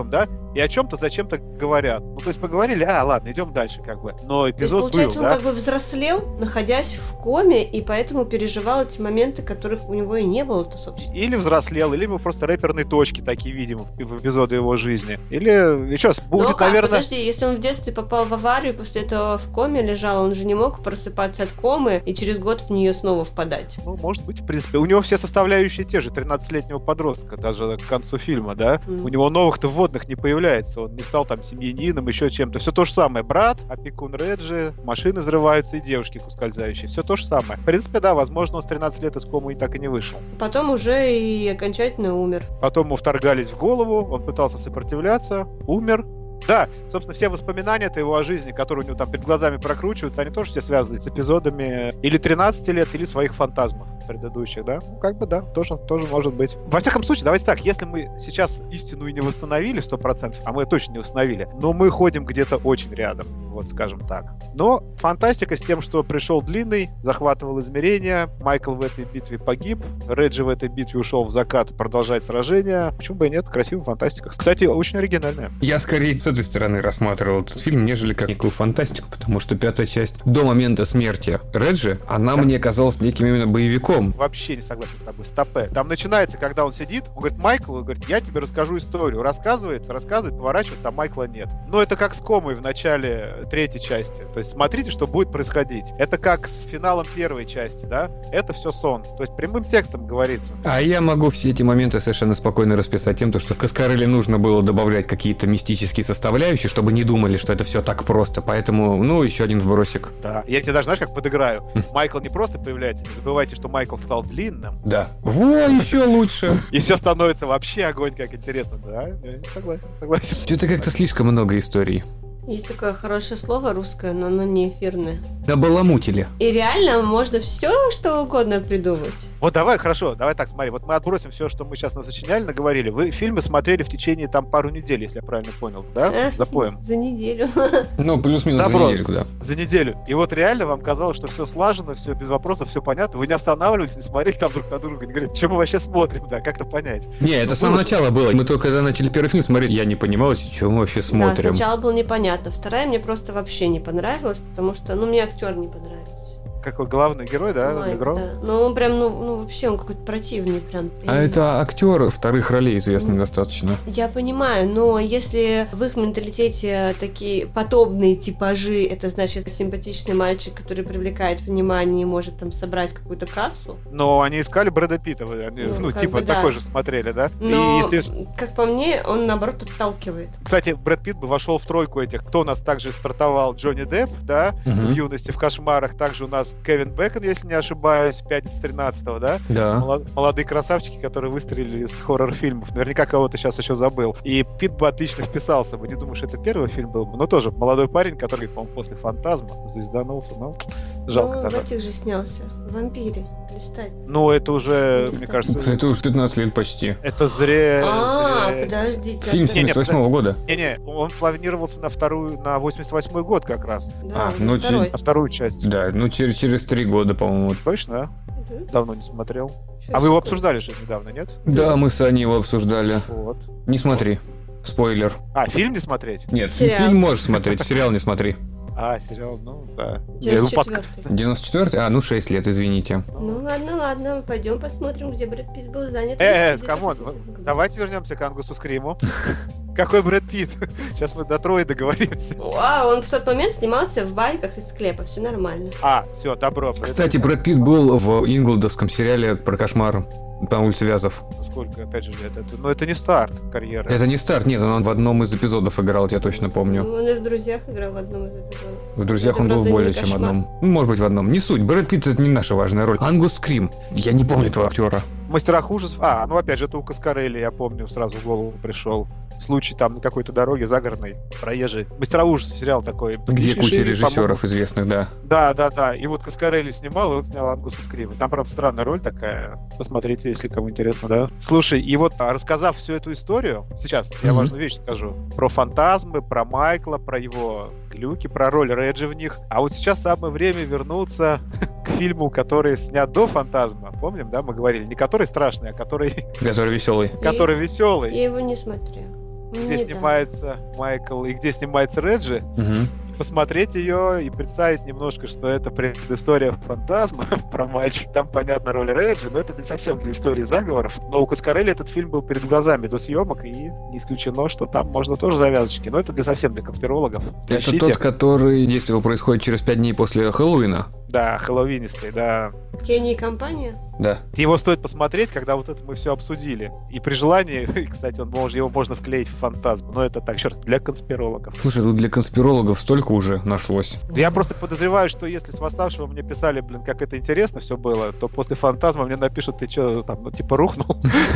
[SPEAKER 3] и о чем-то зачем-то говорят. Ну, то есть поговорили, ладно, идем дальше, как бы. Но эпизод
[SPEAKER 2] получается,
[SPEAKER 3] был,
[SPEAKER 2] он как бы взрослел, находясь в коме, и поэтому переживал эти моменты, которых у него и не было-то, собственно.
[SPEAKER 3] Или взрослел, или ему просто рэперные точки такие видим в эпизоды его жизни. Или, сейчас будет, наверное...
[SPEAKER 2] Подожди, если он в детстве попал в аварию, после этого в коме лежал, он же не мог просыпаться от комы и через год в нее снова впадать.
[SPEAKER 3] Ну, может быть, в принципе. У него все составляющие те же, 13-летнего подростка, даже к концу фильма, да? У него новых-то вводных не появляется, он не стал там семьянином, еще чем-то. Все то же самое. Брат, опекун Реджи, машины взрываются и девушки ускользающие. Все то же самое. В принципе, да, возможно, он с 13 лет из комы и так и не вышел.
[SPEAKER 2] Потом уже и окончательно умер.
[SPEAKER 3] Потом ему вторгались в голову, он пытался сопротивляться, умер. Да, собственно, все воспоминания-то его о жизни, которые у него там перед глазами прокручиваются, они тоже все связаны с эпизодами или 13 лет, или своих фантазмов предыдущих, да? Ну, как бы, да, тоже может быть. Во всяком случае, давайте так, если мы сейчас истину и не восстановили 100%, а мы точно не восстановили, но мы ходим где-то очень рядом, вот скажем так. Но фантастика с тем, что пришел Длинный, захватывал измерения, Майкл в этой битве погиб, Реджи в этой битве ушел в закат продолжать сражение. Почему бы и нет? Красивая фантастика. Кстати, очень оригинальная.
[SPEAKER 1] Я скорее с этой стороны рассматривал этот фильм, нежели как некую фантастику, потому что пятая часть до момента смерти Реджи, она мне казалась неким именно боевиком.
[SPEAKER 3] Вообще не согласен с тобой. Стопэ. Там начинается, когда он сидит, он говорит, Майкл, он говорит, я тебе расскажу историю. Рассказывает, поворачивается, а Майкла нет. Но это как с комой в начале третьей части. То есть смотрите, что будет происходить. Это как с финалом первой части, да? Это все сон. То есть прямым текстом говорится.
[SPEAKER 1] А я могу все эти моменты совершенно спокойно расписать тем, что Каскарелли нужно было добавлять какие-то мистические составляющие, чтобы не думали, что это все так просто. Поэтому, еще один вбросик.
[SPEAKER 3] Да. Я тебе даже, знаешь, как подыграю. Майкл не просто появляется. Не забывайте, что Майкл стал длинным.
[SPEAKER 1] Да. Еще лучше.
[SPEAKER 3] И все становится вообще огонь, как интересно. Да, я согласен.
[SPEAKER 1] Что-то как-то слишком много историй.
[SPEAKER 2] Есть такое хорошее слово русское, но оно не эфирное.
[SPEAKER 1] Да баламутили.
[SPEAKER 2] И реально можно все, что угодно придумать.
[SPEAKER 3] Вот давай так, смотри, вот мы отбросим все, что мы сейчас насочиняли, наговорили. Вы фильмы смотрели в течение там пару недель, если я правильно понял, да? Запоем.
[SPEAKER 2] За неделю.
[SPEAKER 1] Плюс-минус за неделю, да.
[SPEAKER 3] За неделю. И вот реально вам казалось, что все слажено, все без вопросов, все понятно. Вы не останавливались, не смотрели там друг на друга, не говорили, что мы вообще смотрим, да, как-то понять.
[SPEAKER 1] Не, это с самого начала было. Мы только когда начали первый фильм смотреть, я не понимал, что мы вообще смотрим.
[SPEAKER 2] Да, сначала было непонятно. Вторая мне просто вообще не понравилась, потому что, мне актер не понравился.
[SPEAKER 3] Какой главный герой, да?
[SPEAKER 2] Майк, да. Он прям, вообще он какой-то противный прям.
[SPEAKER 1] А это актер вторых ролей известный достаточно.
[SPEAKER 2] Я понимаю, но если в их менталитете такие подобные типажи, это значит симпатичный мальчик, который привлекает внимание и может там собрать какую-то кассу.
[SPEAKER 3] Но они искали Брэда Питта, такой же смотрели, да?
[SPEAKER 2] Но, как по мне, он наоборот отталкивает.
[SPEAKER 3] Кстати, Брэд Питт бы вошел в тройку этих, кто у нас также стартовал, Джонни Депп, да, в юности, в кошмарах, также у нас Кевин Бэкон, если не ошибаюсь, пятница 13-го, да?
[SPEAKER 1] Да.
[SPEAKER 3] Молодые красавчики, которые выстрелили из хоррор-фильмов. Наверняка кого-то сейчас еще забыл. И Питт бы отлично вписался бы. Не думаю, что это первый фильм был бы, но тоже молодой парень, который, по-моему, после «Фантазма» звезданулся, жалко тогда.
[SPEAKER 2] В этих же снялся. В «Вампире». Листать.
[SPEAKER 3] Это уже, мне кажется...
[SPEAKER 1] Это уже 15 лет почти.
[SPEAKER 3] Это зря...
[SPEAKER 2] Подождите.
[SPEAKER 1] Фильм 78-го года.
[SPEAKER 3] Не, он планировался на 88-й год как раз.
[SPEAKER 2] Да,
[SPEAKER 3] на вторую часть.
[SPEAKER 1] Да, через 3 года, по-моему.
[SPEAKER 3] Точно, да? Давно не смотрел. А вы его обсуждали же недавно, нет?
[SPEAKER 1] Да, мы с Аней его обсуждали.
[SPEAKER 3] Вот.
[SPEAKER 1] Не смотри. Спойлер.
[SPEAKER 3] Фильм не смотреть?
[SPEAKER 1] Нет, фильм можешь смотреть, сериал не смотри.
[SPEAKER 3] Сериал, да.
[SPEAKER 2] 94-й.
[SPEAKER 1] 94-й? 6 лет, извините.
[SPEAKER 2] Ладно, пойдем посмотрим, где Брэд Питт был занят.
[SPEAKER 3] Камон, давайте вернемся к Ангусу Скриму. Какой Брэд Питт? Сейчас мы до Трои договоримся.
[SPEAKER 2] Он в тот момент снимался в «Байках из склепа», все нормально.
[SPEAKER 3] Все, добро.
[SPEAKER 1] Кстати, Брэд Питт был в инглдовском сериале про кошмар по улице Вязов.
[SPEAKER 3] Сколько, опять же, лет? Это не старт карьеры.
[SPEAKER 1] Это не старт, нет, он в одном из эпизодов играл, я точно помню.
[SPEAKER 2] Он и в «Друзьях» играл в одном из эпизодов.
[SPEAKER 1] В «Друзьях» он был в более чем одном. Может быть, в одном. Не суть, Брэд Питт — это не наша важная роль. Ангус Скрим. Я не помню этого актера.
[SPEAKER 3] В «Мастерах ужасов». Опять же, это у Каскарелли, я помню, сразу в голову пришел. Случай там на какой-то дороге загородной, проезжей. «Мастера ужасов» сериал такой.
[SPEAKER 1] Где куча режиссеров известных, да.
[SPEAKER 3] Да. И вот Каскарелли снимал, и он снял Ангуса Скрима. Там, правда, странная роль такая. Посмотрите, если кому интересно, да. Слушай, и вот рассказав всю эту историю, сейчас я важную вещь скажу. Про фантазмы, про Майкла, про его глюки, про роль Реджи в них. А вот сейчас самое время вернуться к фильму, который снят до «Фантазма». Помним, да, мы говорили? Не который страшный, а который...
[SPEAKER 1] Который веселый.
[SPEAKER 3] Который веселый.
[SPEAKER 2] Я его не смотрел.
[SPEAKER 3] где снимается Майкл и где снимается Реджи, посмотреть ее и представить немножко, что это предыстория фантазма про мальчика. Там, понятно, роль Реджи, но это не совсем для истории заговоров. Но у Коскарелли этот фильм был перед глазами до съемок, и не исключено, что там можно тоже завязочки. Но это совсем для конспирологов.
[SPEAKER 1] Это тот, который действие его происходит через 5 дней после Хэллоуина?
[SPEAKER 3] Да, хэллоуинистый, да.
[SPEAKER 2] Кенни и компания?
[SPEAKER 1] Да.
[SPEAKER 3] Его стоит посмотреть, когда вот это мы все обсудили. И при желании, кстати, его можно вклеить в фантазм. Но это так, черт, для конспирологов.
[SPEAKER 1] Слушай, тут для конспирологов столько уже нашлось.
[SPEAKER 3] Я просто подозреваю, что если с «Восставшего» мне писали, как это интересно все было, то после «Фантазма» мне напишут, ты что, там, рухнул?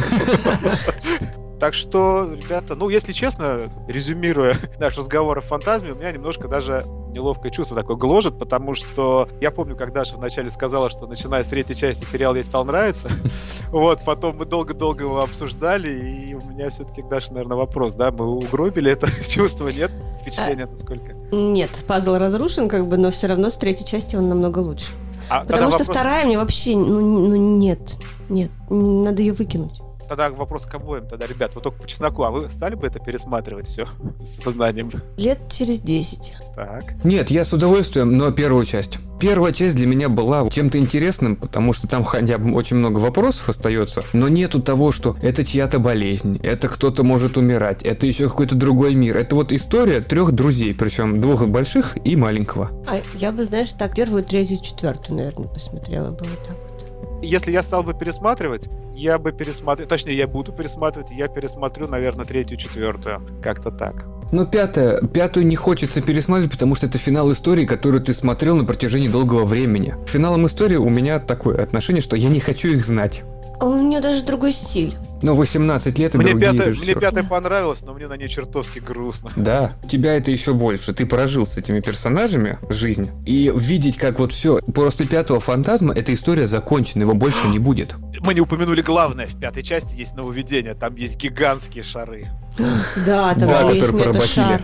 [SPEAKER 3] Так что, ребята, если честно, резюмируя наш разговор о «Фантазме», у меня немножко даже неловкое чувство такое гложет, потому что я помню, как Даша вначале сказала, что начиная с 3-й части сериал ей стал нравиться. Вот, потом мы долго-долго его обсуждали, и у меня все-таки к Даше, наверное, вопрос, да, мы угробили это чувство, нет? Впечатление насколько?
[SPEAKER 2] Нет, пазл разрушен, но все равно с 3-й части он намного лучше. Потому что вторая мне вообще, нет, надо ее выкинуть.
[SPEAKER 3] Тогда вопрос к обоим, ребят, вот только по чесноку, а вы стали бы это пересматривать все с сознанием?
[SPEAKER 2] Лет через 10.
[SPEAKER 3] Так.
[SPEAKER 1] Нет, я с удовольствием, но первую часть. Первая часть для меня была чем-то интересным, потому что там хотя бы очень много вопросов остается, но нету того, что это чья-то болезнь, это кто-то может умирать, это еще какой-то другой мир. Это вот история 3 друзей, причем 2 больших и маленького. А
[SPEAKER 2] я бы, знаешь, так 1-ю, 3-ю, 4-ю, наверное, посмотрела бы вот так вот.
[SPEAKER 3] Если я стал бы пересматривать, я буду пересматривать, я пересмотрю, наверное, 3-ю, 4-ю. Как-то так.
[SPEAKER 1] Но 5-ю не хочется пересматривать, потому что это финал истории, которую ты смотрел на протяжении долгого времени. К финалам истории у меня такое отношение, что я не хочу их знать.
[SPEAKER 2] А у меня даже другой стиль.
[SPEAKER 1] Но 18 лет и другие режиссеры.
[SPEAKER 3] Мне 5-я понравилась, но мне на ней чертовски грустно.
[SPEAKER 1] Да, у тебя это еще больше. Ты прожил с этими персонажами жизнь. И видеть, как вот все. После 5-го «Фантазма» эта история закончена, его больше не будет.
[SPEAKER 3] Мы не упомянули главное. В 5-й части есть нововведение. Там есть гигантские шары.
[SPEAKER 2] Да, там есть меташар.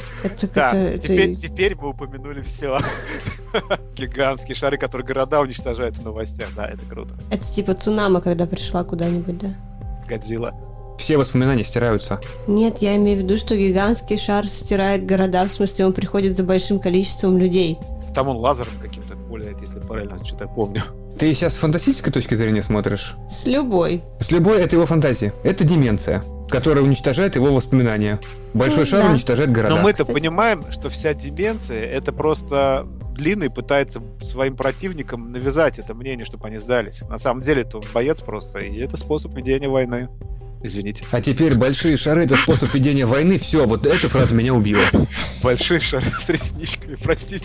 [SPEAKER 3] Теперь мы упомянули все. Гигантские шары, которые города уничтожают в новостях. Да, это круто.
[SPEAKER 2] Это типа цунами, когда пришла куда-нибудь, да?
[SPEAKER 3] Годзилла.
[SPEAKER 1] Все воспоминания стираются.
[SPEAKER 2] Нет, я имею в виду, что гигантский шар стирает города, в смысле он приходит за большим количеством людей.
[SPEAKER 3] Там он лазером каким-то пуляет, если правильно что-то помню.
[SPEAKER 1] Ты сейчас с фантастической точки зрения смотришь?
[SPEAKER 2] С любой.
[SPEAKER 1] С любой — это его фантазия. Это деменция, которая уничтожает его воспоминания. Большой шар уничтожает города.
[SPEAKER 3] Но мы-то понимаем, что вся деменция — это просто Длинный пытается своим противникам навязать это мнение, чтобы они сдались. На самом деле это он боец просто, и это способ ведения войны. Извините.
[SPEAKER 1] А теперь большие шары — это способ ведения войны. Все, вот эта фраза меня убила.
[SPEAKER 3] Большие шары с ресничками, простите.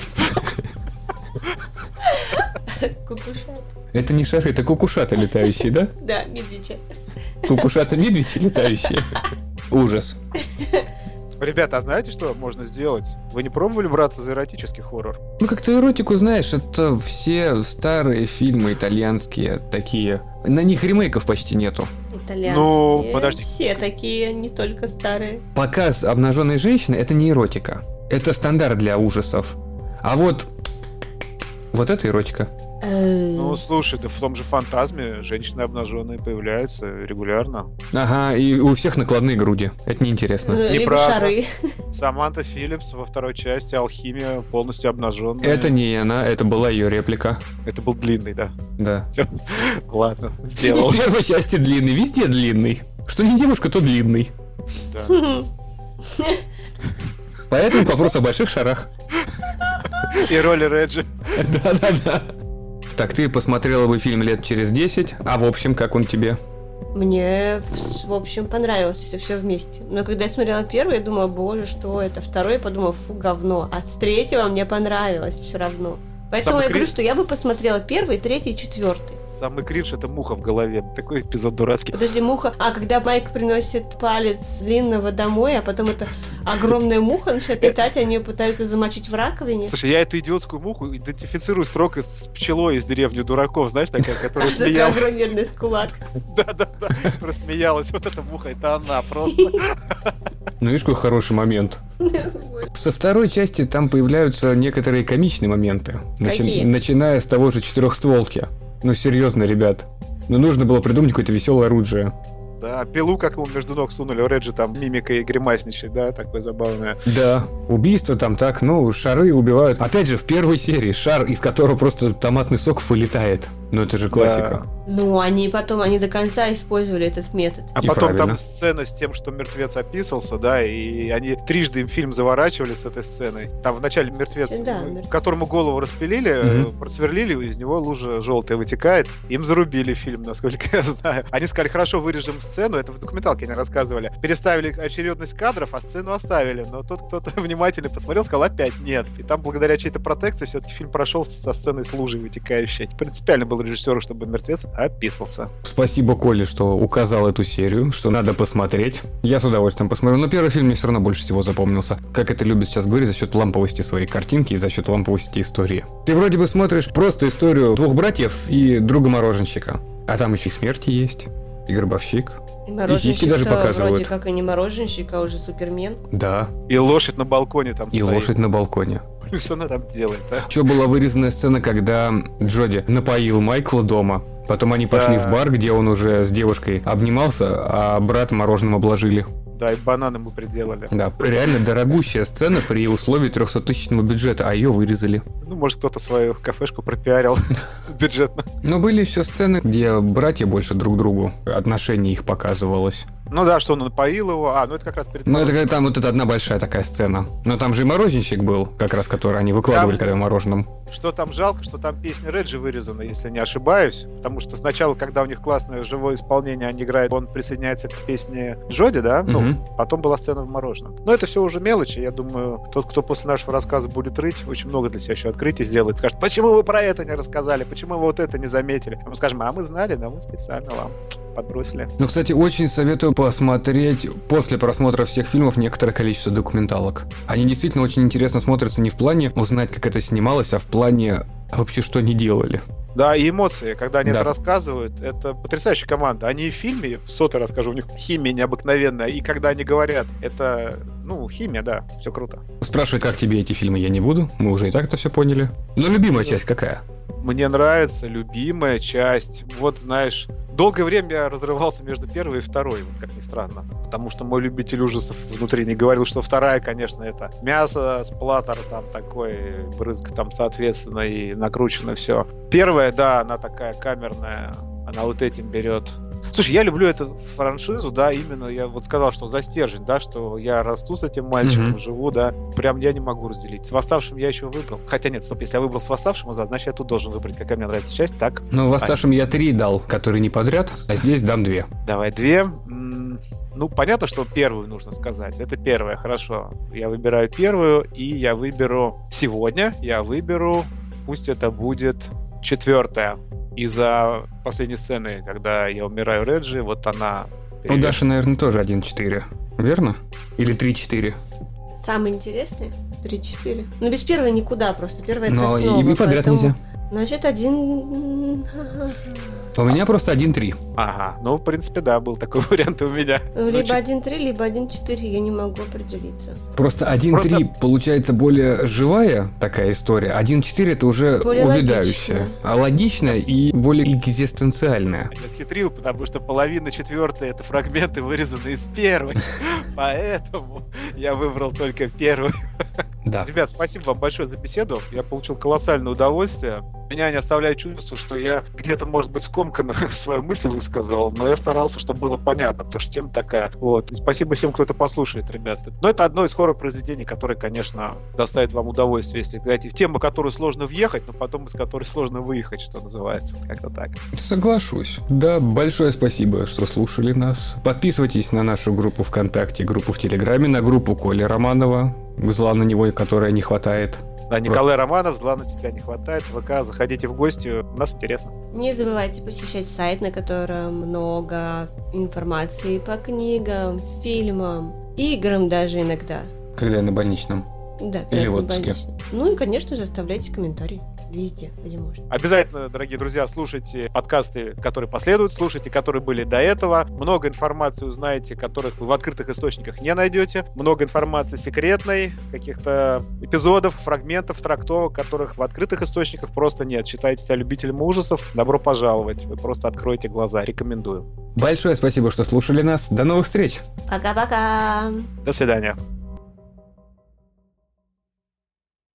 [SPEAKER 2] Кукушата.
[SPEAKER 1] Это не шары, это кукушата летающие, да?
[SPEAKER 2] Да, медвичи.
[SPEAKER 1] Кукушата-медвичи летающие. Ужас.
[SPEAKER 3] Ребята, а знаете, что можно сделать? Вы не пробовали браться за эротический хоррор?
[SPEAKER 1] Ну, как-то эротику, знаешь, это все старые фильмы итальянские такие. На них ремейков почти нету.
[SPEAKER 2] Итальянские.
[SPEAKER 3] Ну, подожди.
[SPEAKER 2] Все такие, не только старые.
[SPEAKER 1] Показ обнаженной женщины — это не эротика. Это стандарт для ужасов. А вот это эротика.
[SPEAKER 3] Ну, слушай, да в том же «Фантазме» женщины обнаженные появляются регулярно.
[SPEAKER 1] Ага, и у всех накладные груди. Это неинтересно.
[SPEAKER 2] Либо шары.
[SPEAKER 3] Саманта Филлипс во второй части «Алхимия» полностью обнаженная.
[SPEAKER 1] Это не она, это была ее реплика.
[SPEAKER 3] Это был длинный, да?
[SPEAKER 1] Да.
[SPEAKER 3] Всё. Ладно, сделал.
[SPEAKER 1] В первой части длинный, везде длинный. Что не девушка, то длинный.
[SPEAKER 3] Да.
[SPEAKER 1] Поэтому вопрос о больших шарах.
[SPEAKER 3] И роли Реджи.
[SPEAKER 1] Да. Так, ты посмотрела бы фильм лет через 10, а в общем, как он тебе?
[SPEAKER 2] Мне, в общем, понравилось, если все вместе. Но когда я смотрела первый, я думала, боже, что это? Второй, я подумала, фу, говно. А с третьего мне понравилось все равно. Поэтому я говорю, что я бы посмотрела первый, третий, четвертый.
[SPEAKER 3] Самый кринж — это муха в голове. Такой эпизод дурацкий.
[SPEAKER 2] Подожди, муха. А когда Майк приносит палец длинного домой, а потом эта огромная муха начинает летать, они ее пытаются замочить в раковине.
[SPEAKER 3] Слушай, я эту идиотскую муху идентифицирую строго с пчелой из «Деревни дураков», знаешь, такая, которая смеялась.
[SPEAKER 2] Такая огромный скулак.
[SPEAKER 3] Да, которая смеялась. Вот эта муха, это она просто.
[SPEAKER 1] Ну, видишь, какой хороший момент. Со второй части там появляются некоторые комичные моменты.
[SPEAKER 2] Какие?
[SPEAKER 1] Начиная с того же четырехстволки. Ну, серьезно, ребят. Ну, нужно было придумать какое-то веселое оружие.
[SPEAKER 3] Да, пилу, как ему между ног сунули, у Реджи там мимикой гримасничает, да, такое забавное.
[SPEAKER 1] Да, убийство там так, шары убивают. Опять же, в первой серии шар, из которого просто томатный сок вылетает. Ну это же классика.
[SPEAKER 2] Да. Ну, они до конца использовали этот метод.
[SPEAKER 3] А и потом правильно. Там сцена с тем, что мертвец описался, да, и они трижды им фильм заворачивали с этой сценой. Там вначале мертвец, которому голову распилили, просверлили, из него лужа желтая вытекает. Им зарубили фильм, насколько я знаю. Они сказали, хорошо, вырежем сцену, это в документалке они рассказывали. Переставили очередность кадров, а сцену оставили. Но тот кто-то внимательно посмотрел, сказал, опять нет. И там, благодаря чьей-то протекции, все-таки фильм прошел со сценой с лужей вытекающей. Принципиально был режиссеру, чтобы мертвец описался.
[SPEAKER 1] Спасибо, Коле, что указал эту серию, что надо посмотреть. Я с удовольствием посмотрю, но первый фильм мне все равно больше всего запомнился. Как это любят сейчас говорить, за счет ламповости своей картинки и за счет ламповости истории. Ты вроде бы смотришь просто историю двух братьев и друга-мороженщика. А там еще и смерти есть, и гробовщик. И сиськи даже показывают.
[SPEAKER 2] Вроде как и не мороженщик, а уже Супермен.
[SPEAKER 1] Да.
[SPEAKER 3] И лошадь на балконе там
[SPEAKER 1] стоит. И лошадь на балконе.
[SPEAKER 3] Что она там делает, а?
[SPEAKER 1] Еще была вырезанная сцена, когда Джоди напоил Майкла дома. Потом они пошли в бар, где он уже с девушкой обнимался, а брат мороженым обложили.
[SPEAKER 3] Да, и банан ему приделали.
[SPEAKER 1] Да, реально дорогущая сцена при условии 300-тысячного бюджета, а ее вырезали.
[SPEAKER 3] Ну, может, кто-то свою кафешку пропиарил бюджетно.
[SPEAKER 1] Но были еще сцены, где братья больше друг другу, отношение их показывалось.
[SPEAKER 3] Ну да, что он напоил его. Это как раз перед...
[SPEAKER 1] Ну, это там вот эта одна большая такая сцена. Но там же и мороженщик был, как раз, который они выкладывали, когда в мороженом.
[SPEAKER 3] Что там жалко, что там песня Реджи вырезана, если не ошибаюсь. Потому что сначала, когда у них классное живое исполнение, они играют, он присоединяется к песне Джоди, да? Потом была сцена в мороженом. Но это все уже мелочи. Я думаю, тот, кто после нашего рассказа будет рыть, очень много для себя еще открытий сделает. Скажет, почему вы про это не рассказали? Почему вы вот это не заметили? А мы скажем, мы знали, да, мы специально вам подбросили.
[SPEAKER 1] Ну, кстати, очень советую посмотреть после просмотра всех фильмов некоторое количество документалок. Они действительно очень интересно смотрятся не в плане узнать, как это снималось, а в плане вообще, что они делали.
[SPEAKER 3] Да, и эмоции, когда они это рассказывают, это потрясающая команда. Они и в фильме, в сотый раз скажу, у них химия необыкновенная, и когда они говорят, это, химия, да, все круто.
[SPEAKER 1] Спрашивай, как тебе эти фильмы, я не буду, мы уже и так это все поняли. Но любимая часть какая?
[SPEAKER 3] Мне нравится любимая часть, вот знаешь... Долгое время я разрывался между первой и второй, как ни странно. Потому что мой любитель ужасов внутренне говорил, что вторая, конечно, это мясо, сплаттер, там такой брызг, там, соответственно, и накручено все. Первая, да, она такая камерная, она вот этим берет. Слушай, я люблю эту франшизу, да, именно я вот сказал, что за стержень, да, что я расту с этим мальчиком, живу, да, прям я не могу разделить. С «Восставшим» я еще выбрал. Хотя нет, стоп, если я выбрал с «Восставшим», значит, я тут должен выбрать, какая мне нравится часть, так?
[SPEAKER 1] Ну, «Восставшим» я 3 дал, которые не подряд, а здесь дам 2.
[SPEAKER 3] Давай 2. Понятно, что первую нужно сказать. Это первая, хорошо. Я выбираю первую, и я выберу сегодня, пусть это будет 4-я. Из-за последней сцены, когда я умираю Реджи, вот она...
[SPEAKER 1] У Даши, наверное, тоже 1-4, верно? Или 3-4?
[SPEAKER 2] Самый интересный? 3-4. Без первой никуда, просто первая это основа.
[SPEAKER 1] Но и подряд нельзя.
[SPEAKER 2] Значит, 1...
[SPEAKER 1] У меня просто 1-3.
[SPEAKER 3] Ага, в принципе, да, был такой вариант у меня.
[SPEAKER 2] Либо 1-3, либо 1-4, я не могу определиться.
[SPEAKER 1] Просто 1-3 получается более живая такая история, 1-4 это уже более увядающая. Логичная и более экзистенциальная.
[SPEAKER 3] Я схитрил, потому что половина 4-й это фрагменты, вырезанные из первой. Поэтому я выбрал только первую.
[SPEAKER 1] Да.
[SPEAKER 3] Ребят, спасибо вам большое за беседу. Я получил колоссальное удовольствие. Меня не оставляет чувство, что я где-то, может быть, скомканно свою мысль высказал, но я старался, чтобы было понятно, потому что тема такая. Вот. И спасибо всем, кто это послушает, ребята. Но это одно из хоррор-произведений, которое, конечно, доставит вам удовольствие, если говорить в тему, в которую сложно въехать, но потом из которой сложно выехать, что называется. Как-то так.
[SPEAKER 1] Соглашусь. Да, большое спасибо, что слушали нас. Подписывайтесь на нашу группу ВКонтакте, группу в Телеграме, на группу Коли Романова, зла на него, которой не хватает.
[SPEAKER 3] Да, Николай Романов, зла на тебя не хватает. ВК, заходите в гости, нас интересно.
[SPEAKER 2] Не забывайте посещать сайт, на котором много информации по книгам, фильмам, играм даже иногда.
[SPEAKER 1] Когда я на больничном.
[SPEAKER 2] Да,
[SPEAKER 1] или в отпуске.
[SPEAKER 2] Ну и, конечно же, оставляйте комментарии. Везде, где можно.
[SPEAKER 3] Обязательно, дорогие друзья, слушайте подкасты, которые последуют, слушайте, которые были до этого. Много информации узнаете, которых вы в открытых источниках не найдете. Много информации секретной, каких-то эпизодов, фрагментов, трактовок, которых в открытых источниках просто нет. Считайте себя любителем ужасов. Добро пожаловать. Вы просто откройте глаза. Рекомендую.
[SPEAKER 1] Большое спасибо, что слушали нас. До новых встреч.
[SPEAKER 2] Пока-пока.
[SPEAKER 3] До свидания.